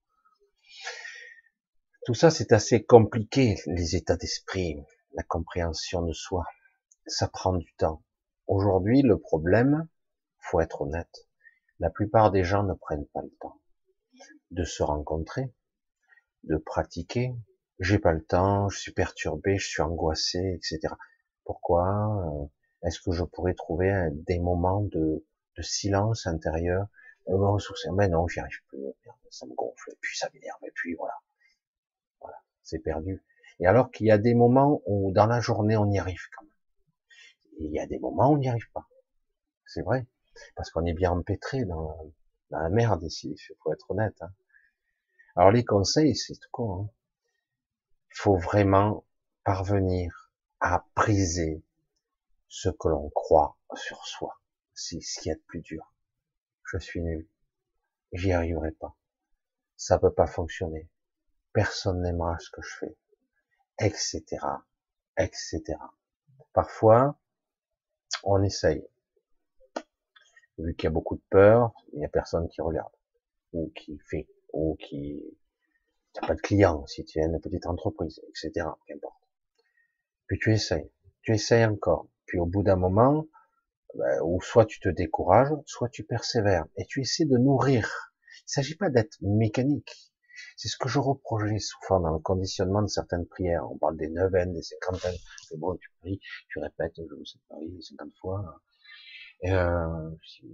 Tout ça, c'est assez compliqué, les états d'esprit, la compréhension de soi. Ça prend du temps. Aujourd'hui, le problème, faut être honnête, la plupart des gens ne prennent pas le temps de se rencontrer, de pratiquer. J'ai pas le temps, je suis perturbé, je suis angoissé, et cetera. Pourquoi? euh, Est-ce que je pourrais trouver un- des moments de, de silence intérieur, euh, me ressourcer? Mais non, j'y arrive plus. Merde, ça me gonfle, et puis ça m'énerve, et puis voilà, voilà, c'est perdu. Et alors qu'il y a des moments où dans la journée on y arrive quand même. Et il y a des moments où on n'y arrive pas. C'est vrai, parce qu'on est bien empêtré dans, dans la merde ici. Il faut être honnête, hein. Alors les conseils, c'est tout con, hein. Il faut vraiment parvenir à briser ce que l'on croit sur soi. C'est ce qu'il y a de plus dur. Je suis nul. J'y arriverai pas. Ça peut pas fonctionner. Personne n'aimera ce que je fais. Etc. Etc. Parfois, on essaye. Vu qu'il y a beaucoup de peur, il y a personne qui regarde. Ou qui fait. Ou qui, t'as pas de clients si tu es une petite entreprise, et cetera. Qu'importe. Puis tu essayes. Tu essayes encore. Puis au bout d'un moment, ben, ou soit tu te décourages, soit tu persévères et tu essaies de nourrir. Il s'agit pas d'être mécanique. C'est ce que je reprochais souvent dans le conditionnement de certaines prières. On parle des neuvaines, des cinquantaines. C'est bon, tu pries, tu répètes, je vous sais pas, cinquante fois. Et euh,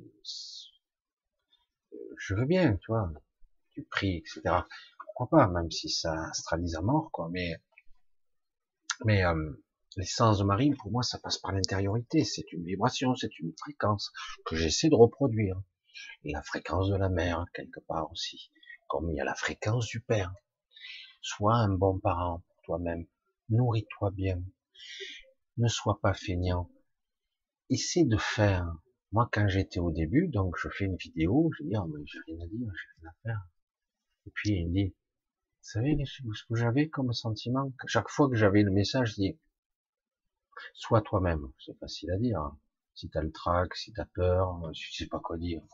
je veux bien, tu vois, tu pries, et cetera. Pourquoi pas, même si ça astralise à mort, quoi. Mais, mais euh, l'essence de Marie, pour moi, ça passe par l'intériorité. C'est une vibration, c'est une fréquence que j'essaie de reproduire. La fréquence de la mère, quelque part aussi. Comme il y a la fréquence du père. Sois un bon parent pour toi-même. Nourris-toi bien. Ne sois pas feignant. Essaie de faire. Moi, quand j'étais au début, donc je fais une vidéo, je dis, oh, mais j'ai rien à dire, j'ai rien à faire. Et puis il me dit, vous savez ce que j'avais comme sentiment? Chaque fois que j'avais le message, je dis, sois toi-même. C'est facile à dire, hein. Si t'as le trac, si t'as peur, si tu sais pas quoi dire.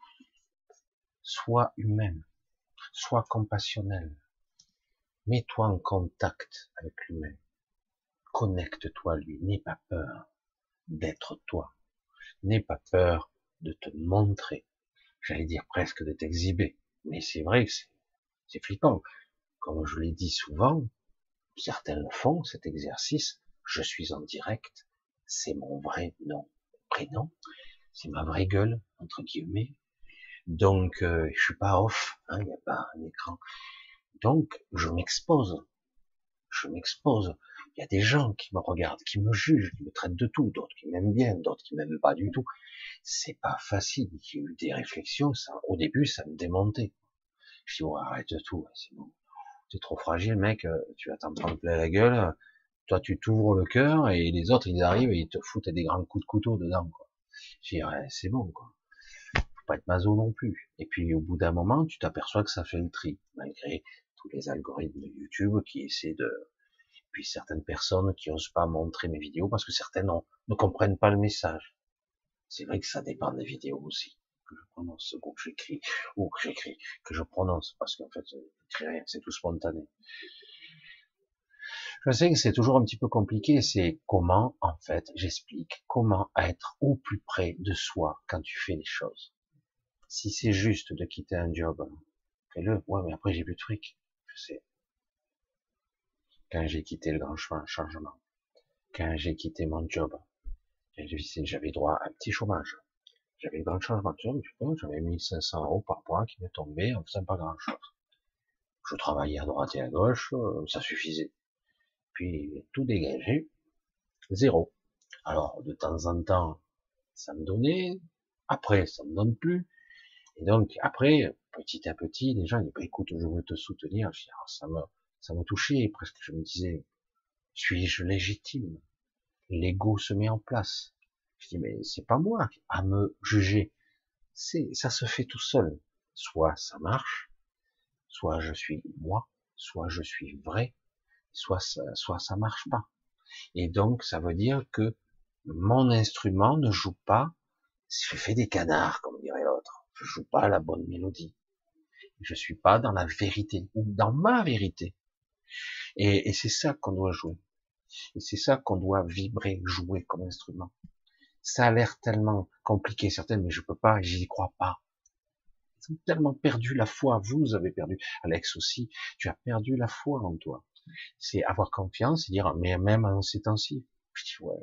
Sois humaine. Sois compassionnel. Mets-toi en contact avec l'humain. Connecte-toi à lui. N'aie pas peur d'être toi. N'aie pas peur de te montrer. J'allais dire presque de t'exhiber. Mais c'est vrai que c'est c'est flippant. Comme je l'ai dit souvent, certains le font, cet exercice. Je suis en direct. C'est mon vrai nom, prénom. C'est ma vraie gueule, entre guillemets. Donc, euh, je suis pas off. Hein, il n'y a pas un écran. Donc, je m'expose. Je m'expose. Il y a des gens qui me regardent, qui me jugent, qui me traitent de tout, d'autres qui m'aiment bien, d'autres qui m'aiment pas du tout. C'est pas facile. Il y a eu des réflexions, ça, au début, ça me démontait. Je dis, oh, arrête tout, c'est bon. T'es trop fragile, mec, euh, tu vas t'en prendre plein la gueule. Toi, tu t'ouvres le cœur et les autres, ils arrivent et ils te foutent des grands coups de couteau dedans, quoi. Je dis, ouais, c'est bon, quoi. Faut pas être maso non plus. Et puis, au bout d'un moment, tu t'aperçois que ça fait le tri, malgré tous les algorithmes de YouTube qui essaient de, puis certaines personnes qui osent pas montrer mes vidéos parce que certaines ont- ne comprennent pas le message. C'est vrai que ça dépend des vidéos aussi que je prononce, ou que j'écris, ou que j'écris, que je prononce, parce qu'en fait, j'écris rien, c'est tout spontané. Je sais que c'est toujours un petit peu compliqué, c'est comment, en fait, j'explique comment être au plus près de soi quand tu fais les choses. Si c'est juste de quitter un job, fais-le. Ouais, mais après j'ai plus de fric. Je sais. Quand j'ai quitté le grand chemin, changement. Quand j'ai quitté mon job, j'avais droit à un petit chômage. J'avais le grand changement de job, j'avais mille cinq cents euros par mois qui me tombaient en faisant pas grand chose. Je travaillais à droite et à gauche, ça suffisait. Puis tout dégagé, zéro. Alors, de temps en temps, ça me donnait, après, ça me donne plus, et donc, après, petit à petit, les gens disent, bah, écoute, je veux te soutenir, je dis, alors, ça me, ça me touchait, presque, je me disais, suis-je légitime? L'ego se met en place. Je dis, mais c'est pas moi à me juger, c'est, ça se fait tout seul. Soit ça marche, soit je suis moi, soit je suis vrai, soit ça, soit ça marche pas. Et donc, ça veut dire que mon instrument ne joue pas, je fais des canards, comme dirait l'autre. Je joue pas la bonne mélodie. Je suis pas dans la vérité, ou dans ma vérité. Et, et c'est ça qu'on doit jouer. Et c'est ça qu'on doit vibrer, jouer comme instrument. Ça a l'air tellement compliqué, certaines, mais je peux pas, j'y crois pas. Ils ont tellement perdu la foi, vous avez perdu. Alex aussi, tu as perdu la foi en toi. C'est avoir confiance et dire, mais même en ces temps-ci. Je dis, ouais.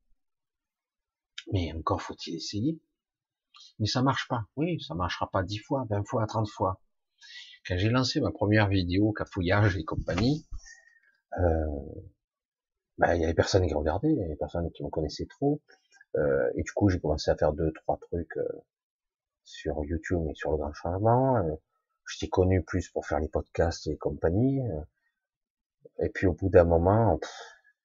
Mais encore faut-il essayer. Mais ça marche pas. Oui, ça marchera pas dix fois, vingt fois, trente fois. Quand j'ai lancé ma première vidéo, cafouillage et compagnie, euh, bah, il y avait personne qui regardait, il y avait personne qui me connaissait trop. Euh, et du coup, j'ai commencé à faire deux, trois trucs euh, sur YouTube et sur le grand changement. Euh, J'étais connu plus pour faire les podcasts et compagnie. Euh, et puis au bout d'un moment, pff,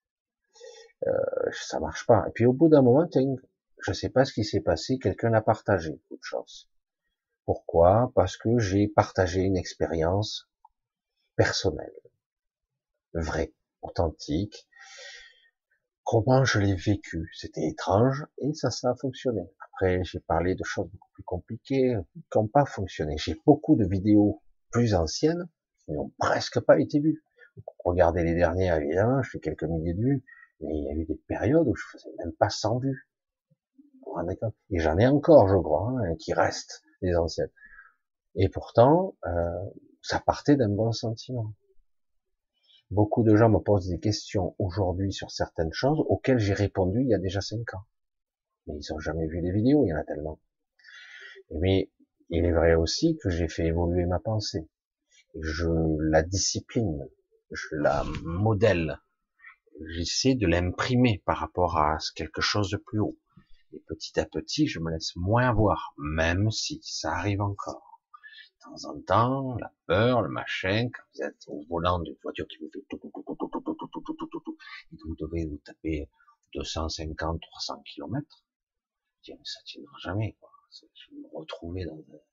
ça marche pas. Et puis au bout d'un moment, tiens, je sais pas ce qui s'est passé, quelqu'un l'a partagé, coup de chance. Pourquoi? Parce que j'ai partagé une expérience personnelle, vraie, authentique. Comment je l'ai vécu? C'était étrange et ça, ça a fonctionné. Après, j'ai parlé de choses beaucoup plus compliquées qui n'ont pas fonctionné. J'ai beaucoup de vidéos plus anciennes qui n'ont presque pas été vues. Regardez les dernières, évidemment, je fais quelques milliers de vues, mais il y a eu des périodes où je faisais même pas cent vues. Vous vous rendez compte? Et j'en ai encore, je crois, hein, qui restent, les anciennes. Et pourtant, euh, ça partait d'un bon sentiment. Beaucoup de gens me posent des questions aujourd'hui sur certaines choses auxquelles j'ai répondu il y a déjà cinq ans. Mais ils n'ont jamais vu les vidéos, il y en a tellement. Mais il est vrai aussi que j'ai fait évoluer ma pensée. Je la discipline, je la modèle. J'essaie de l'imprimer par rapport à quelque chose de plus haut. Et petit à petit, je me laisse moins avoir, même si ça arrive encore. De temps en temps, la peur, le machin, quand vous êtes au volant d'une voiture qui vous fait tout, tout, tout, tout, tout, tout, tout, tout, tout, tout, tout, tout, et que vous devez vous taper deux cent cinquante, trois cents kilomètres, je dis, mais ça tiendra jamais, quoi. Je me retrouvais dans un...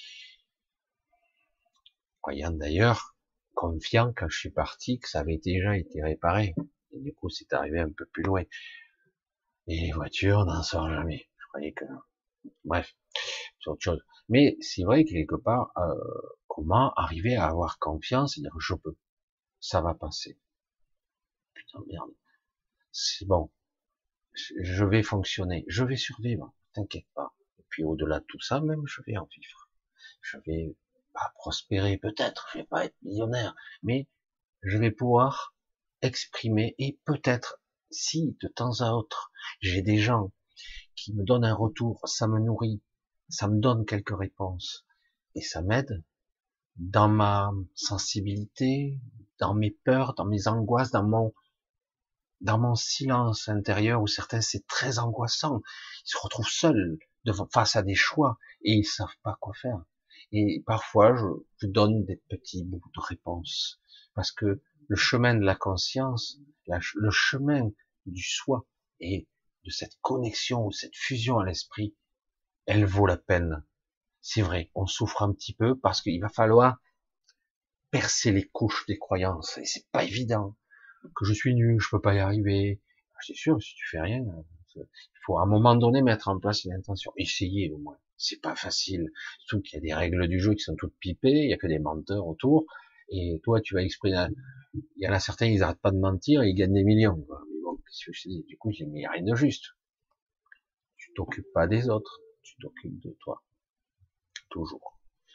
Croyant d'ailleurs, confiant quand je suis parti, que ça avait déjà été réparé. Et du coup, c'est arrivé un peu plus loin. Et les voitures n'en sortent jamais. Je croyais que, bref, c'est autre chose. Mais c'est vrai que quelque part, euh, comment arriver à avoir confiance et dire je peux, ça va passer. Putain merde, c'est bon, je vais fonctionner, je vais survivre, t'inquiète pas. Et puis au-delà de tout ça, même je vais en vivre. Je vais pas prospérer, peut-être, je vais pas être millionnaire, mais je vais pouvoir exprimer et peut-être, si de temps à autre, j'ai des gens qui me donnent un retour, ça me nourrit, ça me donne quelques réponses et ça m'aide dans ma sensibilité, dans mes peurs, dans mes angoisses, dans mon dans mon silence intérieur où certains c'est très angoissant, ils se retrouvent seuls devant face à des choix et ils savent pas quoi faire. Et parfois je, je donne des petits bouts de réponse parce que le chemin de la conscience, la, le chemin du soi et de cette connexion ou cette fusion à l'esprit, elle vaut la peine. C'est vrai, on souffre un petit peu parce qu'il va falloir percer les couches des croyances et c'est pas évident. Que je suis nul, je peux pas y arriver. C'est sûr, si tu fais rien, il faut à un moment donné mettre en place une intention. Essayer au moins. C'est pas facile. Surtout qu'il y a des règles du jeu qui sont toutes pipées, il y a que des menteurs autour. Et toi, tu vas exprimer. Il y en a certains, ils arrêtent pas de mentir et ils gagnent des millions. Quoi. Mais bon, qu'est-ce que je te dis? Du coup, il n'y a rien de juste. Tu t'occupes pas des autres, tu t'occupes de toi. Toujours.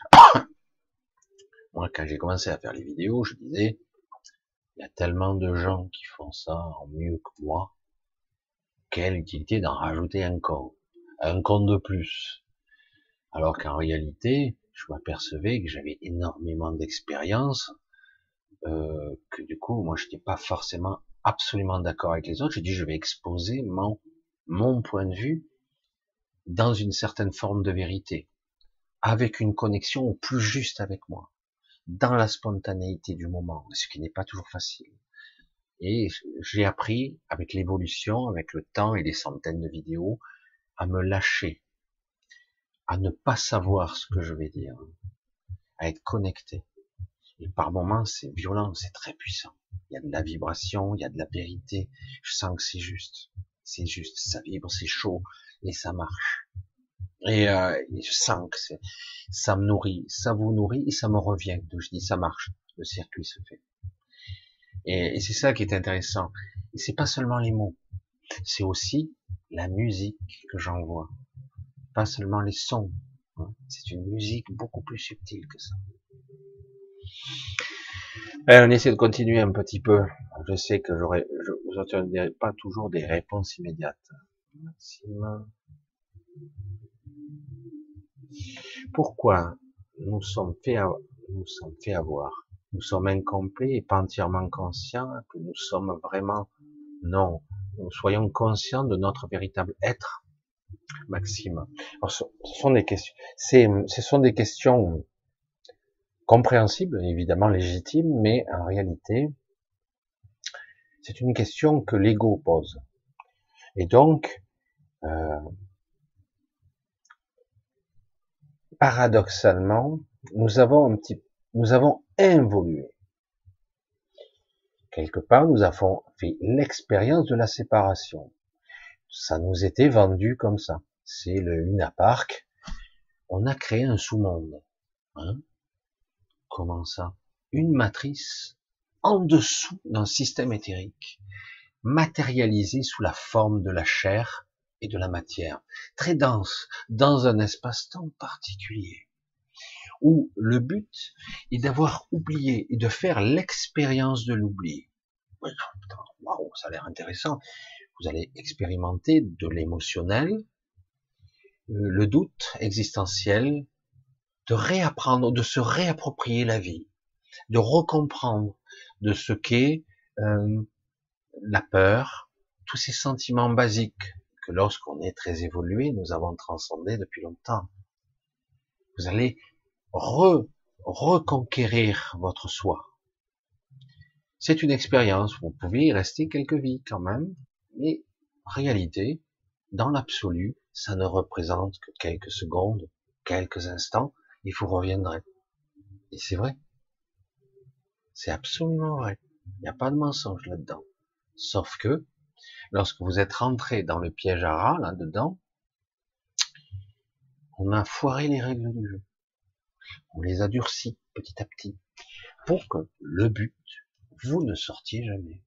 Moi, quand j'ai commencé à faire les vidéos, je disais, il y a tellement de gens qui font ça en mieux que moi. Quelle utilité d'en rajouter un con, un con de plus. Alors qu'en réalité, je m'apercevais que j'avais énormément d'expérience, euh, que du coup, moi, je n'étais pas forcément absolument d'accord avec les autres. J'ai dit, je vais exposer mon mon point de vue dans une certaine forme de vérité, avec une connexion au plus juste avec moi, dans la spontanéité du moment, ce qui n'est pas toujours facile. Et j'ai appris, avec l'évolution, avec le temps et des centaines de vidéos, à me lâcher, à ne pas savoir ce que je vais dire, à être connecté. Et par moments, c'est violent, c'est très puissant. Il y a de la vibration, il y a de la vérité. Je sens que c'est juste. C'est juste, ça vibre, c'est chaud, et ça marche. Et, euh, et je sens que c'est, ça me nourrit, ça vous nourrit, et ça me revient. Donc je dis, ça marche, le circuit se fait. Et, et c'est ça qui est intéressant. Et c'est pas seulement les mots, c'est aussi la musique que j'envoie. Pas seulement les sons. C'est une musique beaucoup plus subtile que ça. Et on essaie de continuer un petit peu. Je sais que j'aurais, je vous obtiendrai pas toujours des réponses immédiates. Maxime. Pourquoi nous sommes fait, nous sommes fait avoir? Nous sommes incomplets et pas entièrement conscients que nous sommes vraiment, non. Nous soyons conscients de notre véritable être, Maxime. Alors, ce sont des questions, c'est, ce sont des questions compréhensibles, évidemment légitimes, mais en réalité, c'est une question que l'ego pose. Et donc, euh, paradoxalement, nous avons un petit, nous avons évolué. Quelque part, nous avons fait l'expérience de la séparation. Ça nous était vendu comme ça. C'est le Luna Park. On a créé un sous-monde. Hein? Comment ça? Une matrice en dessous d'un système éthérique, matérialisée sous la forme de la chair et de la matière, très dense, dans un espace-temps particulier, où le but est d'avoir oublié et de faire l'expérience de l'oubli. Waouh, ça a l'air intéressant. Vous allez expérimenter de l'émotionnel, le doute existentiel, de réapprendre, de se réapproprier la vie, de recomprendre de ce qu'est euh, la peur, tous ces sentiments basiques que lorsqu'on est très évolué, nous avons transcendé depuis longtemps. Vous allez re, reconquérir votre soi. C'est une expérience, vous pouvez y rester quelques vies quand même, mais en réalité, dans l'absolu, ça ne représente que quelques secondes, quelques instants, et vous reviendrez. Et c'est vrai. C'est absolument vrai. Il n'y a pas de mensonge là-dedans. Sauf que, lorsque vous êtes rentré dans le piège à rats, là-dedans, on a foiré les règles du jeu. On les a durcies petit à petit. Pour que le but, vous ne sortiez jamais.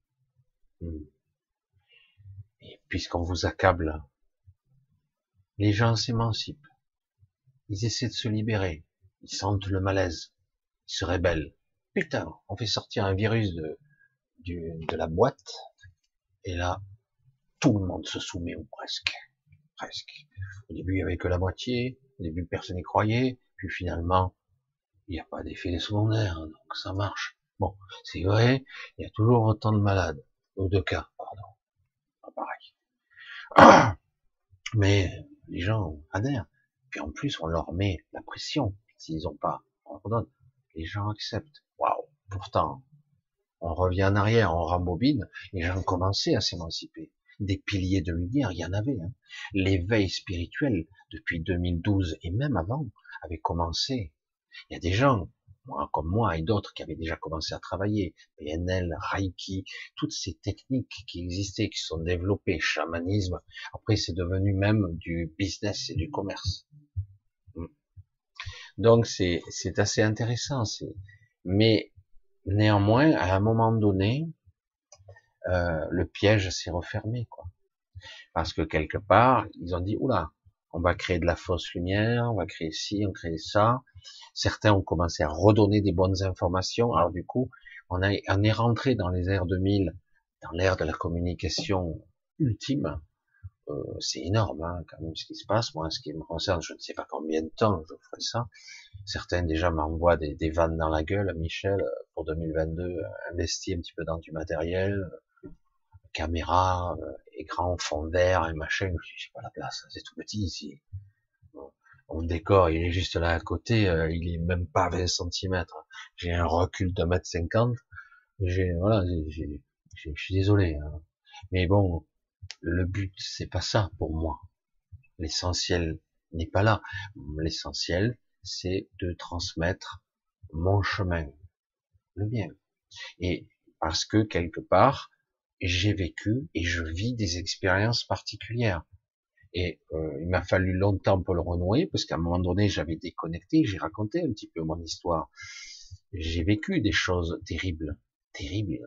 Et puisqu'on vous accable, les gens s'émancipent. Ils essaient de se libérer. Ils sentent le malaise. Ils se rebellent. Putain, on fait sortir un virus de, du, de la boîte. Et là, tout le monde se soumet, ou presque. Presque. Au début, il n'y avait que la moitié. Au début, personne n'y croyait. Puis finalement, il n'y a pas d'effet secondaire. Hein, donc ça marche. Bon, c'est vrai, il y a toujours autant de malades. Ou de cas, pardon. Pas pareil. Mais les gens adhèrent. Puis en plus, on leur met la pression. S'ils n'ont pas, on leur donne. Les gens acceptent. Waouh. Pourtant, on revient en arrière, on rembobine. Les gens commençaient à s'émanciper. Des piliers de lumière, il y en avait. Hein. L'éveil spirituel, depuis deux mille douze et même avant, avait commencé. Il y a des gens, moi, comme moi et d'autres, qui avaient déjà commencé à travailler. P N L, Reiki, toutes ces techniques qui existaient, qui sont développées, chamanisme. Après, c'est devenu même du business et du commerce. Donc, c'est, c'est assez intéressant. C'est, mais, néanmoins, à un moment donné, euh, le piège s'est refermé, quoi. Parce que quelque part, ils ont dit, oula, on va créer de la fausse lumière, on va créer ci, on crée ça. Certains ont commencé à redonner des bonnes informations. Alors du coup, on, a, on est rentré dans les ères deux mille, dans l'ère de la communication ultime. Euh, c'est énorme, hein, quand même, ce qui se passe. Moi, ce qui me concerne, je ne sais pas combien de temps je ferai ça. Certains déjà m'envoient des, des vannes dans la gueule. Michel, pour deux mille vingt-deux, investis un petit peu dans du matériel, caméra, les grands fonds verts et machin, j'ai pas la place, c'est tout petit ici. Bon, mon décor, il est juste là à côté, euh, il est même pas vingt centimètres. J'ai un recul d'un mètre cinquante. J'ai, voilà, j'ai, j'ai- je suis désolé, hein. Mais bon, le but, c'est pas ça pour moi. L'essentiel n'est pas là. L'essentiel, c'est de transmettre mon chemin, le mien. Et parce que quelque part, j'ai vécu et je vis des expériences particulières. Et euh, il m'a fallu longtemps pour le renouer, parce qu'à un moment donné, j'avais déconnecté, j'ai raconté un petit peu mon histoire. J'ai vécu des choses terribles, terribles.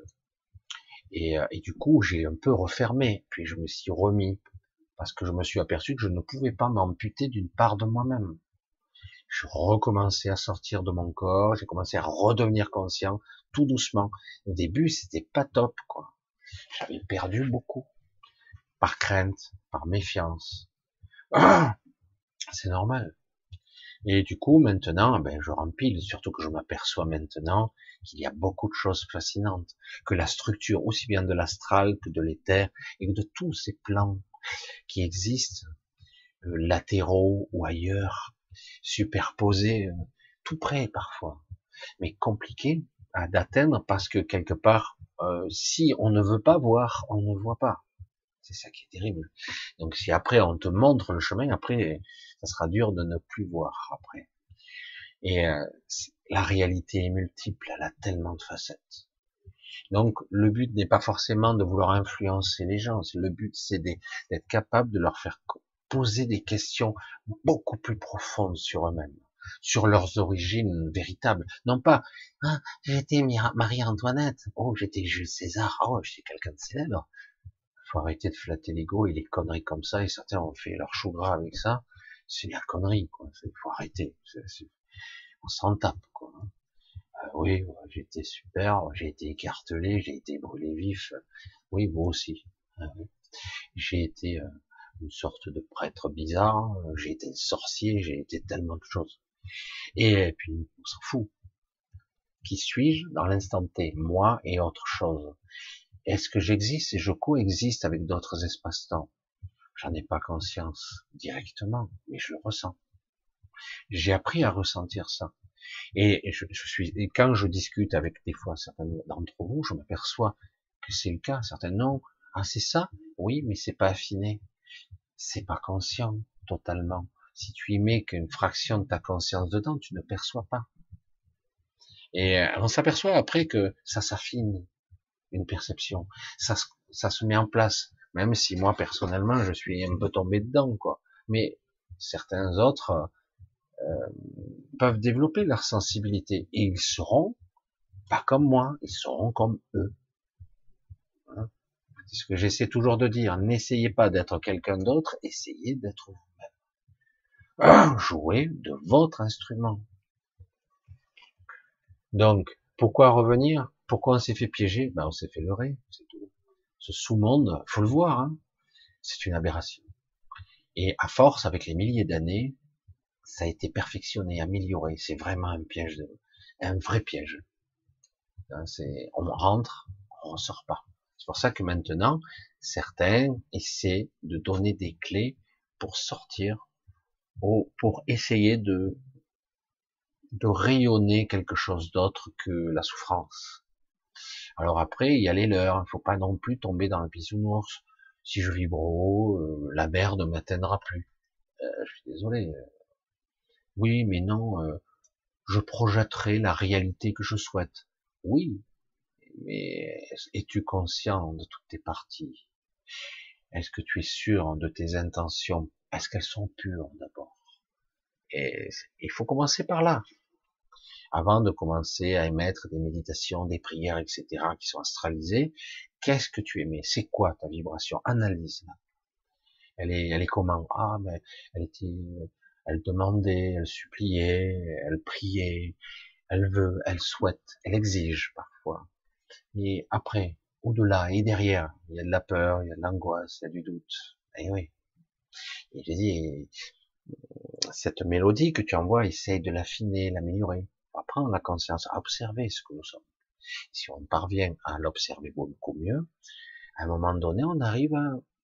Et, euh, et du coup, j'ai un peu refermé, puis je me suis remis, parce que je me suis aperçu que je ne pouvais pas m'amputer d'une part de moi-même. Je recommençais à sortir de mon corps, j'ai commencé à redevenir conscient, tout doucement. Au début, c'était pas top, quoi. J'avais perdu beaucoup, par crainte, par méfiance. Ah, c'est normal. Et du coup, maintenant, ben, je rempile, surtout que je m'aperçois maintenant qu'il y a beaucoup de choses fascinantes, que la structure, aussi bien de l'astral que de l'éther, et que de tous ces plans qui existent, euh, latéraux ou ailleurs, superposés, euh, tout près parfois, mais compliqués à d'atteindre parce que quelque part, euh, si on ne veut pas voir, on ne voit pas. C'est ça qui est terrible. Donc si après on te montre le chemin, après ça sera dur de ne plus voir après. Et euh, la réalité est multiple, elle a tellement de facettes. Donc le but n'est pas forcément de vouloir influencer les gens, le but c'est d'être capable de leur faire poser des questions beaucoup plus profondes sur eux-mêmes, sur leurs origines véritables. Non pas, ah, j'étais Marie-Antoinette, oh j'étais Jules César, oh j'étais quelqu'un de célèbre. Faut arrêter de flatter l'ego et les conneries comme ça, et certains ont fait leur chou gras avec ça. C'est de la connerie, quoi. Faut arrêter. C'est, c'est, on s'en tape, quoi. Euh, oui, ouais, j'ai été super, j'ai été écartelé, j'ai été brûlé vif. Oui, vous aussi. Euh, j'ai été euh, une sorte de prêtre bizarre, j'ai été sorcier, j'ai été tellement de choses. Et puis, on s'en fout. Qui suis-je dans l'instant T? Moi et autre chose. Est-ce que j'existe et je coexiste avec d'autres espaces-temps? J'en ai pas conscience directement, mais je le ressens. J'ai appris à ressentir ça. Et je, je suis, et quand je discute avec des fois certains d'entre vous, je m'aperçois que c'est le cas. Certains non. Ah, c'est ça? Oui, mais c'est pas affiné. C'est pas conscient totalement. Si tu y mets qu'une fraction de ta conscience dedans, tu ne perçois pas. Et on s'aperçoit après que ça s'affine, une perception. Ça, ça se met en place. Même si moi, personnellement, je suis un peu tombé dedans, quoi. Mais certains autres euh, peuvent développer leur sensibilité. Et ils seront pas comme moi, ils seront comme eux. Hein, c'est ce que j'essaie toujours de dire. N'essayez pas d'être quelqu'un d'autre, essayez d'être vous-même. Ah, jouez de votre instrument. Donc, pourquoi revenir? Pourquoi on s'est fait piéger? Ben, on s'est fait leurrer, c'est tout. Ce sous-monde, faut le voir, hein, c'est une aberration. Et à force, avec les milliers d'années, ça a été perfectionné, amélioré. C'est vraiment un piège, de, un vrai piège. C'est, on rentre, on ressort pas. C'est pour ça que maintenant, certains essaient de donner des clés pour sortir, ou pour essayer de, de rayonner quelque chose d'autre que la souffrance. Alors après, il y a les leurs. Il faut pas non plus tomber dans le bisounours. Si je vibre haut, euh, la mer ne m'atteindra plus. Euh, je suis désolé. Oui, mais non, euh, je projetterai la réalité que je souhaite. Oui, mais es-tu conscient de toutes tes parties? Est-ce que tu es sûr de tes intentions? Est-ce qu'elles sont pures d'abord? Et il faut commencer par là, avant de commencer à émettre des méditations, des prières, et cetera, qui sont astralisées. Qu'est-ce que tu émets? C'est quoi ta vibration? Analyse-la. Elle est, elle est comment? Ah, mais elle était, elle demandait, elle suppliait, elle priait, elle veut, elle souhaite, elle exige parfois. Et après, au-delà et derrière, il y a de la peur, il y a de l'angoisse, il y a du doute. Et oui. Et j'ai dit, cette mélodie que tu envoies, essaye de l'affiner, l'améliorer. Apprendre la conscience, à observer ce que nous sommes. Si on parvient à l'observer beaucoup mieux, à un moment donné, on arrive à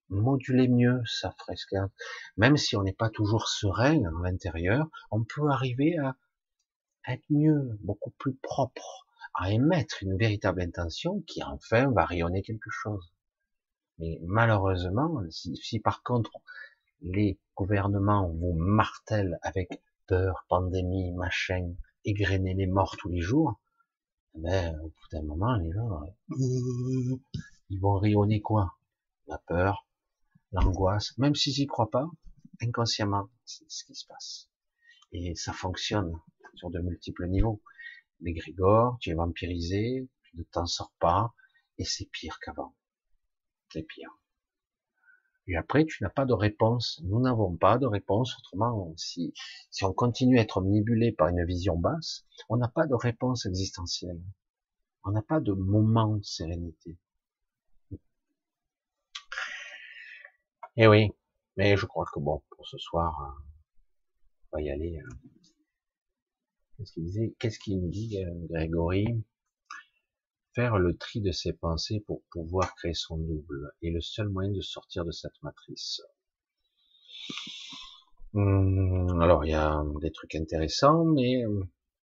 moduler mieux sa fréquence. Même si on n'est pas toujours serein à l'intérieur, on peut arriver à être mieux, beaucoup plus propre, à émettre une véritable intention qui enfin va rayonner quelque chose. Mais malheureusement, si, si par contre les gouvernements vous martèlent avec peur, pandémie, machin, égrener les morts tous les jours, ben, au bout d'un moment, les gens, euh, ils vont rayonner quoi? La peur, l'angoisse, même s'ils y croient pas, inconsciemment, c'est ce qui se passe. Et ça fonctionne sur de multiples niveaux. Les Grégor, tu es vampirisé, tu ne t'en sors pas, et c'est pire qu'avant. C'est pire. Et après, tu n'as pas de réponse. Nous n'avons pas de réponse. Autrement, si, si on continue à être omnibulé par une vision basse, on n'a pas de réponse existentielle. On n'a pas de moment de sérénité. Eh oui. Mais je crois que bon, pour ce soir, euh, on va y aller. euh. Qu'est-ce qu'il disait? Qu'est-ce qu'il me dit, euh, Grégory? Faire le tri de ses pensées pour pouvoir créer son double est le seul moyen de sortir de cette matrice. Hum, alors, il y a des trucs intéressants, mais euh,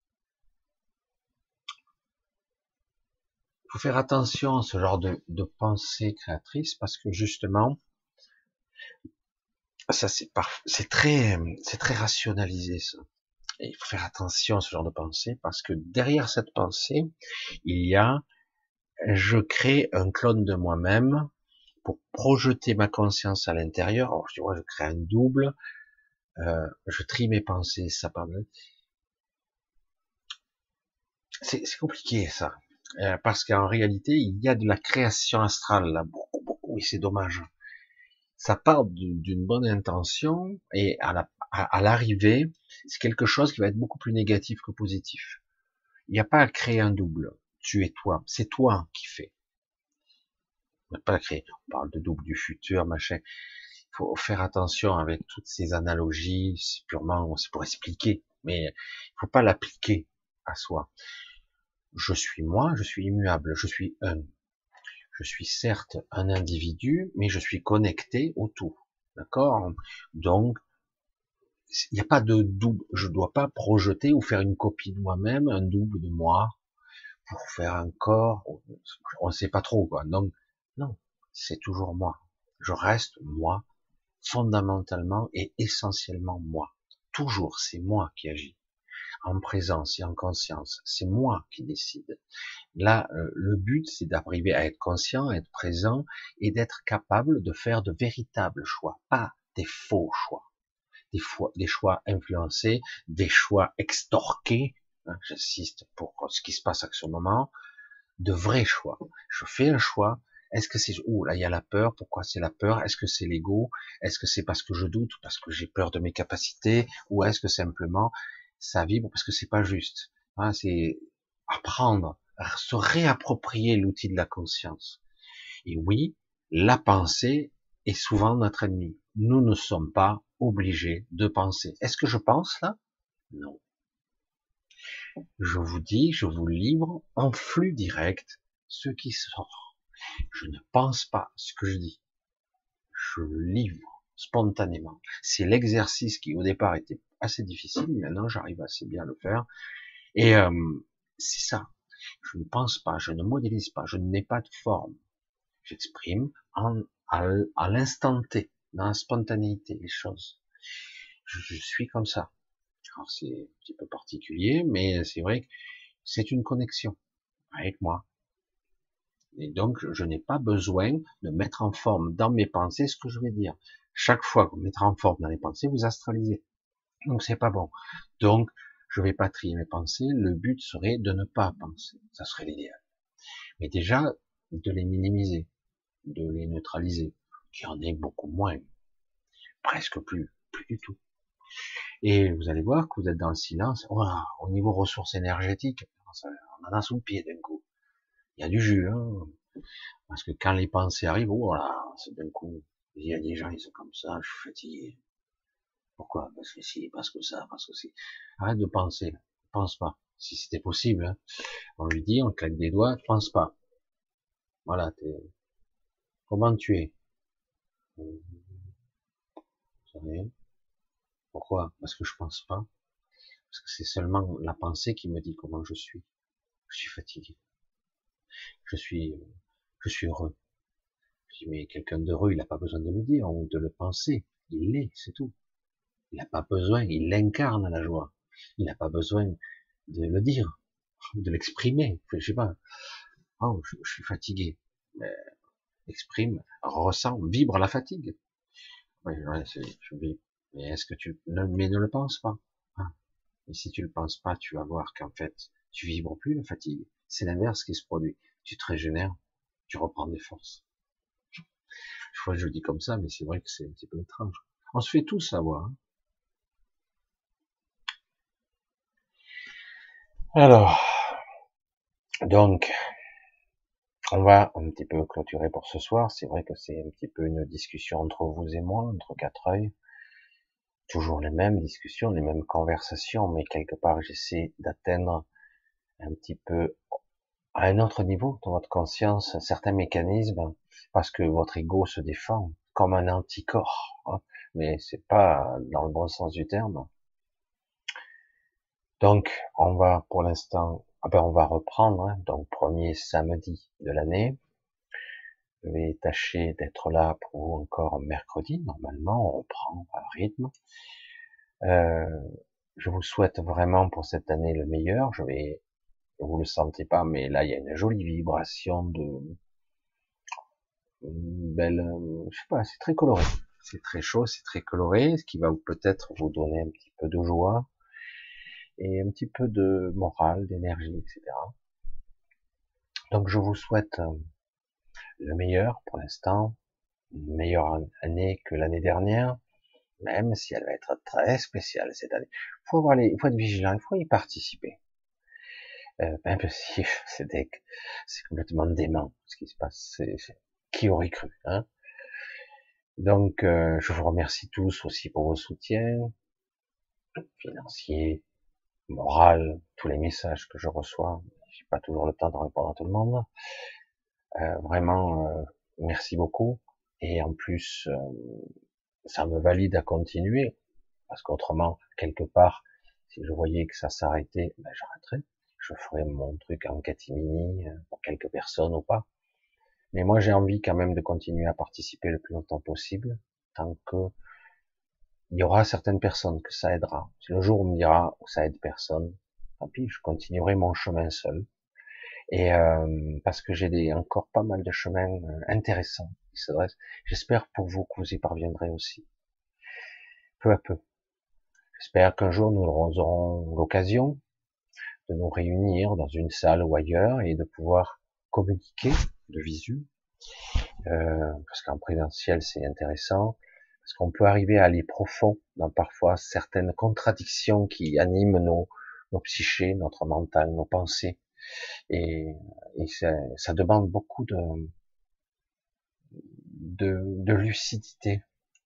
faut faire attention à ce genre de, de pensée créatrice parce que justement, ça c'est c'est très, c'est très rationalisé ça. Et il faut faire attention à ce genre de pensée parce que derrière cette pensée, il y a, je crée un clone de moi-même pour projeter ma conscience à l'intérieur. Alors tu vois, je crée un double, euh, je trie mes pensées, ça pardonne. C'est c'est compliqué ça, euh, parce qu'en réalité, il y a de la création astrale là, beaucoup, beaucoup, et c'est dommage. Ça part d'une bonne intention et à la, à, à l'arrivée, c'est quelque chose qui va être beaucoup plus négatif que positif. Il n'y a pas à créer un double. Tu es toi. C'est toi qui fais. On n'a pas à créer. On parle de double du futur, machin. Il faut faire attention avec toutes ces analogies. C'est purement, c'est pour expliquer, mais il faut pas l'appliquer à soi. Je suis moi, je suis immuable, je suis un. Je suis certes un individu, mais je suis connecté au tout. D'accord? Donc, il n'y a pas de double. Je ne dois pas projeter ou faire une copie de moi-même, un double de moi, pour faire un corps. On ne sait pas trop, quoi. Donc, non, c'est toujours moi. Je reste moi, fondamentalement et essentiellement moi. Toujours, c'est moi qui agis. En présence et en conscience. C'est moi qui décide. Là, euh, le but, c'est d'arriver à être conscient, à être présent et d'être capable de faire de véritables choix, pas des faux choix. Des, fois, des choix influencés, des choix extorqués, hein, j'insiste pour ce qui se passe à ce moment, de vrais choix. Je fais un choix, est-ce que c'est, ouh, là il y a la peur, pourquoi c'est la peur, est-ce que c'est l'ego, est-ce que c'est parce que je doute, parce que j'ai peur de mes capacités, ou est-ce que simplement ça vibre parce que c'est pas juste, hein, c'est apprendre, à se réapproprier l'outil de la conscience. Et oui, la pensée est souvent notre ennemi. Nous ne sommes pas obligés de penser. Est-ce que je pense là? Non. Je vous dis, je vous livre en flux direct ce qui sort. Je ne pense pas ce que je dis. Je le livre spontanément. C'est l'exercice qui au départ était assez difficile, maintenant j'arrive assez bien à le faire. Et euh, c'est ça. Je ne pense pas, je ne modélise pas, je n'ai pas de forme. J'exprime en, à, à l'instant T, dans la spontanéité, les choses. Je, je suis comme ça. Alors c'est un petit peu particulier, mais c'est vrai que c'est une connexion avec moi. Et donc, je, je n'ai pas besoin de mettre en forme dans mes pensées ce que je vais dire. Chaque fois que vous mettez en forme dans les pensées, vous astralisez. Donc, c'est pas bon. Donc, je vais pas trier mes pensées. Le but serait de ne pas penser. Ça serait l'idéal. Mais déjà, de les minimiser, de les neutraliser. Qu'il y en ait beaucoup moins. Presque plus. Plus du tout. Et vous allez voir que vous êtes dans le silence. Voilà, au niveau ressources énergétiques, on en a sous le pied d'un coup. Il y a du jus, hein. Parce que quand les pensées arrivent, voilà, c'est d'un coup. Il y a des gens, ils sont comme ça, je suis fatigué. Pourquoi? Parce que si, parce que ça, parce que si. Arrête de penser, là. Pense pas. Si c'était possible, hein. On lui dit, on claque des doigts, pense pas. Voilà, t'es, comment tu es? Vous savez pourquoi? Parce que je pense pas. Parce que c'est seulement la pensée qui me dit comment je suis. Je suis fatigué. Je suis, je suis heureux. Je dis, mais quelqu'un d'heureux, il n'a pas besoin de le dire ou de le penser. Il l'est, c'est tout. Il n'a pas besoin, il incarne la joie. Il n'a pas besoin de le dire, de l'exprimer. Je sais pas. Oh, je, je suis fatigué. Mais exprime, ressent, vibre la fatigue. Oui, ouais, c'est, je vis. Mais est-ce que tu, ne, mais ne le pense pas. Ah. Et si tu le penses pas, tu vas voir qu'en fait, tu vibres plus la fatigue. C'est l'inverse qui se produit. Tu te régénères, tu reprends des forces. Je crois que je le dis comme ça, mais c'est vrai que c'est un petit peu étrange. On se fait tous avoir. Hein. Alors, donc, on va un petit peu clôturer pour ce soir. C'est vrai que c'est un petit peu une discussion entre vous et moi, entre quatre œils. Toujours les mêmes discussions, les mêmes conversations, mais quelque part j'essaie d'atteindre un petit peu à un autre niveau dans votre conscience certains mécanismes, parce que votre ego se défend comme un anticorps, hein, mais c'est pas dans le bon sens du terme. Donc, on va pour l'instant, ah ben on va reprendre, hein, donc premier samedi de l'année. Je vais tâcher d'être là pour vous encore mercredi. Normalement, on reprend un rythme. Euh, je vous souhaite vraiment pour cette année le meilleur. Je vais, vous le sentez pas, mais là il y a une jolie vibration de, une belle, euh, je sais pas, c'est très coloré. C'est très chaud, c'est très coloré, ce qui va peut-être vous donner un petit peu de joie et un petit peu de morale, d'énergie, et cetera. Donc je vous souhaite euh, le meilleur pour l'instant, une meilleure année que l'année dernière, même si elle va être très spéciale cette année. Il faut avoir les, il faut être vigilant, il faut y participer. Euh, même si c'est des, c'est complètement dément ce qui se passe. C'est, c'est, qui aurait cru, hein? Donc, euh, je vous remercie tous aussi pour vos soutiens financiers, moral, tous les messages que je reçois. J'ai pas toujours le temps de répondre à tout le monde. Euh, vraiment, euh, merci beaucoup. Et en plus, euh, ça me valide à continuer, parce qu'autrement, quelque part, si je voyais que ça s'arrêtait, ben j'arrêterais. Je ferais mon truc en catimini, euh, pour quelques personnes ou pas. Mais moi, j'ai envie quand même de continuer à participer le plus longtemps possible, tant que il y aura certaines personnes que ça aidera. Si le jour où on me dira que ça aide personne, tant pis, je continuerai mon chemin seul. Et euh, parce que j'ai des, encore pas mal de chemins euh, intéressants qui s'adressent. J'espère pour vous que vous y parviendrez aussi, peu à peu. J'espère qu'un jour nous aurons l'occasion de nous réunir dans une salle ou ailleurs et de pouvoir communiquer de visu, euh, parce qu'en présentiel c'est intéressant, parce qu'on peut arriver à aller profond dans parfois certaines contradictions qui animent nos, nos psychés, notre mental, nos pensées, et, et ça, ça demande beaucoup de, de, de lucidité,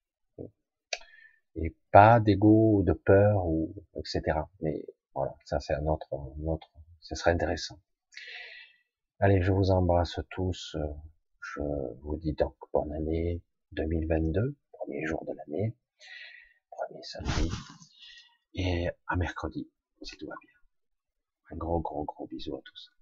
et pas d'ego, de peur, ou et cetera. Mais voilà, ça c'est un autre, un autre, ce serait intéressant. Allez, je vous embrasse tous. Je vous dis donc bonne année deux mille vingt-deux, premier jour de l'année, premier samedi, et à mercredi, si tout va bien. Un gros, gros, gros bisou à tous.